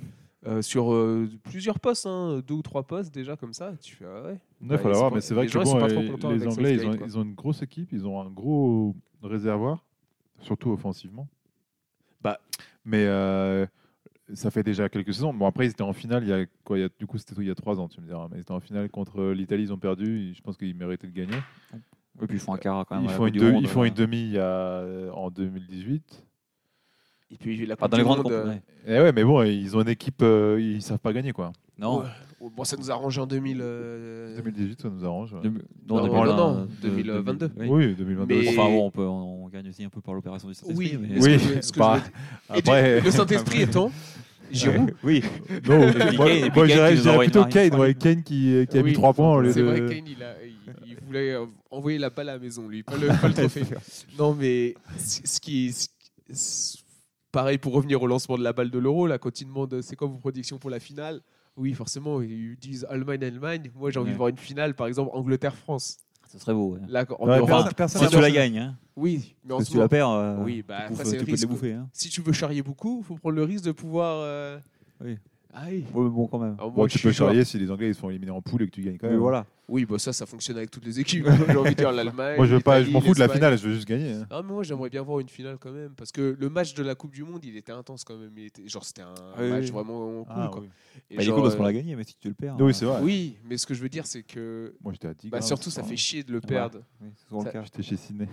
S1: euh, sur euh, plusieurs postes, hein, deux ou trois postes déjà comme ça. Tu fais, ah ouais.
S4: Il
S1: Bah,
S4: faut
S1: ils
S4: l'avoir,
S1: sont
S4: mais
S1: pas-
S4: c'est vrai
S1: les
S4: que
S1: gens, ils sont
S4: bon,
S1: pas trop
S4: euh,
S1: contents
S4: les
S1: avec
S4: Anglais, ils
S1: Southgate,
S4: ont,
S1: quoi.
S4: ils ont une grosse équipe, ils ont un gros réservoir, surtout offensivement.
S1: Bah.
S4: Mais euh, ça fait déjà quelques saisons. Bon, après, ils étaient en finale, il y a, quoi, il y a, du coup, c'était il y a trois ans, tu me diras. Mais ils étaient en finale contre l'Italie, ils ont perdu. Et je pense qu'ils méritaient de gagner.
S3: Et puis ils font un quart quand même.
S4: Ils
S3: à la
S4: font,
S3: Coupe
S4: une,
S3: du
S4: deux-
S3: Monde,
S4: ils font
S3: euh.
S4: une demi il y a, euh, en deux mille dix-huit.
S1: Et puis la
S3: Ah,
S1: Coupe
S3: dans
S1: du
S3: les grandes
S1: Monde.
S3: compétitions.
S1: euh,
S3: ouais.
S4: Et ouais, mais bon, ils ont une équipe, euh, ils savent pas gagner, quoi.
S3: Non.
S1: ouais. Bon, ça nous a arrangé en deux mille. euh,
S4: deux mille dix-huit, ça nous arrange. ouais.
S3: Deux-
S1: Non,
S3: deux
S1: non,
S3: mille vingt,
S1: non,
S3: euh,
S1: deux mille vingt-deux.
S3: oui.
S4: Oui, deux mille vingt-deux.
S1: Mais-
S3: Enfin bon, on, peut, on, on gagne aussi un peu par l'opération du Saint-Esprit.
S1: Oui,
S3: mais...
S1: mais ce
S4: Oui,
S1: que je veux- ce que je
S4: bah,
S1: veux- Et du-
S4: après.
S1: le Saint-Esprit étant Giroud.
S3: Oui.
S4: Non,
S3: Et puis
S4: moi,
S3: Kane- et puis
S4: moi,
S3: Kane
S4: je dirais,
S3: qui
S4: je
S3: nous
S4: dirais
S3: envoie une
S4: plutôt
S3: marine
S4: Kane,
S3: folle.
S4: ouais, Kane qui, qui a
S1: Oui,
S4: mis trois points au lieu
S1: C'est
S4: de.
S1: vrai que Kane, il, a- il, il voulait euh, envoyer la balle à la maison, lui, pas le, pas le trophée. Non, mais c- ce qui est. c- Pareil, pour revenir au lancement de la balle de l'Euro, là, quand ils demandent c'est quoi vos prédictions pour la finale, oui, forcément, ils disent Allemagne, Allemagne. Moi, j'ai envie
S3: Ouais.
S1: de voir une finale, par exemple, Angleterre-France.
S3: Ce serait beau. Ouais.
S1: Là, en
S4: Ouais,
S1: Europe-
S4: personne- personne
S3: Si
S4: n'a
S3: tu la
S4: pensé.
S3: gagnes, hein.
S1: oui, mais en
S3: Parce
S1: ce
S3: que tu la
S1: moment,
S3: perds, euh,
S1: oui, bah,
S3: tu,
S1: après,
S3: peux,
S1: c'est
S3: tu
S1: le
S3: peux te
S1: risque.
S3: les bouffer. Hein.
S1: Si tu veux charrier beaucoup, il faut prendre le risque de pouvoir. euh,
S3: Oui.
S1: Ah oui.
S3: Ouais, bon, quand même.
S1: Alors, moi,
S4: Bon,
S1: je
S4: tu
S1: suis
S4: peux
S1: joueur.
S4: charrier si les Anglais ils sont éliminés en poule et que tu gagnes quand même.
S3: Mais voilà.
S1: Oui, bah ça, ça fonctionne avec toutes les équipes. J'ai envie de dire l'Allemagne.
S4: Moi, je veux pas, je
S1: l'Italie,
S4: m'en fous de la
S1: l'Espagne.
S4: finale, je veux juste gagner. hein.
S1: Ah, mais moi, j'aimerais bien voir une finale quand même. Parce que le match de la Coupe du Monde, il était intense quand même. Il était, genre, c'était un
S3: Oui,
S1: match
S3: oui.
S1: vraiment cool.
S4: Ah,
S1: quoi.
S4: oui.
S1: Et
S3: Bah, il est
S1: genre,
S3: cool parce qu'on
S1: euh,
S3: l'a gagné, mais si tu le perds.
S4: Oui,
S3: euh,
S4: c'est vrai.
S1: Oui, mais ce que je veux dire, c'est que.
S4: Moi, j'étais à dix
S1: Bah,
S4: grammes,
S1: surtout,
S4: c'est
S1: ça
S4: pas-
S1: fait chier de le
S3: Ouais.
S1: perdre.
S3: Oui, c'est souvent
S1: Ça-
S3: le cas.
S4: J'étais chez Sydney.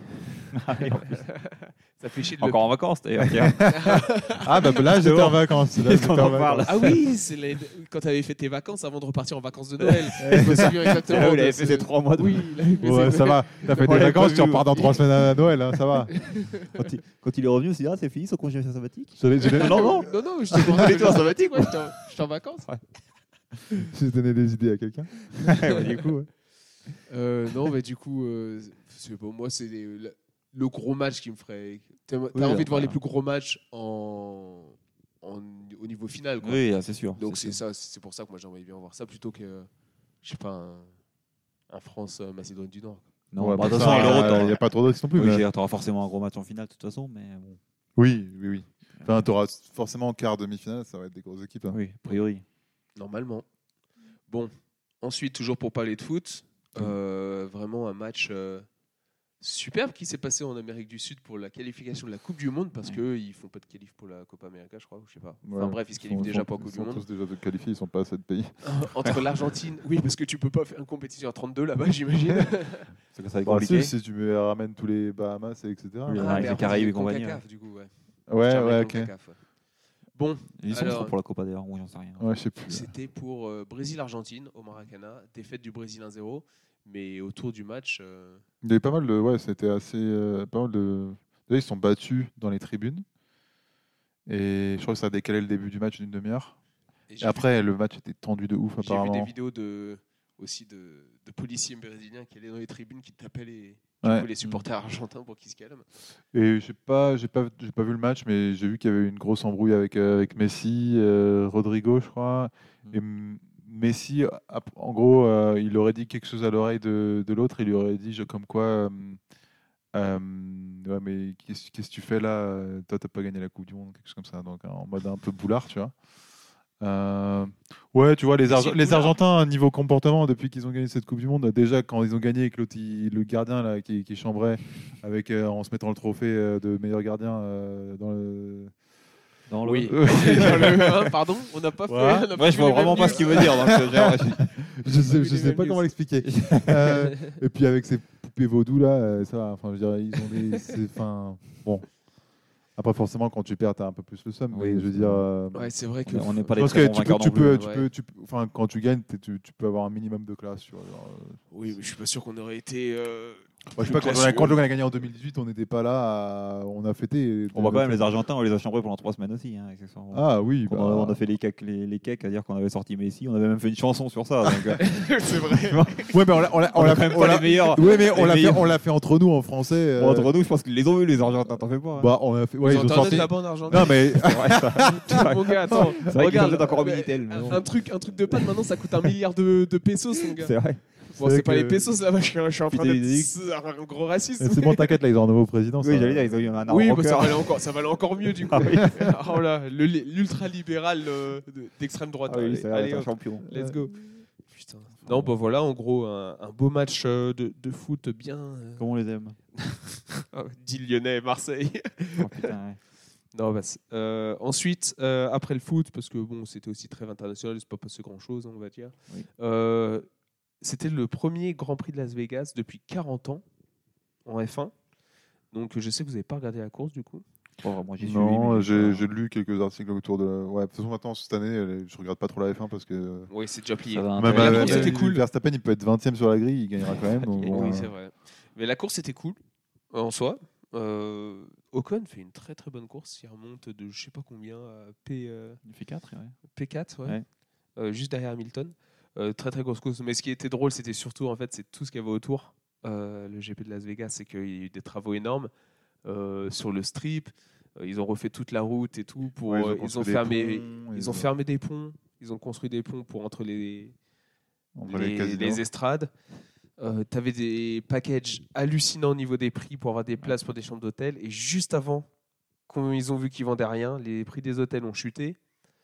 S1: Ça fait chier de le
S3: Encore en vacances d'ailleurs. tiens.
S4: Ah, bah là,
S3: C'est
S4: j'étais
S3: bon.
S4: en vacances. Là,
S3: Qu'est-ce
S4: j'étais
S3: qu'on
S4: en
S3: en parle
S4: vacances.
S1: Ah oui, c'est les- quand tu avais fait tes vacances avant de repartir en vacances de Noël. Je me souviens exactement.
S3: Ah,
S1: de
S3: il avait
S1: ce-
S3: fait ses trois mois de.
S1: Oui, il avait fait
S4: Ouais,
S1: ses-
S4: ça va. T'as fait
S3: On
S4: des
S3: l'avait
S4: vacances,
S3: pas
S4: tu
S3: vu.
S4: repars dans trois semaines à Noël, hein, ça va.
S3: Quand il, quand il est revenu, on s'est dit ah c'est fini son congé sabbatique.
S4: Je t'ai- je t'ai-
S3: Non non.
S1: Non, non, je t'ai parlé toi sabbatique, ouais, j'étais en- j'étais en vacances.
S4: J'ai donné des idées à quelqu'un.
S3: Ouais, du coup. ouais.
S1: Euh, non, mais du coup, euh, c'est bon, moi, c'est les- le, le gros match qui me ferait. T'as t'as
S3: Oui,
S1: envie de voir
S3: voilà.
S1: les plus gros matchs en, en- au niveau final, quoi.
S3: Oui, ah, c'est sûr.
S1: Donc c'est
S3: sûr.
S1: ça, c'est pour ça que moi j'aimerais bien voir ça plutôt que, je sais pas, un, un France-Macédoine du Nord.
S3: Non,
S4: Ouais,
S3: bah, de
S4: pour
S3: toute
S4: ça,
S3: façon, à l'Euro,
S4: Il
S3: t'auras-
S4: n'y a pas trop d'autres non plus.
S3: oui,
S4: mais-
S3: tu auras forcément un gros match en finale de toute façon, mais bon.
S4: Oui, oui, oui. Enfin, tu auras forcément quart, demi-finale, ça va être des grosses équipes. hein.
S3: Oui, a priori.
S1: Normalement. Bon, ensuite, toujours pour parler de foot, euh, vraiment un match euh, superbe qui s'est passé en Amérique du Sud pour la qualification de la Coupe du Monde parce
S3: Ouais.
S1: qu'eux, ils font pas de qualif pour la Copa América, je crois, ou je sais pas.
S4: Ouais.
S1: Enfin bref, ils se
S4: Ils sont-
S1: qualifient déjà
S4: sont-
S1: pour la Coupe
S4: ils
S1: du
S4: sont
S1: Monde.
S4: tous déjà qualifiés, ils sont pas à sept pays.
S1: Entre l'Argentine, oui, parce que tu peux pas faire une compétition à trente-deux là-bas, j'imagine.
S3: C'est que ça va être
S4: Bah,
S3: compliqué.
S4: si, si tu me ramènes tous les Bahamas, et cetera.
S3: Oui,
S4: Ouais,
S3: avec
S1: mais
S3: les
S1: après,
S3: Caraïbes et
S1: c'est
S3: compagnie,
S1: CONCACAF, du coup, ouais.
S4: ouais,
S1: Jamais
S4: ouais, ok.
S1: CONCACAF, ouais. Bon,
S3: Ils sont
S1: Alors-
S3: pour la Copa d'ailleurs, ou j'en sais rien.
S4: Ouais, je sais plus.
S1: c'était pour euh, Brésil-Argentine au Maracana, défaite du Brésil un zéro, mais autour du match. euh,
S4: Il y avait pas mal de. Ouais, c'était assez. euh, pas mal de. Déjà, ils se sont battus dans les tribunes. Et je crois que ça a décalé le début du match d'une demi-heure.
S1: et
S4: Et
S1: j'ai
S4: après, le match était tendu de ouf,
S1: J'ai vu des
S4: apparemment.
S1: vidéos de, aussi de, de policiers brésiliens qui allaient dans les tribunes, qui tapaient les,
S4: Ouais.
S1: du coup, les supporters argentins pour qu'ils se calment.
S4: Et j'ai pas, j'ai pas, j'ai pas vu le match, mais j'ai vu qu'il y avait eu une grosse embrouille avec, euh, avec Messi, euh, Rodrigo, je crois.
S3: Mm.
S4: Et M- Messi, ap- en gros, euh, il aurait dit quelque chose à l'oreille de, de l'autre. Il lui aurait dit je- comme quoi, euh, euh, ouais, mais qu'est-ce qu'est-ce que tu fais là euh, Toi, t'as pas gagné la Coupe du Monde, quelque chose comme ça. Donc en mode un peu boulard, tu vois. Euh, ouais, tu vois, les, Arge-
S1: Messi,
S4: les
S1: boulard.
S4: Argentins, niveau comportement, depuis qu'ils ont gagné cette Coupe du Monde, déjà quand ils ont gagné avec l'autre, il- le gardien là, qui, qui chambrait, avec, euh, en se mettant le trophée euh, de meilleur gardien euh, dans le.
S3: Dans le...
S1: Oui.
S4: Euh,
S1: Dans le- hein, pardon, on n'a pas
S4: Voilà.
S1: fait. on n'a pas
S3: Ouais, je
S1: fait
S3: vois
S1: les mêmes
S3: vraiment pas
S1: news.
S3: ce qu'il veut dire. Donc, euh, genre,
S4: je sais,
S1: Oui,
S4: je
S1: les
S4: sais
S1: mêmes
S4: pas
S1: news.
S4: comment l'expliquer. Euh, et puis avec ces poupées vaudou là, euh, ça va. Enfin, je veux dire, ils ont des. c'est- Enfin, bon. Après, forcément, quand tu perds, t'as un peu plus le seum.
S3: Oui,
S4: mais je veux
S3: c'est-
S4: dire. euh,
S1: Ouais, c'est vrai que.
S3: on n'est pas
S4: je
S3: les
S4: pense
S3: très
S4: que
S3: bons
S4: tu peux,
S3: vainqueurs
S4: tu
S3: non plus.
S4: peux, tu
S1: ouais.
S4: peux, tu peux- enfin, quand tu gagnes, t'es- tu, tu peux avoir un minimum de classe. Tu vois, genre, euh,
S1: Oui, mais je suis pas sûr qu'on aurait été. euh,
S4: moi, je sais pas,
S1: plus
S4: quand, on a,
S1: classieux.
S4: quand on a gagné en deux mille dix-huit, on n'était pas là, à- on a fêté.
S3: On voit quand même les Argentins, on les a chambrés pendant trois semaines aussi. Hein, accessoirement.
S4: Ah oui,
S3: on,
S4: bah,
S3: a, on a fait les cakes, les, les cakes à dire qu'on avait sorti Messi. On avait même fait une chanson sur ça. Donc, euh,
S1: c'est vrai.
S4: ouais, mais on l'a, on l'a,
S3: on
S4: on
S3: a
S4: l'a
S3: quand même
S4: on
S3: pas
S4: l'a-
S3: les meilleurs.
S4: ouais, mais on
S3: les
S4: l'a fait,
S3: meilleurs.
S4: on l'a fait entre nous en français. euh,
S3: Entre nous, je pense qu'ils les ont vus les Argentins. T'en fais pas. hein.
S4: bah, on a fait, ouais,
S1: Ils
S4: ils
S1: ont
S4: ont
S1: internet
S4: sorti.
S1: là-bas en Argentine.
S4: Non, mais
S3: C'est vrai, ça.
S1: Mon gars, attends.
S3: C'est vrai qu'ils
S1: Regarde,
S3: ont peut-être encore au
S1: mais
S3: Minitel. mais
S1: un,
S3: bon.
S1: un truc, un truc de pâte maintenant, ça coûte un milliard de, de pesos, mon gars.
S3: C'est vrai.
S1: Bon,
S4: C'est
S1: c'est pas
S4: que-
S1: les pesos là-bas, je suis, je suis en train
S3: Putain,
S1: d'être
S3: il-
S1: c'est un gros raciste.
S4: C'est bon, t'inquiète, là, ils ont un nouveau président.
S3: Oui,
S4: ça-
S3: j'allais dire, ils ont eu un arbre
S1: Oui, bah,
S3: rocker.
S1: ça, valait encore, ça valait encore mieux du coup.
S3: Ah oui.
S1: Oh là, le- l'ultra-libéral euh, de- d'extrême droite.
S3: Ah oui,
S1: allez,
S3: ça a l'air
S1: allez,
S3: d'être un
S1: hop,
S3: champion.
S1: let's go. Putain. Non, bah voilà, en gros, un, un beau match euh, de, de foot bien. euh,
S3: Comment on les aime
S1: oh, dit Lyonnais et Marseille.
S3: Oh, putain, ouais.
S1: Non, bah, c'est- euh, ensuite, euh, après le foot, parce que bon, c'était aussi très international, c'est pas passé grand chose, on va dire.
S3: Oui.
S1: Euh, c'était le premier Grand Prix de Las Vegas depuis quarante ans en F un. Donc, je sais que vous n'avez pas regardé la course du coup.
S3: Oh, moi, j'y suis
S4: Non,
S3: mais-
S4: j'ai j'ai lu quelques articles autour de. la- Ouais, de toute façon, maintenant, cette année, euh, je regarde pas trop la F un parce que.
S1: Oui, c'est déjà plié.
S3: Ça va
S4: Même
S1: la
S3: intéresser.
S1: course
S4: euh,
S1: était cool.
S4: Verstappen, il peut être vingtième sur la grille, il gagnera quand même. donc bon,
S1: Oui,
S4: euh,
S1: c'est vrai. Mais la course était cool euh, en soi. Euh, Ocon fait une très très bonne course. Il remonte de je sais pas combien à P, euh,
S3: Il fait quatre, ouais.
S1: P quatre, ouais.
S3: Ouais.
S1: Euh, juste derrière Hamilton. Euh, très très grosse course. Mais ce qui était drôle, c'était surtout en fait, c'est tout ce qu'il y avait autour. Euh, le G P de Las Vegas, c'est qu'il y a eu des travaux énormes euh, sur le strip. Euh, ils ont refait toute la route et tout pour.
S4: ouais,
S1: euh, ils ont,
S4: construit des
S1: fermé.
S4: ponts,
S1: Ils ont fermé des ponts. Ils ont construit des ponts pour entre les
S4: entre
S1: les,
S4: les casinos.
S1: les estrades. Euh, tu avais des packages hallucinants au niveau des prix pour avoir des places pour des chambres d'hôtel. Et juste avant, quand ils ont vu qu'ils vendaient rien, les prix des hôtels ont chuté.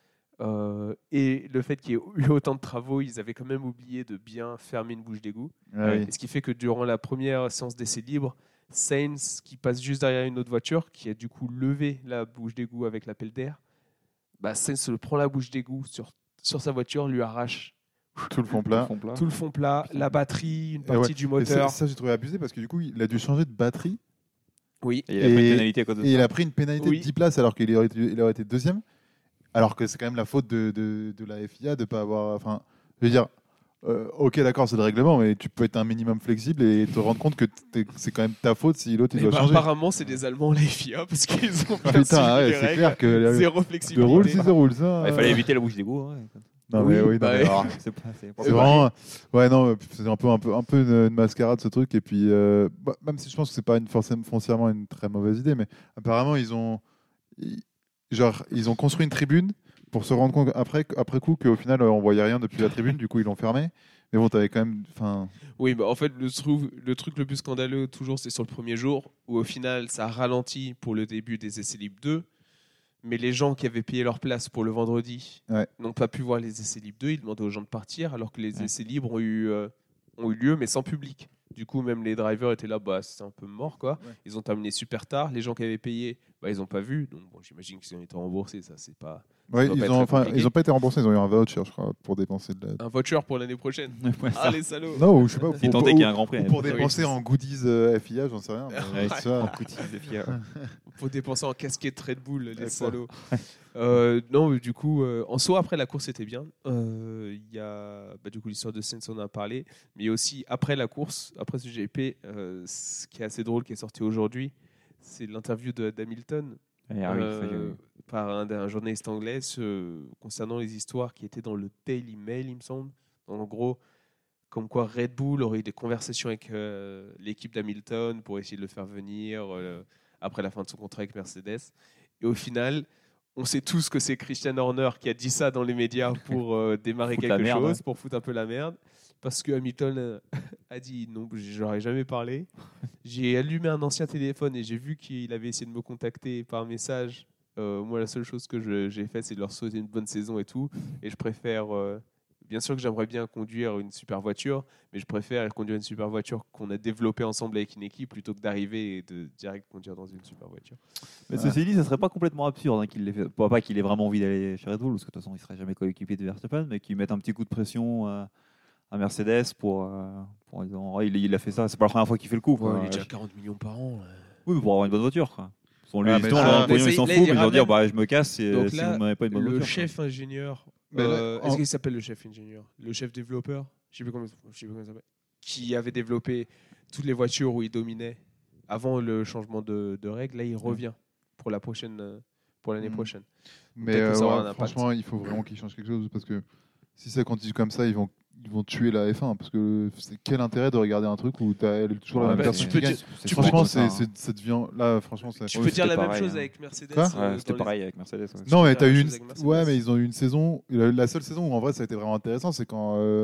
S1: Euh, et le fait qu'il y ait eu autant de travaux, ils avaient quand même oublié de bien fermer une bouche d'égout.
S4: Ah oui.
S1: Et ce qui fait que durant la première séance d'essai libre, Sainz, qui passe juste derrière une autre voiture, qui a du coup levé la bouche d'égout avec l'appel d'air, bah Sainz se prend la bouche d'égout sur, sur sa voiture, lui arrache
S4: Tout le fond plat.
S3: Fond plat.
S1: tout le fond plat, la batterie, une
S4: Et
S1: partie
S4: ouais.
S1: du
S4: Et ça,
S1: moteur.
S4: ça, j'ai trouvé abusé parce que du coup, il a dû changer de batterie
S1: Oui.
S3: Et il a pris une
S4: Et-
S3: pénalité à cause de
S4: et il
S3: ça.
S4: a pris une pénalité
S1: Oui.
S4: de dix places alors qu'il aurait, été- il aurait été deuxième. Alors que c'est quand même la faute de, de, de la F I A de pas avoir. Enfin, je veux dire, euh, ok, d'accord, c'est le règlement, mais tu peux être un minimum flexible et te rendre compte que t'es- c'est quand même ta faute si l'autre il
S1: Et
S4: doit
S1: bah,
S4: changer.
S1: apparemment, c'est des Allemands, la F I A, parce qu'ils ont bien
S4: Putain,
S1: suivi
S4: ah ouais,
S1: les
S4: c'est
S1: règles.
S4: clair que
S1: Zéro
S4: de
S1: flexibilité.
S4: roule si de roule ça.
S3: Ouais, il fallait éviter la bouche d'égout. Hein.
S4: Non,
S1: Oui,
S4: mais oui, non,
S1: bah
S4: mais
S1: ouais.
S4: alors,
S3: C'est pas, c'est pas
S4: c'est
S1: bah,
S4: vraiment. Ouais, non, c'est un peu, un peu, un peu une, une mascarade ce truc. Et puis, euh, bah, même si je pense que c'est pas une, forcément foncièrement une très mauvaise idée, mais apparemment ils ont, ils- genre, ils ont construit une tribune pour se rendre compte après, après coup qu'au final on voyait rien depuis la tribune. Du coup, ils l'ont fermée. Mais bon, t'avais quand même. Enfin,
S1: Oui, bah, en fait, le, trou- le truc le plus scandaleux, toujours, c'est sur le premier jour, où au final, ça ralentit pour le début des essais libres deux. Mais les gens qui avaient payé leur place pour le vendredi
S4: Ouais.
S1: n'ont pas pu voir les essais libres deux. Ils demandaient aux gens de partir, alors que les
S3: Ouais.
S1: essais libres ont eu, euh, ont eu lieu, mais sans public. Du coup, même les drivers étaient là, bah, c'est un peu mort, quoi.
S4: Ouais.
S1: Ils ont terminé super tard. Les gens qui avaient payé, bah, ils n'ont pas vu. Donc, bon, j'imagine qu'ils ont été remboursés. Ça, c'est pas
S4: ouais,
S1: doit pas
S4: ils
S1: être
S4: ont,
S1: très
S4: enfin,
S1: compliqué.
S4: ils ont pas été remboursés. Ils ont eu un voucher, je crois, pour dépenser de la.
S1: un voucher pour l'année prochaine.
S3: Ouais, ça.
S1: Ah, les salauds.
S4: Non, ou je sais pas.
S3: Si
S4: pour-
S3: tant est
S4: pour-
S3: qu'il y a un grand prix.
S4: ou pour
S1: Oui,
S4: dépenser
S1: c'est
S4: en goodies euh, F I A, j'en sais rien. mais,
S3: Ouais,
S4: tu vois.
S3: en coutis de F I A.
S1: Faut dépenser en casquette Red Bull, les
S4: Ouais,
S1: salauds. Euh, non, mais du coup, euh, en soi, après la course était bien. Euh, Il y a bah, du coup l'histoire de Sainz, on en a parlé, mais il y a aussi après la course, après ce G P, euh, ce qui est assez drôle, qui est sorti aujourd'hui, c'est l'interview de- d'Hamilton
S3: Et ah oui, ça, j'ai
S1: euh,
S3: vu.
S1: par un, un journaliste anglais ce- concernant les histoires qui étaient dans le Daily Mail, il me semble. En gros, comme quoi Red Bull aurait eu des conversations avec euh, l'équipe d'Hamilton pour essayer de le faire venir euh, après la fin de son contrat avec Mercedes. Et au final, on sait tous que c'est Christian Horner qui a dit ça dans les médias pour euh, démarrer
S3: Foutre
S1: quelque
S3: la merde,
S1: chose,
S3: ouais.
S1: pour foutre un peu la merde. Parce que Hamilton euh, a dit non, je n'aurais jamais parlé. J'ai allumé un ancien téléphone et j'ai vu qu'il avait essayé de me contacter par message. Euh, moi, la seule chose que je- j'ai fait, c'est de leur souhaiter une bonne saison et tout. Et je préfère. euh, bien sûr que j'aimerais bien conduire une super voiture, mais je préfère conduire une super voiture qu'on a développée ensemble avec une équipe plutôt que d'arriver et de direct conduire dans une super voiture.
S3: Mais ceci dit, ça serait pas complètement absurde hein, qu'il l'ait fait. Pas, pas qu'il ait vraiment envie d'aller chez Red Bull, parce que de toute façon, il serait jamais coéquipier de Verstappen, mais qu'il mette un petit coup de pression euh, à Mercedes pour. euh, pour disant, ouais, il, il a fait ça, c'est pas la première fois qu'il fait le coup. quoi.
S1: il est déjà à quarante millions par an.
S3: Oui, mais pour avoir une bonne voiture. Quoi. Son, lui,
S4: Ah,
S3: ils
S4: mais
S3: sont,
S4: ça-
S3: leur
S4: mais
S3: pognon,
S1: ça,
S3: il s'en
S1: là,
S3: fout,
S1: il
S3: mais ils vont dire
S1: ramène-
S3: bah, je me casse si,
S1: Donc
S3: si
S1: là,
S3: vous m'avez pas une bonne
S1: Le
S3: voiture.
S1: chef ingénieur,
S4: Mais là,
S1: euh, est-ce
S4: en-
S1: qu'il s'appelle le chef ingénieur Le chef développeur Je sais plus comment, je sais plus comment il s'appelle. Qui avait développé toutes les voitures où il dominait avant le changement de, de règles. Là, il revient pour la prochaine, euh, pour l'année
S4: Mm.
S1: prochaine.
S4: Mais
S1: Peut-être que
S4: euh,
S1: ça aura
S4: ouais,
S1: un impact.
S4: franchement, il faut vraiment qu'ils changent quelque chose parce que si ça continue comme ça, ils vont, ils vont tuer la F un. Parce que c'est quel intérêt de regarder un truc où tu as toujours la
S3: Ouais,
S4: même
S1: bah,
S4: personne
S1: tu
S4: qui
S1: peux
S4: gagne.
S1: dire-
S3: C'est
S1: tu
S3: trop
S1: peux-
S4: Franchement,
S3: comme ça,
S4: c'est,
S3: hein.
S4: c'est- ça devient là. Franchement, ça.
S1: Tu
S3: Oui,
S1: peux dire
S3: c'était
S1: la même
S3: pareil,
S1: chose
S3: hein.
S1: avec Mercedes.
S4: Quoi
S1: euh,
S3: Ouais, c'était
S1: dans les-
S3: pareil avec Mercedes. ouais.
S4: Non, mais
S1: faire
S4: t'as
S1: la
S4: eu
S1: même
S4: une.
S1: chose avec Mercedes.
S4: Ouais, mais ils ont eu une saison. La la seule saison où en vrai ça a été vraiment intéressant, c'est quand euh,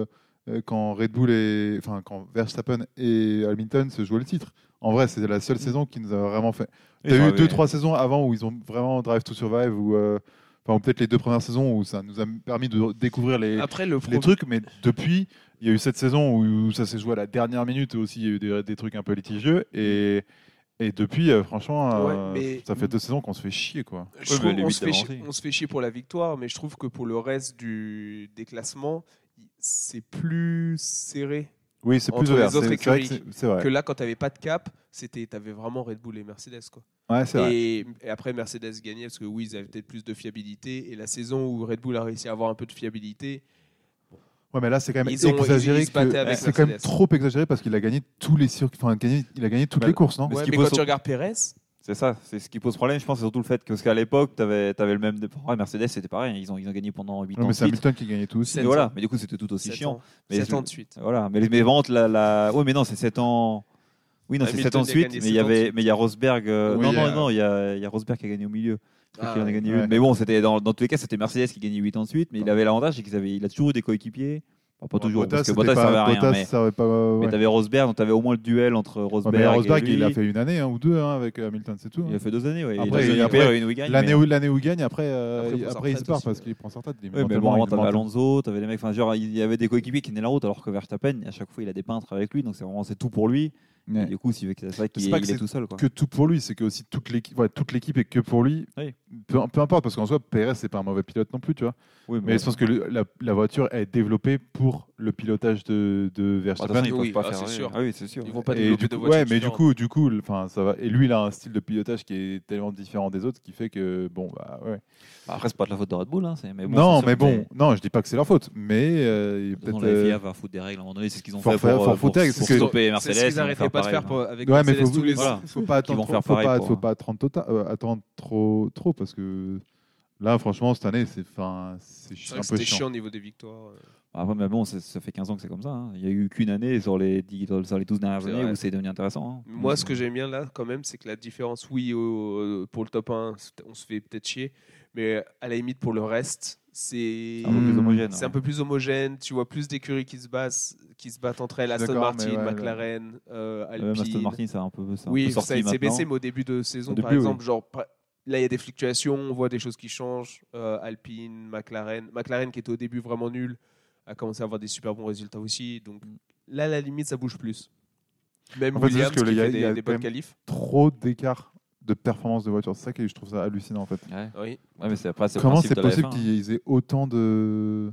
S2: euh, quand Red Bull et enfin quand Verstappen et Hamilton se jouaient le titre. En vrai, c'est la seule saison qui nous a vraiment fait. T'as eu deux, trois saisons avant où ils ont vraiment Drive to Survive ou euh, enfin ou peut-être les deux premières saisons où ça nous a permis de découvrir les,
S1: Après, le
S2: les
S1: problème-
S2: trucs, mais depuis, il y a eu cette saison où, où ça s'est joué à la dernière minute aussi, il y a eu des, des trucs un peu litigieux et et depuis, euh, franchement,
S1: Ouais,
S2: euh,
S1: mais-
S2: ça fait deux saisons qu'on se fait chier quoi.
S1: Je
S3: Ouais,
S1: trouve-
S3: mais les
S1: on,
S3: huit
S1: se fait chier,
S3: d'avancée.
S1: on se fait chier pour la victoire, mais je trouve que pour le reste du, des classements, c'est plus serré.
S2: Oui, c'est plus
S1: Entre
S2: ouvert.
S1: les autres
S2: C'est c'est vrai que
S1: écuries
S2: c'est c'est vrai.
S1: Que là, quand tu n'avais pas de cap, tu avais vraiment Red Bull et Mercedes. Quoi.
S2: Ouais, c'est vrai.
S1: Et, et après, Mercedes gagnait parce que oui, ils avaient peut-être plus de fiabilité. Et la saison où Red Bull a réussi à avoir un peu de fiabilité,
S2: Ouais, mais là, c'est quand même
S1: Ils ont-
S2: exagéré.
S1: ils- ils se battaient
S2: que-
S1: avec
S2: C'est quand même
S1: Mercedes.
S2: trop exagéré parce qu'il a gagné tous les circuits. Enfin, gagné- il a gagné toutes
S3: Bah,
S2: les courses, non
S3: Mais ce
S1: ouais,
S3: qui
S1: mais
S3: pose-
S1: quand tu regardes Pérez,
S3: C'est ça, c'est ce qui pose problème, je pense, c'est surtout le fait que, parce qu'à l'époque, tu avais, le même. Ouais, Mercedes, c'était pareil, ils ont, ils ont gagné pendant huit
S2: Ouais,
S3: ans.
S2: mais
S3: de
S2: c'est
S3: suite.
S2: Hamilton qui gagnait tout aussi.
S3: Mais
S1: sept
S3: voilà,
S1: ans.
S3: mais du coup, c'était tout aussi
S1: sept
S3: chiant.
S1: ans,
S3: Mais
S1: sept
S3: je-
S1: ans de suite.
S3: Voilà, mais les mais ventes, la, la... Oui, mais non, c'est sept ans. Oui, non, c'est
S1: Hamilton
S3: sept ans de
S1: a
S3: suite,
S1: gagné
S3: mais il y
S1: sept ans de
S3: avait,
S1: suite.
S3: mais il y a Rosberg. euh,
S2: Oui,
S3: non, non,
S2: euh,
S3: non, il y a, il y a Rosberg qui a gagné au milieu. Je crois
S1: Ah,
S3: qu'il en a gagné
S2: ouais.
S3: une. Mais bon, c'était dans, dans tous les cas, c'était Mercedes qui gagnait huit ans de suite, mais il avait l'avantage, c'est qu'il avait, il a toujours eu des coéquipiers. Enfin, pas toujours, parce que
S2: c'était
S3: Bottas
S2: pas-
S3: servait à rien.
S2: Bottas
S3: Mais,
S2: servait pas.
S3: mais
S2: ouais.
S3: tu avais Rosberg, donc tu avais au moins le duel entre
S2: Ouais,
S3: Rosberg.
S2: mais Rosberg,
S3: et lui.
S2: il a fait une année hein, ou deux hein, avec Hamilton, c'est tout.
S3: Il
S2: hein.
S3: a fait deux années, ouais.
S2: Après,
S3: il a
S2: il-
S3: il
S2: après,
S3: perd, une où il gagne.
S2: L'année
S3: mais-
S2: où, l'année où il gagne, après, euh,
S1: Après, il
S2: il-
S1: prend sa
S2: après il se
S1: retraite
S2: part
S1: aussi,
S2: parce
S1: ouais.
S2: qu'il prend sa retraite.
S3: Oui, mais
S2: mentalement,
S3: bon, avant,
S2: il
S3: t'avais
S2: mental-
S3: Alonso, t'avais les mecs, enfin, genre, il y avait des coéquipiers qui tenaient la route, alors que Verstappen, à chaque fois, il a des peintres avec lui, donc c'est vraiment c'est tout pour lui.
S2: Ouais.
S3: Et du coup, c'est c'est vrai qu'il
S2: C'est
S3: est,
S2: pas que
S3: il est
S2: c'est
S3: tout seul. Quoi.
S2: que tout pour lui, c'est que aussi toute l'équipe, ouais, toute l'équipe est que pour lui.
S3: Oui.
S2: Peu, peu importe, parce qu'en soi, Pérez c'est pas un mauvais pilote non plus, tu vois.
S3: Oui,
S2: Mais je pense que le- la, la voiture est développée pour le pilotage de, de
S3: Bah, de toute façon,
S2: Verstappen.
S3: ils
S1: Oui,
S3: peuvent pas
S1: ah,
S3: faire.
S1: c'est sûr.
S3: Ah oui, c'est sûr.
S1: Ils vont pas
S2: Et
S1: développer
S2: du
S1: de
S2: coup-
S1: voitures
S2: ouais, mais du
S1: différentes.
S2: coup, du coup, enfin, ça va. Et lui, il a un style de pilotage qui est tellement différent des autres, qui fait que bon, bah ouais.
S3: Bah, après, c'est pas de la faute de Red Bull. Hein, c'est- mais bon,
S2: non,
S3: c'est sûr
S2: mais
S3: que
S2: bon, non, je dis pas que c'est leur faute, mais euh, il y a
S3: de toute façon,
S2: peut-être.
S3: la F I A
S2: euh,
S3: va foutre des règles à un moment donné, c'est ce qu'ils ont
S2: Faut
S3: fait
S2: faire-
S3: pour,
S2: faut
S3: euh, pour,
S2: foutre des règles,
S3: pour
S2: parce que-
S3: stopper
S1: C'est
S3: Mercedes.
S1: ce qu'ils
S3: ils vont
S1: n'arrêtaient pas de
S3: pareil,
S1: faire pour- avec
S2: Ouais, mais
S1: Mercedes
S2: faut,
S1: tous les
S3: voilà.
S1: ans.
S2: faut pas attendre,
S3: vont
S2: faut,
S3: faire
S2: faut
S3: pareil
S2: pas,
S3: pour-
S2: faut pas attendre, tota- euh, attendre trop, trop, parce que là, franchement, cette année, c'est, enfin, c'est
S1: C'est
S2: un
S1: vrai que
S2: peu
S1: c'était
S2: chiant.
S1: chiant au niveau des victoires. euh.
S3: Après, mais bon, ça, ça fait quinze ans que c'est comme ça. Hein. Il n'y a eu qu'une année sur les, dix, sur les douze dernières
S1: C'est
S3: années
S1: vrai.
S3: où c'est devenu intéressant. Hein.
S1: Moi, ce que j'aime bien là, quand même, c'est que la différence, oui, au- pour le top un, c'est- on se fait peut-être chier, mais à la limite, pour le reste, c'est
S3: C'est un peu plus
S2: Mmh.
S3: homogène.
S1: c'est
S3: ouais.
S1: un peu plus homogène. Tu vois plus d'écuries qui se battent, qui se battent entre elles.
S2: Je suis
S1: Aston
S2: d'accord,
S1: Martin,
S2: mais ouais,
S1: McLaren, euh,
S3: Même Aston
S1: Alpine.
S3: Martin, c'est un peu, c'est un
S1: Oui,
S3: peu
S1: ça
S3: sorti
S1: s'est
S3: maintenant.
S1: baissé, mais au début de saison,
S2: Au
S1: par
S2: début,
S1: exemple, genre par- là, il y a des fluctuations, on voit des choses qui changent. Euh, Alpine, McLaren, McLaren qui était au début vraiment nul, a commencé à avoir des super bons résultats aussi. Donc là, à la limite, ça bouge plus. Même
S2: En fait, c'est
S1: Williams
S2: juste que
S1: qui
S2: il y a-
S1: fait
S2: il y a
S1: des, des
S2: quand
S1: bonnes
S2: même-
S1: qualifs.
S2: Trop d'écart de performance de voiture. C'est ça que je trouve ça hallucinant, en fait.
S3: Ouais.
S1: Oui.
S3: Ouais, mais c'est après, c'est le
S2: Comment
S3: principe
S2: c'est
S3: de la
S2: possible
S3: F un, hein.
S2: qu'ils aient autant de,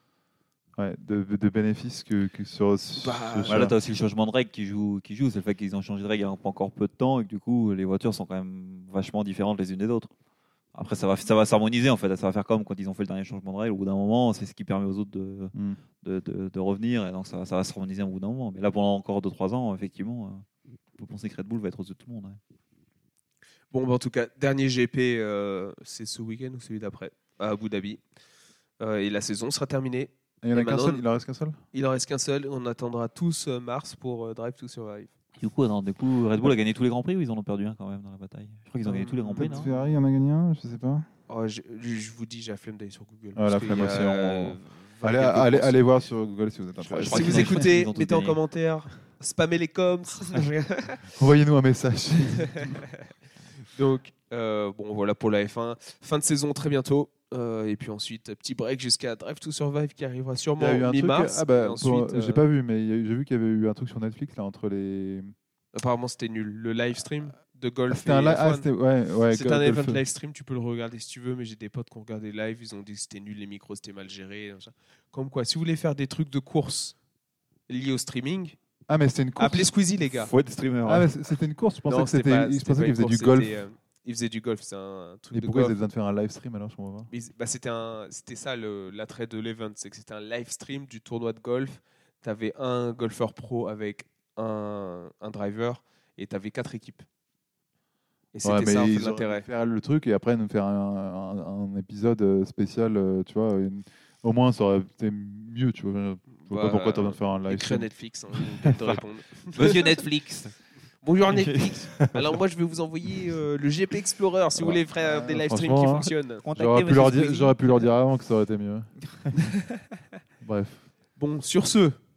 S2: ouais, de, de bénéfices que, que sur, sur-
S1: Bah,
S2: sur-
S3: Ouais, là, tu as aussi le changement de règles qui joue, qui joue. C'est le fait qu'ils ont changé de règles il y a pas encore peu de temps et que du coup, les voitures sont quand même vachement différentes les unes des autres. Après, ça va, ça va s'harmoniser en fait. Ça va faire comme quand ils ont fait le dernier changement de règles. Au bout d'un moment, c'est ce qui permet aux autres de,
S2: Hmm.
S3: de, de, de revenir et donc ça, va- ça va s'harmoniser au bout d'un moment. Mais là, pendant encore deux trois ans, effectivement, euh, on peut penser que Red Bull va être au-dessus de tout le monde. Ouais.
S1: Bon, bah, en tout cas, dernier G P, euh, c'est ce week-end ou celui d'après, à Abu Dhabi. Euh, et la saison sera terminée.
S2: Il y en a
S1: Et
S2: qu'un
S1: maintenant-
S2: seul, il en reste qu'un seul.
S1: Il en reste qu'un seul. On attendra tous euh, mars pour euh, Drive to Survive.
S3: Du coup, attends, du coup, Red Bull a gagné tous les grands prix ou ils en ont perdu un quand même dans la bataille? Je crois qu'ils ont gagné tous les grands prix, non?
S2: Ferrari en a gagné un, je sais pas.
S1: Oh, je, je vous dis, j'ai la flemme d'aller sur Google.
S2: Ah,
S1: parce
S2: la
S1: qu'il
S2: flemme
S1: y a,
S2: aussi,
S1: euh,
S2: on- Allez,
S1: vingt quelques
S2: allez,
S1: courses.
S2: allez voir sur Google si vous êtes
S3: Je
S2: intéressé.
S3: crois
S1: Si
S3: qu'ils
S1: vous
S3: ont-
S1: écoutez,
S3: ils ont tous
S1: mettez en
S3: gagné.
S1: commentaire, spammez les coms.
S2: Envoyez-nous un message.
S1: Donc, euh, bon, voilà pour la F un. Fin de saison très bientôt. Euh, et puis ensuite, petit break jusqu'à Drive to Survive qui arrivera
S2: Il y
S1: sûrement
S2: a eu un truc.
S1: mi-mars.
S2: Ah bah,
S1: Et
S2: pour-
S1: ensuite,
S2: j'ai
S1: euh,
S2: pas vu, mais il y a eu- j'ai vu qu'il y avait eu un truc sur Netflix là entre les.
S1: apparemment, c'était nul. Le live stream de golf.
S2: Ah, c'était un
S1: et
S2: li-
S1: F un.
S2: ah, c'était ouais, ouais.
S1: C'est
S2: Go-
S1: un
S2: Golf-
S1: event live stream, tu peux le regarder si tu veux, mais j'ai des potes qui ont regardé live, ils ont dit que c'était nul, les micros c'était mal géré. tout ça. Comme quoi, si vous voulez faire des trucs de course liés au streaming,
S2: Ah mais c'était une course.
S1: appelez Squeezie les gars.
S3: Faut être streamer.
S2: Ah
S3: ouais.
S2: mais c- c'était une course. Je pensais
S1: Non,
S2: que
S1: c'était
S2: c'était.
S1: pas-
S2: Je
S1: c'était
S2: pensais
S1: pas
S2: qu'ils
S1: une
S2: faisaient du
S1: course,
S2: golf.
S1: c'était, euh, Ils faisaient du golf, c'est un truc
S2: Et
S1: de
S2: pourquoi ils
S1: golf.
S2: avaient besoin de faire un live stream alors je comprends pas.
S1: Mais, bah, c'était, un, c'était ça le, l'attrait de l'event, c'est que c'était un live stream du tournoi de golf. Tu avais un golfeur pro avec un, un driver et tu avais quatre équipes. Et c'était
S2: Ouais, mais
S1: ça en fait,
S2: ils auraient
S1: l'intérêt.
S2: dû faire le truc et après nous faire un, un- un épisode euh, spécial, euh, tu vois. une- Au moins ça aurait été mieux, tu vois. Je vois
S1: Bah,
S2: pas pourquoi tu as besoin de faire un live
S1: Écris à
S2: stream.
S1: Netflix, hein, ils vont peut-être te répondre.
S3: Monsieur Netflix.
S1: Bonjour Netflix. Alors moi je vais vous envoyer euh, le G P Explorer si vous voulez faire
S2: Euh,
S1: des live streams qui
S2: franchement, hein.
S1: fonctionnent.
S2: J'aurais pu, leur dire, j'aurais pu leur dire avant que ça aurait été mieux. Bref.
S1: Bon, sur ce,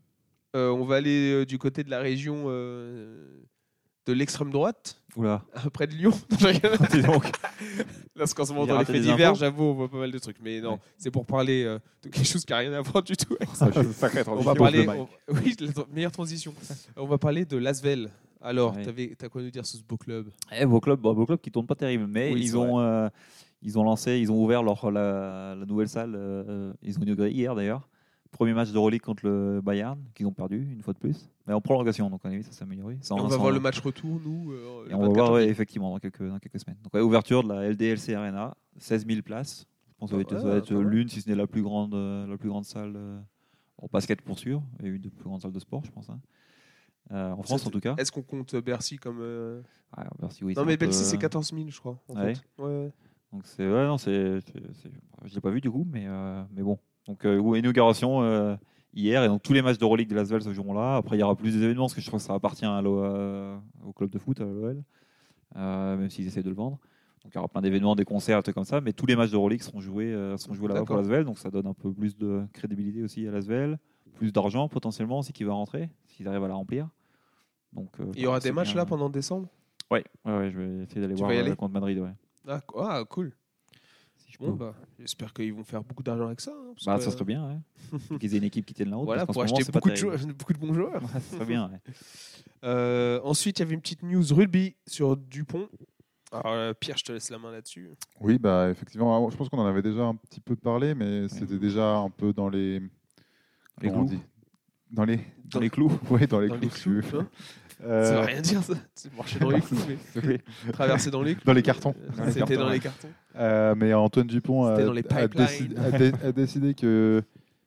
S1: Euh, on va aller euh, du côté de la région euh, de l'extrême droite,
S3: Oula.
S1: près de Lyon.
S3: Dis donc.
S1: Parce qu'en ce moment,
S3: Il a
S1: dans les
S3: raté
S1: faits
S3: des
S1: divers,
S3: infos.
S1: j'avoue, on voit pas mal de trucs. Mais non,
S3: Ouais.
S1: c'est pour parler euh, de quelque chose qui n'a rien à voir du tout avec ça.
S3: Sacrée
S1: On va
S3: transition.
S1: parler.
S3: Le Mike.
S1: on- Oui, la tra- meilleure transition. On va parler de Lasvel. Alors,
S3: Ouais.
S1: t'avais- t'as quoi nous dire sur ce beau club?
S3: Eh, vos clubs, bon, vos clubs qui tournent pas terrible, mais
S1: Oui, c'est
S3: ils ont, euh, ils ont lancé, ils ont ouvert leur, la, la nouvelle salle. euh, ils ont inauguré hier d'ailleurs. Premier match de Euroleague contre le Bayern, qu'ils ont perdu une fois de plus, mais en prolongation. Donc on a vu, ça s'est amélioré. Ça,
S1: Et on va
S3: ça-
S1: voir le match retour, nous. euh,
S3: Et
S1: le
S3: on va
S1: vingt-quatre
S3: voir ouais,
S1: janvier.
S3: effectivement dans quelques, dans quelques semaines. Donc ouais, ouverture de la L D L C Arena, seize mille places. Je pense que ça va être,
S1: Ouais,
S3: ça va être
S1: pas mal.
S3: l'une, si ce n'est la plus grande, euh, la plus grande salle euh, en basket pour sûr, et une des plus grandes salles de sport, je pense. hein. Euh, en France
S1: C'est-
S3: en tout cas.
S1: Est-ce qu'on compte Bercy comme. euh,
S3: Ah, merci, oui,
S1: Non,
S3: c'est
S1: mais
S3: un peu-
S1: Bercy, c'est quatorze mille, je crois. En
S3: Ouais.
S1: fait. Ouais.
S3: Donc c'est ouais, non, c'est, c'est, c'est- je l'ai pas vu du coup, mais euh, mais bon. Donc euh, ouais, inauguration euh, hier et donc tous les matchs d'Euroleague de Lasvel se joueront là. Après il y aura plus d'événements parce que je crois que ça appartient à l'O- euh, au club de foot à l'O L, euh, même s'ils essaient de le vendre. Donc il y aura plein d'événements, des concerts, des trucs comme ça, mais tous les matchs d'Euroleague seront joués euh, seront joués là-bas pour
S1: D'accord.
S3: Lasvel, donc ça donne un peu plus de crédibilité aussi à Lasvel, plus d'argent potentiellement aussi qui va rentrer s'ils arrivent à la remplir. Donc euh,
S1: Il y aura
S3: c'est
S1: des matchs
S3: bien.
S1: là pendant décembre?
S3: Ouais, ouais, ouais, je vais essayer d'aller
S1: Tu
S3: voir
S1: vas y
S3: euh,
S1: aller
S3: contre Madrid, ouais.
S1: Ah, co- ah, cool.
S3: Si je
S1: Bon,
S3: peux.
S1: bah, j'espère qu'ils vont faire beaucoup d'argent avec ça. hein, parce
S3: Bah,
S1: que-
S3: ça serait bien, ouais. Faut qu'ils aient une équipe qui tienne la route.
S1: Voilà,
S3: parce
S1: pour
S3: qu'en ce moment,
S1: acheter
S3: c'est pas
S1: beaucoup de,
S3: terrible.
S1: joueurs- beaucoup de bons joueurs.
S3: Ouais, ça serait bien, ouais.
S1: Euh, ensuite, il y avait une petite news rugby sur Dupont. Alors, euh, Pierre, je te laisse la main là-dessus.
S2: Oui, bah effectivement, alors, je pense qu'on en avait déjà un petit peu parlé, mais c'était déjà un peu dans les.
S3: Les
S2: comment on
S3: clous.
S2: dit Dans les.
S3: Dans les clous.
S2: Oui, dans les
S1: Dans
S2: clous.
S1: les
S2: si tu veux.
S1: clous, hein.
S2: Euh,
S1: Ça veut rien dire, ça. C'est marcher dans les clous, mais traverser dans les clous.
S2: Dans les cartons.
S1: Euh,
S2: Dans les
S1: C'était
S2: cartons,
S1: dans
S2: ouais.
S1: les cartons.
S2: Euh, mais Antoine Dupont a,
S1: C'était dans les
S2: a
S1: pipelines.
S2: décidé, a dé- a décidé que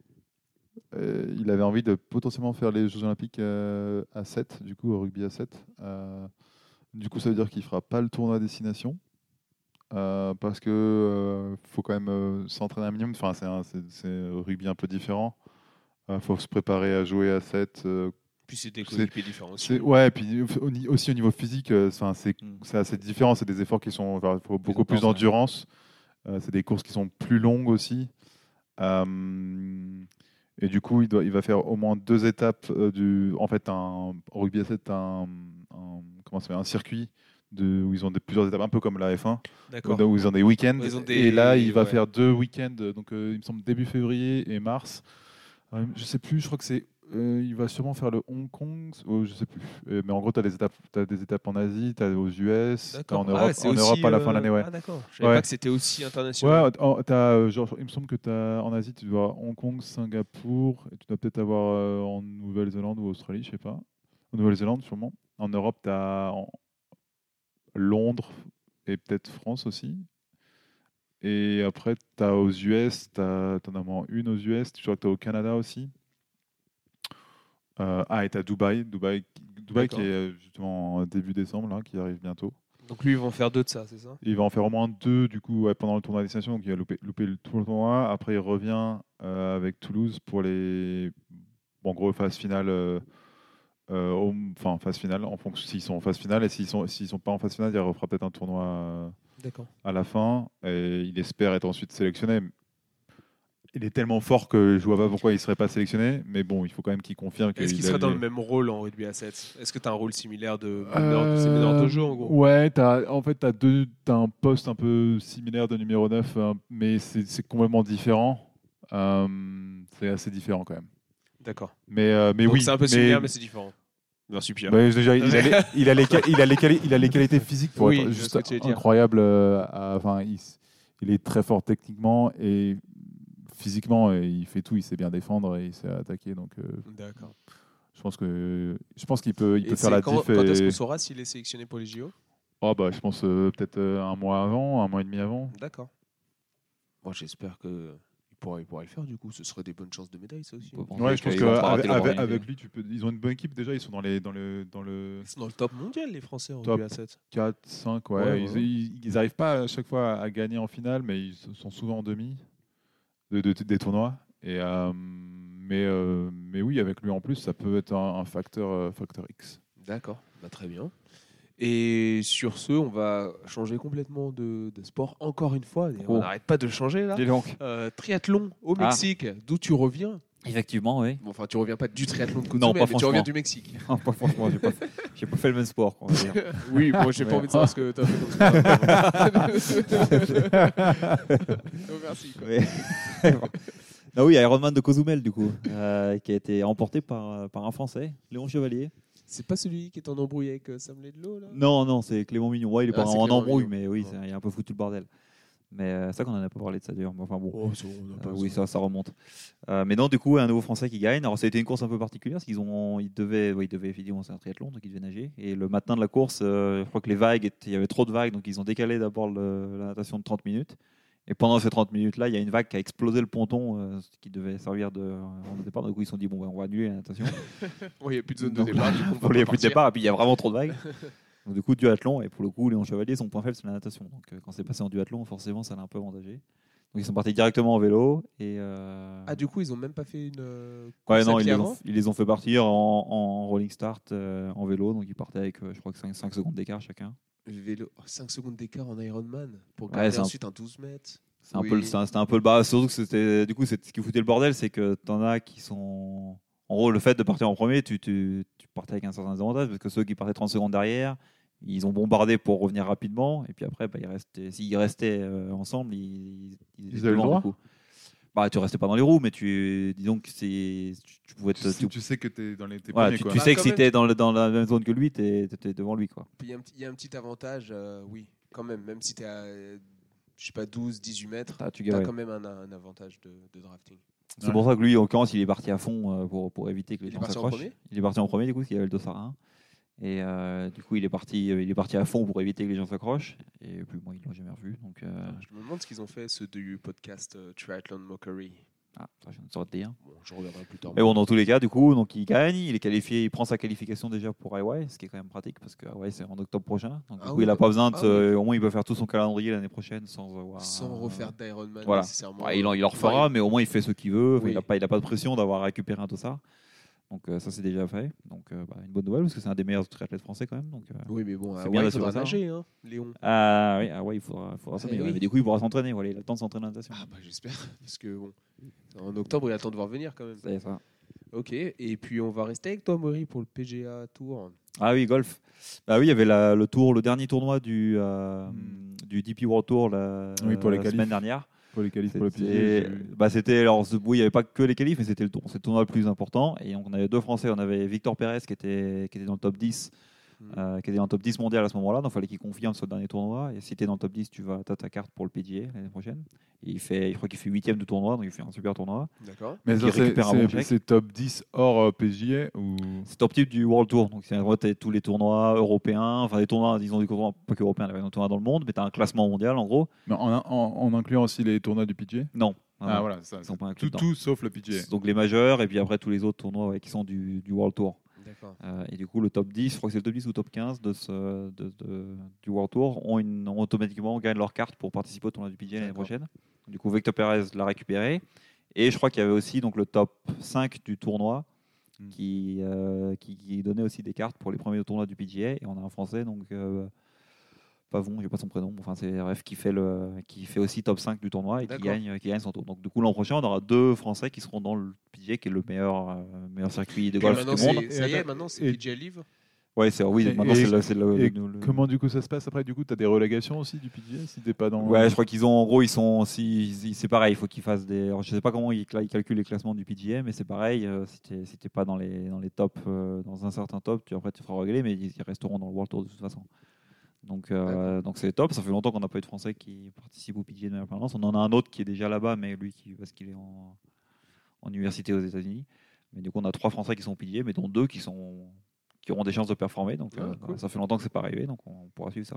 S2: euh, il avait envie de potentiellement faire les Jeux Olympiques euh, à sept, du coup au rugby à sept. Euh, du coup, ça veut dire qu'il fera pas le tournoi à destination euh, parce que euh, faut quand même euh, s'entraîner un minimum. Enfin, c'est un, c'est, c'est un rugby un peu différent. Il faut se préparer à jouer à sept. euh,
S1: Puis c'est des
S2: C'est-
S1: coéquipiers différents aussi.
S2: c'est, ouais, et puis au ni- aussi au niveau physique, euh, enfin, c'est,
S3: Mm.
S2: c'est assez différent. C'est des efforts qui sont, enfin, il faut beaucoup plus
S3: intenses, ouais.
S2: d'endurance. Euh, c'est des courses qui sont plus longues aussi. Euh, et du coup, il, doit, il va faire au moins deux étapes euh, du, en fait, un au rugby à sept, un, un, comment ça s'appelle, un circuit de, où ils ont des, plusieurs étapes, un peu comme la F un,
S1: D'accord.
S2: où ils ont des week-ends.
S1: Ouais, ils ont des-
S2: Et là, il va
S1: ouais.
S2: faire deux week-ends, donc euh, il me semble début février et mars. Euh, je sais plus, je crois que c'est. euh, il va sûrement faire le Hong Kong, ou je sais plus. Euh, mais en gros, tu as des étapes, t'as des étapes en Asie, tu as aux U S, t'as
S1: D'accord.
S2: en
S1: Ah
S2: Europe,
S1: ouais, c'est
S2: en
S1: aussi,
S2: Europe à la fin de
S1: euh,
S2: l'année. Ouais.
S1: Ah d'accord. Je savais
S2: Ouais.
S1: pas que c'était aussi international.
S2: Ouais, en- t'as, euh, genre, il me semble que t'as, en Asie, tu dois avoir Hong Kong, Singapour, et tu dois peut-être avoir euh, en Nouvelle-Zélande ou Australie, je sais pas. En Nouvelle-Zélande, sûrement. En Europe, tu as Londres et peut-être France aussi. Et après, tu as aux U S, tu en as au moins une aux U S, je crois que tu as au Canada aussi. Euh, ah, et tu as Dubaï, Dubaï, Dubaï qui
S1: D'accord.
S2: est euh, justement en début décembre, là, qui arrive bientôt.
S1: Donc lui, ils vont faire deux de ça, c'est ça?
S2: Il va en faire au moins deux du coup ouais, pendant le tournoi à destination, donc il va louper, louper le tout le tournoi. Après, il revient euh, avec Toulouse pour les, bon, en gros, phase finale, euh, euh, au- enfin phase finale, en fonction s'ils sont en phase finale et s'ils sont s'ils sont pas en phase finale, il refera peut-être un tournoi euh,
S1: D'accord.
S2: à la fin et il espère être ensuite sélectionné. Il est tellement fort que je vois pas pourquoi il serait pas sélectionné, mais bon, il faut quand même qu'il confirme qu'il
S1: Est-ce qu'il
S2: a
S1: serait dans
S2: les-
S1: le même rôle en rugby à sept? Est-ce que tu as un rôle similaire de meneur, c'est meneur de jeu en gros?
S2: Ouais, t'as, en fait, tu as deux, t'as un poste un peu similaire de numéro neuf, hein, mais c'est, c'est complètement différent. Euh, c'est assez différent quand même.
S1: D'accord.
S2: Mais, euh, mais
S1: Donc
S2: oui.
S1: c'est un peu similaire, mais c'est différent. Merci Pierre.
S2: mais déjà, il, a les, il, a les, qua- il, a les quali- il a les qualités physiques pour
S1: Oui,
S2: être
S1: je vois
S2: juste
S1: ce que tu veux dire.
S2: incroyable. euh, à- Enfin, il, s- il est très fort techniquement et physiquement, et il fait tout. Il sait bien défendre et il sait attaquer. Donc, euh,
S1: D'accord.
S2: je pense que je pense qu'il peut, il
S1: Et
S2: peut faire
S1: c'est
S2: la
S1: quand,
S2: diff.
S1: quand est-ce
S2: et-
S1: qu'on saura s'il est sélectionné pour les J O?
S2: Oh, bah, je pense euh, peut-être euh, un mois avant, un mois et demi avant.
S1: D'accord. Moi j'espère que il pourra, il pourra le faire du coup. Ce serait des bonnes chances de médaille ça aussi.
S3: Faut penser
S2: Ouais, je pense
S3: qu'ils vont pas rater
S2: qu'avec avec,
S3: l'opportunité.
S2: avec lui, tu peux. Ils ont une bonne équipe déjà. Ils sont dans les dans le dans le
S1: Ils sont dans le top mondial les Français en
S2: Top.
S1: rugby à sept.
S2: quatre, cinq. Ouais.
S1: Ouais,
S2: ils,
S1: ouais.
S2: ils, ils arrivent pas à chaque fois à gagner en finale, mais ils sont souvent en demi de, de- des tournois. Et euh, mais euh, mais oui, avec lui en plus, ça peut être un, un facteur euh, facteur X.
S1: D'accord, bah, très bien. Et sur ce, on va changer complètement de, de sport encore une fois. Et on
S3: Oh.
S1: n'arrête pas de changer là.
S3: Dis donc.
S1: Euh, triathlon au
S3: Ah.
S1: Mexique, d'où tu reviens.
S3: Effectivement, oui.
S1: Bon, enfin, tu reviens pas du triathlon de
S3: Non,
S1: Cozumel,
S3: pas
S1: mais tu
S3: franchement.
S1: reviens du Mexique.
S3: Non, pas franchement, j'ai pas, fait- j'ai pas fait le même sport. Quoi, on va dire.
S1: Oui, bon, j'ai pas
S2: Ouais.
S1: envie de savoir ce que t'as fait comme sport. Oh, merci. Quoi.
S3: Mais- Ah oui, Ironman de Cozumel, du coup, euh, qui a été remporté par, par un Français, Léon Chevalier.
S1: C'est pas celui qui est en embrouille avec euh, Sam Ledlow, là
S3: Non, non, c'est Clément Mignon. Ouais, il est
S1: Ah,
S3: pas
S1: c'est
S3: en
S1: Clément
S3: embrouille,
S1: Mignon.
S3: mais oui,
S1: Ouais.
S3: c'est- il a un peu foutu le bordel. Mais euh, c'est ça qu'on en a pas parlé de ça d'ailleurs. Mais enfin bon.
S1: Oh, c'est bon, on a pas
S3: Euh, oui,
S1: besoin.
S3: ça, ça remonte. Euh, mais non, du coup, un nouveau Français qui gagne. Alors, ça a été une course un peu particulière parce qu'ils ont, ils devaient, oui, ils devaient évidemment, c'est un triathlon, donc ils devaient nager. Et le matin de la course, euh, je crois que les vagues, étaient- il y avait trop de vagues, donc ils ont décalé d'abord le- la natation de trente minutes. Et pendant ces trente minutes-là, il y a une vague qui a explosé le ponton, euh, ce qui devait servir de, de départ. Du coup, ils se sont dit, bon, ben, on va annuler la natation.
S1: Ouais, il n'y a plus de zone de
S3: Donc,
S1: départ. du coup, on peut
S3: Pour les
S1: pas
S3: plus de
S1: partir.
S3: départ, et puis il y a vraiment trop de vagues. Donc, du coup, duathlon, et pour le coup, Léon Chevalier, son point faible, c'est la natation. Donc, euh, quand c'est passé en duathlon, forcément, ça l'a un peu avantagé. Donc, ils sont partis directement en vélo. Et, euh,
S1: Ah, du coup, ils ont même pas fait une euh,
S3: ouais,
S1: course
S3: non,
S1: à
S3: ils
S1: pied
S3: les,
S1: avant
S3: ont, ils les ont fait partir en, en rolling start euh, en vélo. Donc, ils partaient avec, euh, je crois que cinq secondes d'écart chacun.
S1: Le vélo, oh, cinq secondes d'écart en Ironman pour
S3: Ouais,
S1: garder
S3: c'est un-
S1: ensuite un douze mètres.
S3: C'est un
S1: Oui.
S3: peu le- c'est un- c'était un peu le bas. Surtout que c'était, du coup, c'est, ce qui foutait le bordel, c'est que t'en as qui sont. En gros, le fait de partir en premier, tu, tu, tu partais avec un certain avantage parce que ceux qui partaient trente secondes derrière, ils ont bombardé pour revenir rapidement. Et puis après, bah, ils restaient, s'ils restaient euh, ensemble, ils, ils,
S2: Ils
S3: étaient
S2: avaient le
S3: devant,
S2: droit
S3: du coup. Bah, tu restais pas dans les roues, mais tu, disons que c'est, tu, tu pouvais te.
S2: Tu, sais-
S3: tu-
S2: tu sais que tu es dans les tes
S3: voilà,
S2: premiers,
S3: tu,
S2: quoi.
S3: tu
S1: Bah,
S3: sais que
S1: quand
S3: si
S1: même,
S3: tu es dans, le- dans la même zone que lui, tu étais devant lui. Quoi.
S1: Puis il y a un petit- il y, a un petit avantage, euh, oui, quand même, même si tu es à euh, je sais pas, douze, dix-huit mètres,
S3: Ah, tu
S1: tu as
S3: gagnes.
S1: quand même un, un avantage de, de drafting.
S3: C'est
S2: Ouais.
S3: pour ça que lui, en l'occurrence, il est parti à fond euh, pour, pour éviter que les
S1: Il est
S3: gens
S1: parti en
S3: s'accrochent.
S1: premier
S3: Il est parti en premier, du coup, parce qu'il avait le dossard un. Et euh, du coup, il est, parti, euh, il est parti à fond pour éviter que les gens s'accrochent. Et puis, moi, ils l'ont jamais revu. Donc, euh,
S1: Je me demande ce qu'ils ont fait, ceux du podcast euh, Triathlon Mockery.
S3: ah, ça, je ne saurais te dire.
S1: Bon, je reviendrai plus tard.
S3: Mais bon, dans tous les cas, du coup, donc il gagne, il est qualifié, il prend sa qualification déjà pour Hawaï, ce qui est quand même pratique parce que Hawaï c'est en octobre prochain. Donc, du
S1: Ah
S3: coup,
S1: oui,
S3: il n'a pas besoin de.
S1: ah
S3: se- Au moins, il peut faire tout son calendrier l'année prochaine sans avoir.
S1: Sans refaire d'Ironman
S3: voilà.
S1: nécessairement.
S3: Ouais, il, en, il en refera,
S1: Ouais.
S3: mais au moins il fait ce qu'il veut. Enfin,
S1: Oui.
S3: Il n'a pas, il a pas de pression d'avoir récupéré un dossard. Donc euh, ça c'est déjà fait. Donc euh, bah, une bonne nouvelle parce que c'est un des meilleurs triathlètes français quand même. Donc, euh,
S1: Oui, mais bon,
S3: C'est
S1: à
S3: bien
S1: Hawaï, il
S3: d'assurer
S1: faudra
S3: ça,
S1: nager, hein, Léon.
S3: ah oui, ah ouais, il faudra, il faudra
S1: Eh
S3: s'améliorer.
S1: oui.
S3: Mais du coup, il pourra s'entraîner. Voilà, il a le temps de s'entraîner en natation.
S1: Ah bah j'espère, parce que bon, en octobre, il a le temps de voir venir quand même.
S3: C'est ça.
S1: Ok, et puis on va rester avec toi, Maury, pour le P G A Tour.
S3: Ah oui, golf. Bah oui, il y avait la- le tour, le dernier tournoi du euh,
S2: Mm.
S3: du D P World Tour la,
S2: Oui, pour les
S3: la
S2: qualifs.
S3: semaine dernière.
S2: Pour les qualifs, pour le P G A,
S3: C'était,
S2: j'ai vu.
S3: bah c'était alors ce- oui, il n'y avait pas que les qualifs, mais c'était le tour, c'est le tournoi le plus important. Et donc, on avait deux Français, on avait Victor Pérez qui était qui était dans le top dix,
S1: Mm.
S3: euh, qui était dans le top dix mondial à ce moment-là. Donc il fallait qu'il confirme sur le dernier tournoi. Et si tu es dans le top dix, tu vas t'as ta carte pour le P G A l'année prochaine. Et il fait, je crois qu'il fait huitième du tournoi, donc il fait un super tournoi.
S1: D'accord.
S2: Mais
S3: qui
S2: ça, c'est-
S3: récupère un bon
S2: c'est
S3: chèque.
S2: c'est top dix hors euh, P J A ou
S3: C'est top type du World Tour, donc c'est en gros, t'as tous les tournois européens, enfin des tournois, disons des tournois pas que européens, il y avait un tournoi dans le monde, mais tu as un classement mondial en gros.
S2: mais en, en, en incluant aussi les tournois du P G A.
S3: Non.
S2: Ah,
S3: non.
S2: voilà, ça,
S3: Ils sont pas
S2: c'est
S3: inclus
S2: tout,
S3: dedans.
S2: tout sauf le P G A.
S3: Donc les majeurs et puis après tous les autres tournois ouais, qui sont du, du World Tour.
S1: D'accord.
S3: Euh, et du coup, le top dix, je crois que c'est le top dix ou top quinze de ce, de, de- du World Tour, ont, une, ont automatiquement gagnent leur carte pour participer au tournoi du P G A l'année
S1: D'accord.
S3: prochaine. Du coup, Victor Pérez l'a récupéré. Et je crois qu'il y avait aussi donc, le top cinq du tournoi
S2: Mm.
S3: qui, euh, qui, qui donnait aussi des cartes pour les premiers tournois du P G A. Et on a un Français, donc euh, Pavon, j'ai pas son prénom, enfin c'est bref, qui fait, le, qui fait aussi top cinq du tournoi et qui
S1: D'accord.
S3: gagne, qui gagne son tour. Donc du coup, l'an prochain, on aura deux Français qui seront dans le P G A, qui est le meilleur, euh, meilleur circuit de
S1: Et
S3: golf
S1: maintenant,
S3: du monde.
S1: c'est- ça y
S2: Et-
S1: est, maintenant c'est
S2: et-
S1: P G A Live.
S3: Ouais, c'est oui,
S2: Et-
S3: maintenant
S2: et-
S3: c'est le, c'est le-
S2: Et
S3: le- le-
S2: comment du coup ça se passe après? Du coup, tu as des relégations aussi du P G A si t'es pas dans.
S3: Ouais, je crois qu'ils ont en gros ils sont si, si- c'est pareil, il faut qu'ils fassent des alors, je sais pas comment ils, cla- ils calculent les classements du P G A mais c'est pareil euh, si t'es si t'es pas dans les dans les tops euh, dans un certain top, tu après tu feras régler mais ils, ils resteront dans le World Tour de toute façon. Donc euh, donc c'est top, ça fait longtemps qu'on n'a pas eu de Français qui participent au P G A de manière permanente. On en a un autre qui est déjà là-bas mais lui qui parce qu'il est en en université aux États-Unis. Mais du coup, on a trois Français qui sont au P G A mais dont deux qui sont qui auront des chances de performer donc
S1: Ah,
S3: euh,
S1: cool.
S3: ça fait longtemps que c'est pas arrivé donc on pourra suivre ça.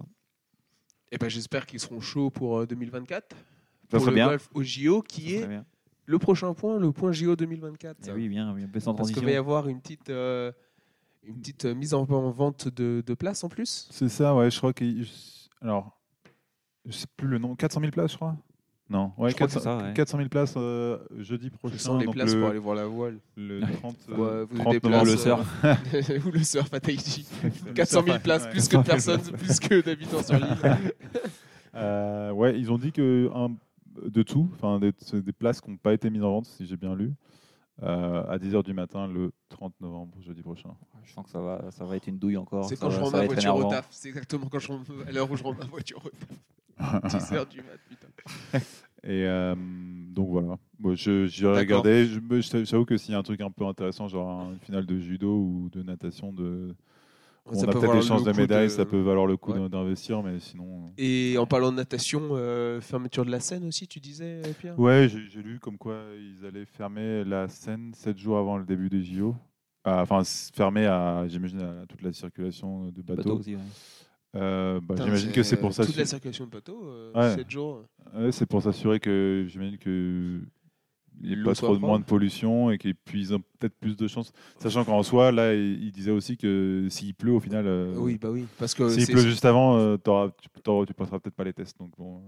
S1: Et ben j'espère qu'ils seront chauds pour euh, deux mille vingt-quatre.
S3: Ça
S1: pour
S3: serait
S1: le
S3: bien.
S1: golf au J O,
S3: Ça
S1: qui
S3: serait
S1: est
S3: bien.
S1: le prochain point, le point J O deux mille vingt-quatre.
S3: Eh oui, bien, bien, sans
S1: Parce
S3: transition.
S1: qu'il va y avoir une petite, euh, une petite euh, mise en, en vente de, de places en plus.
S2: C'est ça, ouais, je crois que. Alors, je sais plus le nom, quatre cent mille places, je crois. Non, ouais,
S3: Je crois que
S2: quatre cents
S3: c'est ça, ouais.
S2: quatre cent mille places euh, jeudi
S1: Ce
S2: prochain.
S1: sont les
S2: donc
S1: places
S2: le,
S1: pour aller voir la voile.
S2: le trente,
S1: Ouais,
S2: euh,
S1: vous avez
S2: trente
S1: des
S2: novembre.
S1: places,
S3: le
S1: euh, ou le surf à Tahiti.
S2: Le
S1: quatre cent mille
S2: surf,
S1: places,
S2: ouais.
S1: plus que de personnes, plus que d'habitants sur l'île.
S2: Euh, ouais, ils ont dit que un, de tout, enfin des, c'est des places qui n'ont pas été mises en vente, si j'ai bien lu.
S4: euh, à dix heures du matin le trente novembre, jeudi prochain.
S3: Je sens que ça va, ça va être une douille encore.
S1: C'est
S3: ça
S1: quand je
S3: va-
S1: rends
S3: ça
S1: ma
S3: va être
S1: voiture au
S3: énervant.
S1: taf. C'est exactement quand je rends, à l'heure où je rends ma voiture au taf. dix heures du mat, putain.
S4: Et euh, donc voilà, moi, je j'irai
S1: D'accord.
S4: regarder. Je, me- je j'avoue que s'il y a un truc un peu intéressant, genre une finale de judo ou de natation, de, où
S1: Ça
S4: on a
S1: peut
S4: peut-être
S1: valoir
S4: des chances
S1: le
S4: de
S1: coup
S4: médaille,
S1: de-
S4: ça peut valoir le coup
S1: Ouais.
S4: d'in- d'investir, mais sinon. euh,
S1: Et en parlant de natation, euh, fermeture de la Seine aussi, tu disais, euh, Pierre
S4: Ouais, j'ai j'ai lu comme quoi ils allaient fermer la Seine sept jours avant le début des J O. Ah, Enfin, s- fermer à, j'imagine, à toute la circulation de
S3: Bateau
S4: bateaux.
S3: aussi, ouais.
S4: Euh, bah,
S1: Putain,
S4: j'imagine que c'est pour ça.
S1: Toute la circulation de bateaux, euh,
S4: Ouais.
S1: sept jours.
S4: Ouais, c'est pour s'assurer que j'imagine que il n'y ait
S1: L'eau
S4: pas
S1: soit
S4: trop de
S1: propre.
S4: moins de pollution et qu'ils puissent ont peut-être plus de chances. Sachant qu'en soi, là, il, il disait aussi que s'il pleut au final, euh,
S1: Oui, bah oui. Parce que
S4: s'il
S1: c'est-
S4: pleut juste avant, euh, t'auras- tu, t'auras- tu passeras peut-être pas les tests. Donc bon.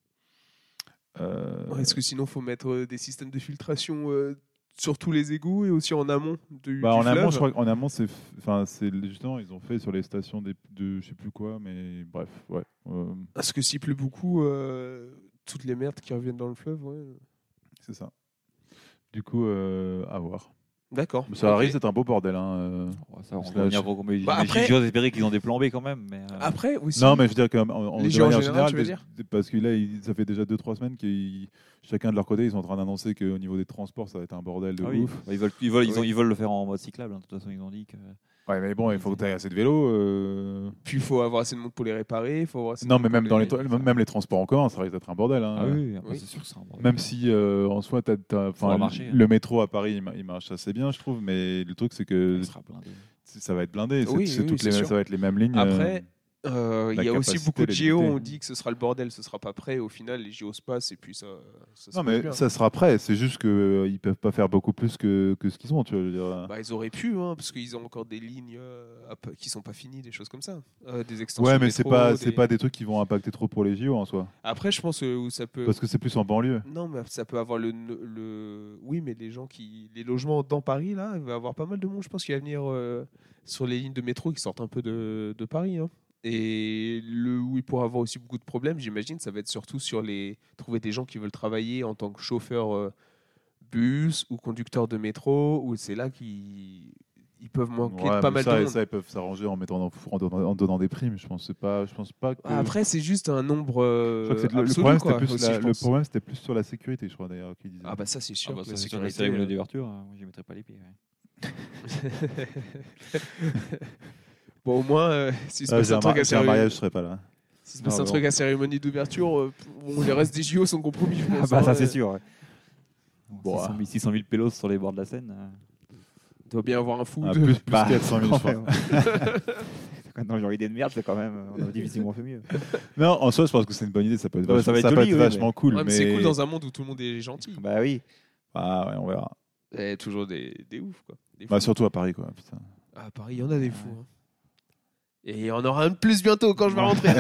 S4: euh,
S1: Ouais, est-ce que sinon, il faut mettre euh, des systèmes de filtration euh, sur tous les égouts et aussi en amont du,
S4: bah,
S1: du
S4: en amont,
S1: fleuve
S4: je crois qu'en amont, c'est, f- enfin, c'est justement, ils ont fait sur les stations des- de, je sais plus quoi, mais bref, ouais. euh,
S1: Parce que s'il pleut beaucoup, euh, toutes les merdes qui reviennent dans le fleuve, ouais.
S4: c'est ça. Du coup, euh, à voir.
S1: D'accord.
S4: Ça
S1: Ok.
S4: risque d'être un beau bordel. Hein, euh.
S3: Ouais, ça, on
S4: Parce
S3: va
S4: que
S3: revenir
S4: je-
S3: pour mais
S1: Bah,
S3: mais
S1: après-
S3: j'ose espérer qu'ils ont des plans B quand même. Mais, euh,
S1: Après, aussi.
S4: Non, mais je veux dire que en, en-
S1: Les
S4: de
S1: J O en
S4: manière
S1: général, tu veux
S4: des-
S1: dire
S4: des- parce que là, ils- ça fait déjà deux trois semaines que chacun de leur côté, ils sont en train d'annoncer qu'au niveau des transports, ça va être un bordel de
S3: ah oui.
S4: ouf.
S3: Bah, ils, veulent, ils, veulent, ils, ont-
S1: Oui.
S3: ils veulent le faire en mode cyclable. hein. De toute façon, ils ont dit que.
S4: Ouais, mais bon, il faut que tu aies assez de vélos. euh.
S1: Puis il faut avoir assez de monde pour les réparer. Il faut avoir assez de
S4: Non,
S1: monde
S4: mais
S1: pour
S4: même dans les,
S1: les-
S4: tra- même les transports en commun, ça risque d'être un bordel. hein.
S3: Ah oui, après,
S1: Oui.
S3: c'est sûr que c'est un bordel.
S4: Même si euh, en soi, t'as- t'as- enfin,
S3: Faudra marcher,
S4: le
S3: hein.
S4: métro à Paris, il, ma- il marche assez bien, je trouve. Mais le truc, c'est que
S3: Il sera blindé.
S4: c'est- ça va être blindé. C'est
S1: Oui,
S4: c'est
S1: oui,
S4: toutes
S1: c'est
S4: les,
S1: sûr.
S4: ça va être les mêmes lignes.
S1: Après,
S4: euh.
S1: Euh,
S4: La
S1: il y a aussi
S4: capacité,
S1: beaucoup de
S4: elle est
S1: J O,
S4: limitée.
S1: on dit que ce sera le bordel, ce sera pas prêt. Au final, les J O se passent et puis ça, ça se
S4: Non,
S1: passe
S4: mais
S1: bien.
S4: ça sera prêt. C'est juste qu'ils ne peuvent pas faire beaucoup plus que, que ce qu'ils ont. Tu vois, je veux dire.
S1: Bah, ils auraient pu, hein, parce qu'ils ont encore des lignes euh, à p- qui sont pas finies, des choses comme ça. Euh, des extensions
S4: Ouais,
S1: de
S4: mais c'est
S1: métro,
S4: pas,
S1: des-
S4: c'est pas des trucs qui vont impacter trop pour les J O en soi.
S1: Après, je pense que où ça peut.
S4: Parce que c'est plus en banlieue.
S1: Non, mais ça peut avoir le, le. Oui, mais les gens qui. Les logements dans Paris, là, il va y avoir pas mal de monde, je pense, qui va venir euh, sur les lignes de métro qui sortent un peu de, de Paris. Hein. Et le, où il pourra avoir aussi beaucoup de problèmes, j'imagine, ça va être surtout sur les. Trouver des gens qui veulent travailler en tant que chauffeur euh, bus ou conducteur de métro, où c'est là qu'ils ils peuvent manquer
S4: Ouais,
S1: de pas
S4: mais
S1: mal
S4: ça,
S1: de
S4: et
S1: monde.
S4: ça, ils peuvent s'arranger en, mettant dans- en, donnant, en donnant des primes. Je pense, c'est pas, je pense pas que.
S1: Ah, Après, c'est juste un nombre.
S4: Je
S1: euh,
S4: crois que c'est- le, le
S1: absolu,
S4: problème,
S1: quoi,
S4: c'était plus,
S1: aussi,
S4: la-
S1: je
S4: le
S1: pense.
S4: problème, c'était plus sur la sécurité, je crois d'ailleurs, qu'ils disaient.
S1: Ah, bah ça, c'est sûr.
S3: Ah bah,
S1: que la
S3: ça, c'est sûr que la
S1: sécurité,
S3: cérémonie
S1: euh,
S3: d'ouverture, hein, moi, j'y mettrais pas les pieds. ouais.
S1: Bon, au moins, euh, s'il se
S4: Ah,
S1: passe
S4: j'ai
S1: un
S4: un,
S1: truc
S4: mar-
S1: à
S4: j'ai un
S1: cérémonie-
S4: mariage, je serais pas là.
S1: s'il se passe
S3: Ah,
S1: un
S3: bon.
S1: truc à cérémonie d'ouverture, euh, bon, les restes des J O sont compromis. je
S3: Ah
S1: pense,
S3: bah
S1: hein,
S3: ça c'est
S1: euh,
S3: sûr. Ouais.
S4: Bon,
S3: six cent mille six cent mille pélos sur les bords de la Seine. euh.
S1: Il doit bien avoir un fou.
S4: Ah,
S1: de-
S4: plus plus
S3: Bah,
S4: quatre cent mille, je
S3: quand
S4: crois.
S3: même. Quand dans genre idée de merde, c'est quand même. On a difficilement fait mieux.
S4: Non, en soi, je pense que c'est une bonne idée. Ça peut être,
S3: Ouais,
S4: vachement-
S3: ça va être
S4: peut
S3: joli,
S4: être
S3: oui,
S4: vachement cool.
S1: Ouais, mais
S4: mais
S1: c'est cool dans un monde où tout le monde est gentil.
S3: Bah oui.
S4: Ah ouais, on verra.
S1: Et toujours des, des oufs, quoi. Des
S4: Bah,
S1: fous.
S4: surtout à Paris, quoi. Putain.
S1: Ah, à Paris, il y en a des fous. hein. Et il y en aura un de plus bientôt quand je vais
S3: Ouais.
S1: rentrer.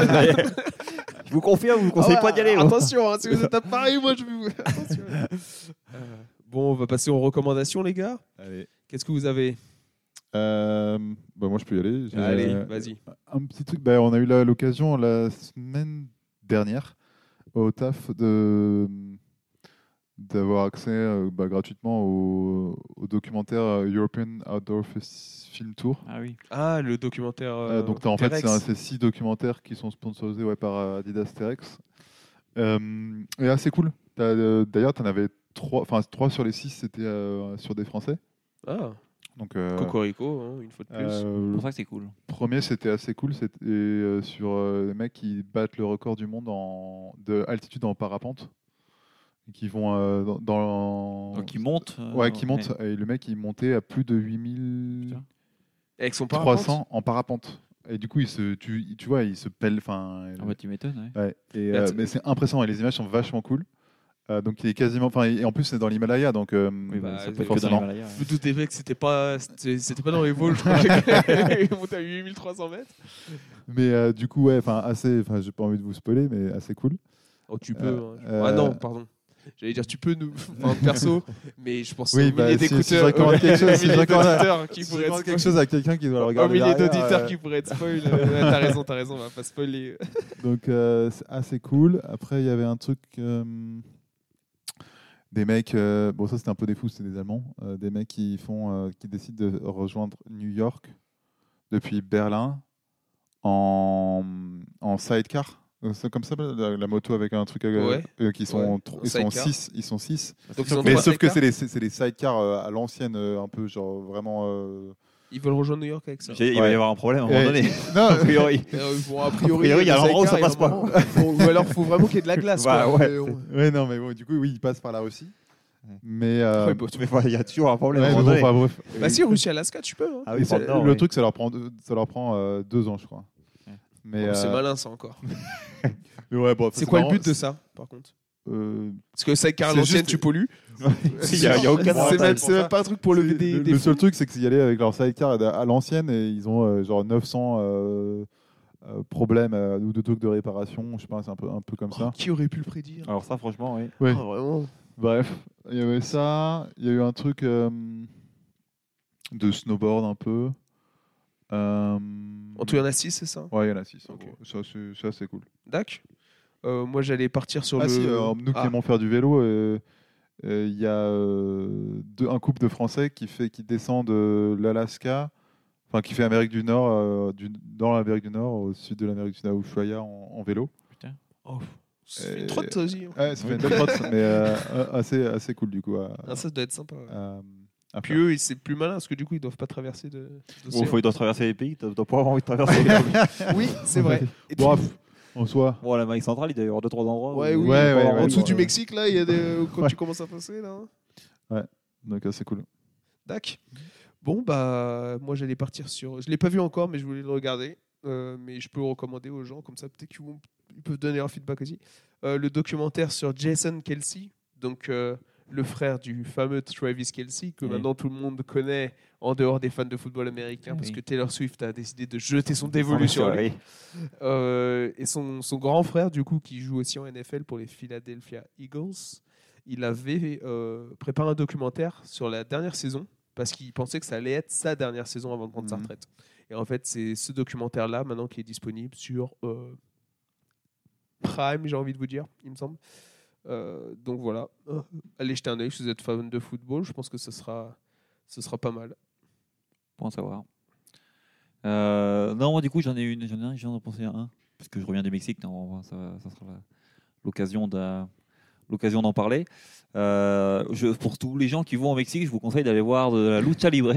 S3: Je vous confirme, je vous conseille
S1: Ah
S3: pas
S1: ouais,
S3: d'y aller. moi.
S1: Attention, hein, si vous êtes à Paris, moi je vais vous. Attention. Euh, bon, on va passer aux recommandations, les gars.
S4: Allez.
S1: Qu'est-ce que vous avez
S4: Euh, bah, moi, je peux y aller. J'ai,
S1: Allez,
S4: euh,
S1: vas-y.
S4: Un petit truc. Bah, on a eu la- l'occasion la semaine dernière au taf de d'avoir accès euh, bah, gratuitement au, au documentaire euh, European Outdoor Fes- Film Tour.
S3: Ah oui.
S1: Ah, le documentaire.
S4: Euh,
S1: euh,
S4: donc t'as- en fait,
S1: T-Rex.
S4: c'est un- c'est six documentaires qui sont sponsorisés ouais, par euh, Adidas T-Rex. Euh, et assez cool. T'as, euh, D'ailleurs, tu en avais trois, enfin trois sur les six, c'était euh, sur des Français.
S1: Ah,
S4: Donc, euh,
S1: Cocorico, hein, une fois de plus.
S4: euh,
S3: C'est
S4: le
S3: pour ça que c'est cool.
S4: premier, c'était assez cool. C'était euh, sur euh, les mecs qui battent le record du monde en, de altitude en parapente. Et qui vont euh, dans. dans-
S3: Donc il monte. euh,
S4: Ouais, qui
S3: mais-
S4: monte. Et le mec, il montait à plus de huit mille
S3: Putain.
S1: Avec son
S4: trois
S1: parapente.
S4: cents en parapente. Et du coup, il se, tu, tu vois, il se pèle. Enfin,
S3: Ah bah tu m'étonnes. Ouais.
S4: ouais. Et,
S1: Là,
S4: euh,
S1: tu-
S4: mais c'est impressionnant. Et les images sont vachement cool. Euh, donc, il est quasiment. Enfin, et en plus, c'est dans l'Himalaya. Donc, euh,
S3: Oui, bah,
S1: bah,
S3: ça
S1: c'est
S3: peut être que dans
S4: forcément.
S3: l'Himalaya.
S1: Je me doutais bien que c'était pas, c'était c'était pas dans les Vosges. Je crois qu'il montait à huit mille trois cents mètres.
S4: Mais euh, du coup, ouais, enfin, assez. Enfin, j'ai pas envie de vous spoiler, mais assez cool.
S1: Oh, tu peux.
S4: Euh,
S1: hein.
S4: euh,
S1: Ah non, pardon. J'allais dire tu peux nous, enfin, perso, mais je pense
S4: Oui,
S1: au
S4: bah,
S1: millier
S4: si- si
S1: d'écouteurs,
S4: je recommande quelque chose,
S1: au
S4: si je
S1: millier
S4: recommande-
S1: d'auditeurs qui
S4: Si
S1: pourraient
S4: je
S1: être
S4: demande quelque
S1: spoil-
S4: chose à quelqu'un qui doit le
S1: au
S4: regarder.
S1: millier
S4: derrière,
S1: d'auditeurs
S4: euh,
S1: qui pourraient être spoil. euh, ouais, t'as raison, t'as raison, on va pas spoiler.
S4: Donc euh, c'est assez cool. Après, il y avait un truc. euh,
S2: des mecs, euh, bon ça c'était un peu des fous, c'est des Allemands, euh, des mecs qui font, euh, qui décident de rejoindre New York depuis Berlin en, en sidecar. Euh, C'est comme ça la, la moto avec un truc euh,
S1: Ouais.
S2: euh, qui sont
S1: Ouais.
S2: tro-
S1: En
S2: ils sont
S1: sidecar.
S2: six, ils sont six.
S1: Donc, ils ont
S2: Mais
S1: trois
S2: sauf que
S1: sidecars.
S2: c'est les c'est les sidecars euh, à l'ancienne, euh, un peu genre vraiment. euh,
S1: Ils veulent rejoindre New York avec ça.
S3: J'ai- Il va
S2: Ouais.
S3: y avoir un problème à un moment
S2: eh,
S3: donné.
S2: non,
S3: A priori.
S1: Euh, bon, a
S3: A priori, il y a
S1: le
S3: un endroit où ça
S1: sidecar,
S3: passe
S1: il y a un moment- Bon, ou alors, il faut vraiment qu'il y ait de la glace.
S3: Bah,
S1: quoi.
S3: ouais,
S1: Mais bon.
S2: ouais non mais bon du coup oui ils passent par la Russie. Mais euh,
S1: Ouais, bon,
S3: Mais voilà, il y a toujours un problème
S2: ouais,
S3: à un
S2: mais
S3: moment
S2: bon,
S3: donné.
S2: enfin, bref.
S1: Bah si, Russie-Alaska, tu peux. Hein.
S3: Ah
S2: Et
S3: oui,
S2: c'est-
S3: par le nord,
S2: le
S3: oui.
S2: truc ça leur prend deux- ça leur prend euh, deux ans je crois.
S3: Ouais.
S2: Mais
S1: Oh, c'est
S2: euh,
S1: malin, ça, encore.
S2: mais ouais, bon,
S1: C'est quoi le
S2: marrant,
S1: but de ça, par contre
S2: euh,
S1: Parce que sidecar à
S2: C'est
S1: l'ancienne,
S2: juste-
S1: tu pollues.
S3: Il y a- il y a aucun
S1: C'est
S3: avantage
S1: même,
S3: pour
S1: c'est même
S3: ça.
S1: pas un truc pour lever
S2: c'est-
S1: des,
S2: le,
S1: des
S2: le
S1: fonds.
S2: seul truc c'est que y aller avec leur sidecar à, à l'ancienne et ils ont euh, genre neuf cents euh, euh, problèmes euh, ou de trucs de réparation, je sais pas, c'est un peu un peu comme
S1: Oh,
S2: ça.
S1: qui aurait pu le prédire
S3: Alors ça, franchement, oui.
S2: Ouais.
S1: Oh, vraiment.
S2: Bref, il y avait ça, il y a eu un truc euh, de snowboard un peu. Euh,
S1: En tout, il y en a six, c'est ça
S2: Ouais, il y en a six. en
S1: Ok.
S2: gros. Ça, c'est, ça, c'est cool.
S1: Dac. Euh, moi, j'allais partir sur
S2: Ah
S1: le.
S2: si, euh, nous qui
S1: Ah.
S2: aimons faire du vélo, euh, euh, il y a euh, deux- un couple de Français qui, fait, qui descend de l'Alaska, enfin qui fait Amérique du Nord, euh, du, dans l'Amérique du Nord, au sud de l'Amérique du Nord, à Ushuaia, en, en vélo.
S1: Oh, c'est
S2: Euh,
S1: une trotte, ça aussi.
S2: Ouais, ça fait une belle trotte, mais euh, assez, assez cool du coup. À,
S1: Ah, ça doit être sympa. ouais.
S2: à- à
S1: Puis
S2: faire.
S1: eux, c'est plus malin parce que du coup, ils doivent pas traverser de.
S3: Bon,
S1: d'océan.
S3: faut, ils doivent traverser les pays, ils doivent pas avoir envie de traverser.
S1: Oui, c'est vrai. Et puis-
S2: Bref, en soi.
S3: Bon, l'Amérique centrale, il doit y avoir deux trois endroits.
S1: Ouais,
S3: où-
S1: oui.
S2: Ouais, ouais,
S1: en
S2: ouais,
S1: dessous
S2: ouais.
S1: du Mexique, là, il y a des. Quand
S2: Ouais.
S1: tu commences à passer, là. hein.
S2: Donc euh, c'est cool.
S1: Dac. Bon, bah, moi, j'allais partir sur. Je l'ai pas vu encore, mais je voulais le regarder. Euh, mais je peux le recommander aux gens, comme ça, peut-être qu'ils vont- ils peuvent donner leur feedback aussi. Euh, le documentaire sur Jason Kelsey, donc euh, le frère du fameux Travis Kelsey, que
S3: Oui.
S1: maintenant tout le monde connaît en dehors des fans de football américain, parce
S3: Oui.
S1: que Taylor Swift a décidé de jeter son dévolu sur lui.
S3: Oui.
S1: Euh, et son, son grand frère, du coup, qui joue aussi en N F L pour les Philadelphia Eagles, il avait euh, préparé un documentaire sur la dernière saison parce qu'il pensait que ça allait être sa dernière saison avant de prendre sa
S2: Mhm.
S1: retraite. Et en fait, c'est ce documentaire-là maintenant qui est disponible sur euh, Prime, j'ai envie de vous dire, il me semble. Euh, donc voilà, Euh, allez jeter un œil si vous êtes fan de football. Je pense que ce sera, ce sera pas mal.
S3: Pour en savoir. Euh, non, moi, du coup, j'en ai une, j'en ai un, je viens d'en penser à un, parce que je reviens du Mexique, non, ça, ça sera la- l'occasion de, l'occasion d'en parler. Euh, je, pour tous les gens qui vont au Mexique, je vous conseille d'aller voir de la lucha libre.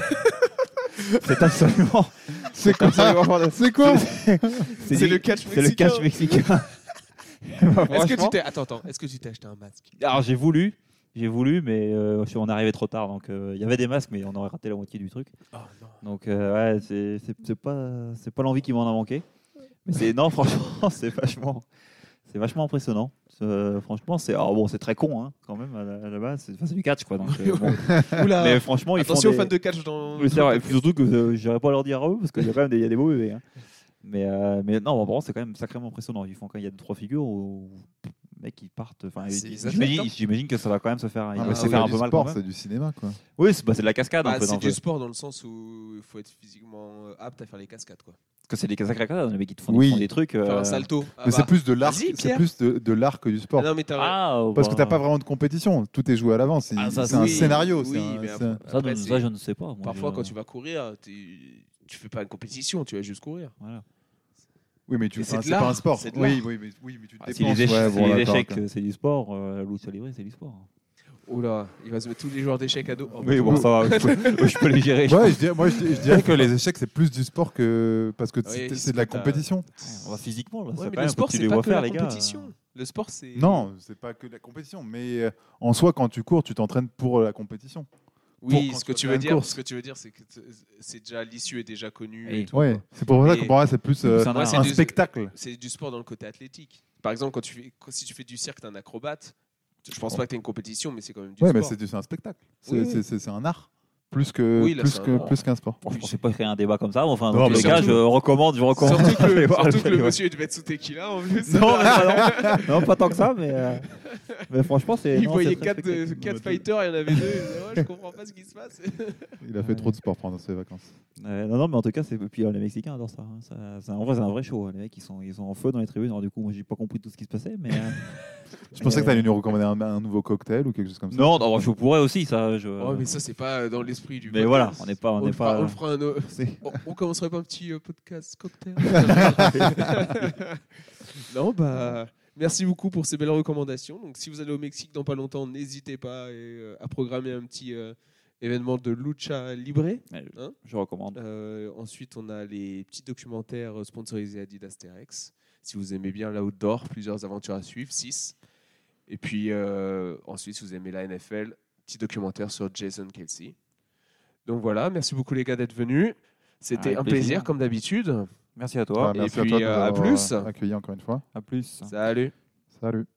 S3: C'est absolument.
S2: C'est quoi
S3: absolument-
S2: C'est quoi
S3: C'est
S1: C'est
S3: du-
S1: le catch
S3: c'est le
S1: mexicain.
S3: catch mexicain.
S1: Est-ce que
S3: Franchement,
S1: tu t'es attends attends, est-ce que tu t'es acheté un masque?
S3: alors j'ai voulu, j'ai voulu, mais euh, on est arrivé trop tard, donc euh, il y avait des masques, mais on aurait raté la moitié du truc.
S1: Oh non.
S3: Donc euh, ouais, c'est c'est c'est pas c'est pas l'envie qui m'en a manqué. Mais c'est non, franchement, c'est vachement c'est vachement impressionnant. C'est- franchement, c'est alors bon, c'est très con hein, quand même à la, à la base. C'est enfin, c'est du catch quoi. Donc euh, bon.
S1: Oula.
S3: Mais franchement, ils
S1: Attention
S3: font
S1: aux
S3: des...
S1: fans de catch dans.
S3: Oui, c'est vrai. Et puis surtout que euh, j'irai pas leur dire à eux parce qu'il y a quand même des, il y a des beaux bébés. Hein. Mais euh, mais non, bon, c'est quand même sacrément impressionnant. Ils font quand il y a deux trois figures où les mecs ils partent. Enfin,
S1: C'est
S3: ils-
S1: les athlètes,
S3: j'imagine,
S1: hein.
S3: j'imagine que ça va quand même se faire. Il
S2: Ah,
S3: va
S2: mais
S3: se
S2: c'est
S3: faire
S2: pas
S3: un
S2: du
S3: peu mal
S2: sport,
S3: quand même.
S2: c'est du cinéma quoi.
S3: Oui, c'est bah, c'est de la cascade.
S1: Bah,
S3: un peu,
S1: c'est
S3: dans
S1: du
S3: le-
S1: sport dans le sens où il faut être physiquement euh, apte à faire les cascades quoi.
S3: Parce que c'est des sacrées cascades. Les mecs ils te font,
S2: Oui.
S3: ils font des trucs.
S1: Faire
S3: euh,
S1: un salto. Ah
S2: Mais
S1: bah.
S2: c'est plus de l'arc,
S1: Vas-y,
S2: c'est
S1: Pierre.
S2: plus de, de l'arc que du sport.
S1: Ah non mais t'as
S3: Ah,
S2: Parce que
S3: bah,
S2: t'as pas vraiment de compétition, tout est joué à l'avance. C'est
S3: Ah, ça,
S2: c'est un
S1: oui,
S2: scénario.
S1: oui,
S2: c'est un-
S1: mais
S2: c'est
S1: après-
S2: un-
S3: Ça,
S1: Après,
S3: je-
S1: c'est-
S3: ça, je ne sais pas. Moi,
S1: Parfois
S3: je-
S1: quand tu vas courir, t'es- tu fais pas une compétition, tu vas juste courir.
S3: Voilà.
S2: Oui, mais tu
S1: Mais
S2: enfin,
S1: c'est de
S2: c'est pas un
S1: l'art,
S2: sport.
S1: c'est de
S2: Oui,
S1: l'art.
S2: oui, mais, oui, mais tu te
S3: Ah, si
S2: dépenses.
S3: les échecs,
S2: Ouais,
S3: si
S2: bon,
S3: les
S2: d'accord,
S3: échecs,
S2: ok.
S3: c'est du sport, euh, la lucha libre, c'est du sport.
S1: Oh là, il va se mettre tous les joueurs d'échecs à dos. Oh,
S3: Oui,
S1: bah,
S3: bon, ça va, je peux, je peux les gérer. je
S2: Ouais, je dirais, moi je, je dirais que les échecs c'est plus du sport que parce que
S1: Oui,
S2: c'est
S1: c'est
S2: c'est de la
S1: que t'as-
S2: compétition.
S3: pense. On va physiquement, là.
S1: Ouais,
S3: ça,
S1: mais
S3: quand
S1: le
S3: même,
S1: sport
S3: quand tu
S1: c'est
S3: les
S1: pas
S3: vois
S1: que
S3: faire,
S1: la
S3: les gars.
S1: compétition. Le sport c'est.
S2: Non, c'est pas que de la compétition, mais euh, en soi quand tu cours, tu t'entraînes pour la compétition.
S1: Oui,
S2: pour
S1: ce
S2: quand
S1: que
S2: tu
S1: tu
S2: vas
S1: veux
S2: faire une
S1: dire,
S2: course.
S1: ce que tu veux dire, c'est que t- c'est déjà l'issue est déjà connue.
S3: Oui.
S1: Et tout,
S2: Ouais,
S1: quoi.
S2: c'est pour ça
S1: Et-
S2: que pour moi c'est plus euh,
S3: C'est un
S2: un,
S3: art.
S1: C'est du-
S2: spectacle.
S1: C'est du sport dans le côté athlétique. Par exemple, quand tu fais, quand- si tu fais du cirque, t'es un acrobate. Je pense
S2: Oh.
S1: pas que t'es une compétition, mais c'est quand même du
S2: Ouais, mais
S1: sport.
S2: c'est du- c'est un spectacle. C'est
S1: Oui, oui.
S2: c'est- c'est- c'est un art. plus que
S1: Oui, là,
S2: plus
S1: c'est
S2: que
S1: un-
S2: plus qu'un sport.
S3: Bon, je pensais pas créer un débat comme ça, mais enfin,
S2: Non,
S3: dans tous
S2: mais
S3: les cas,
S1: surtout-
S3: je recommande, je recommande.
S1: Surtout que le,
S3: Allez voir
S1: surtout que le
S3: ouais.
S1: monsieur il devait être sous tequila en plus.
S3: Non, mais non, non, pas tant que ça, mais, euh, mais franchement, c'est.
S1: Il
S3: non,
S1: voyait
S3: c'est très
S1: quatre
S3: spectaculaire.
S1: quatre fighters, il y en avait deux. Il disait, ouais, je comprends pas ce qui se passe.
S2: Il a fait trop de sport pendant ses vacances.
S3: Euh, non, non, mais en tout cas, c'est... Puis, euh, les Mexicains adorent ça. hein. Ça- c'est- En vrai, c'est un vrai show. hein. Les mecs, ils sont, ils sont en feu dans les tribunes. Alors, du coup, moi, j'ai pas compris tout ce qui se passait. Mais, euh,
S2: Je pensais que tu allais nous recommander un, un nouveau cocktail ou quelque chose comme ça.
S3: non, non, je pourrais aussi, ça. Je...
S1: Oh, mais ça, c'est pas dans l'esprit du.
S3: Mais
S1: podcast.
S3: voilà, on n'est pas- on
S1: le
S3: n'est
S1: fera-
S3: pas-
S1: on le fera un autre-
S3: C'est-
S1: On, on commencerait pas un petit euh, podcast cocktail. Non, bah. Merci beaucoup pour ces belles recommandations. Donc, si vous allez au Mexique dans pas longtemps, n'hésitez pas et, euh, à programmer un petit euh, événement de lucha libre.
S3: Ouais,
S1: Hein
S3: je recommande.
S1: Euh, ensuite, on a les petits documentaires sponsorisés Adidas T-Rex. Si vous aimez bien l'outdoor, plusieurs aventures à suivre, six. Et puis euh, ensuite, si vous aimez la N F L, petit documentaire sur Jason Kelsey. Donc voilà, merci beaucoup les gars d'être venus. C'était
S3: Avec
S1: un
S3: plaisir.
S1: plaisir comme d'habitude.
S3: Merci à toi.
S2: Ah, merci
S1: Et
S2: à
S1: puis,
S2: toi de
S1: euh,
S2: nous
S1: à
S2: avoir
S1: plus.
S2: accueillis encore une fois.
S3: À plus.
S1: Salut.
S2: Salut.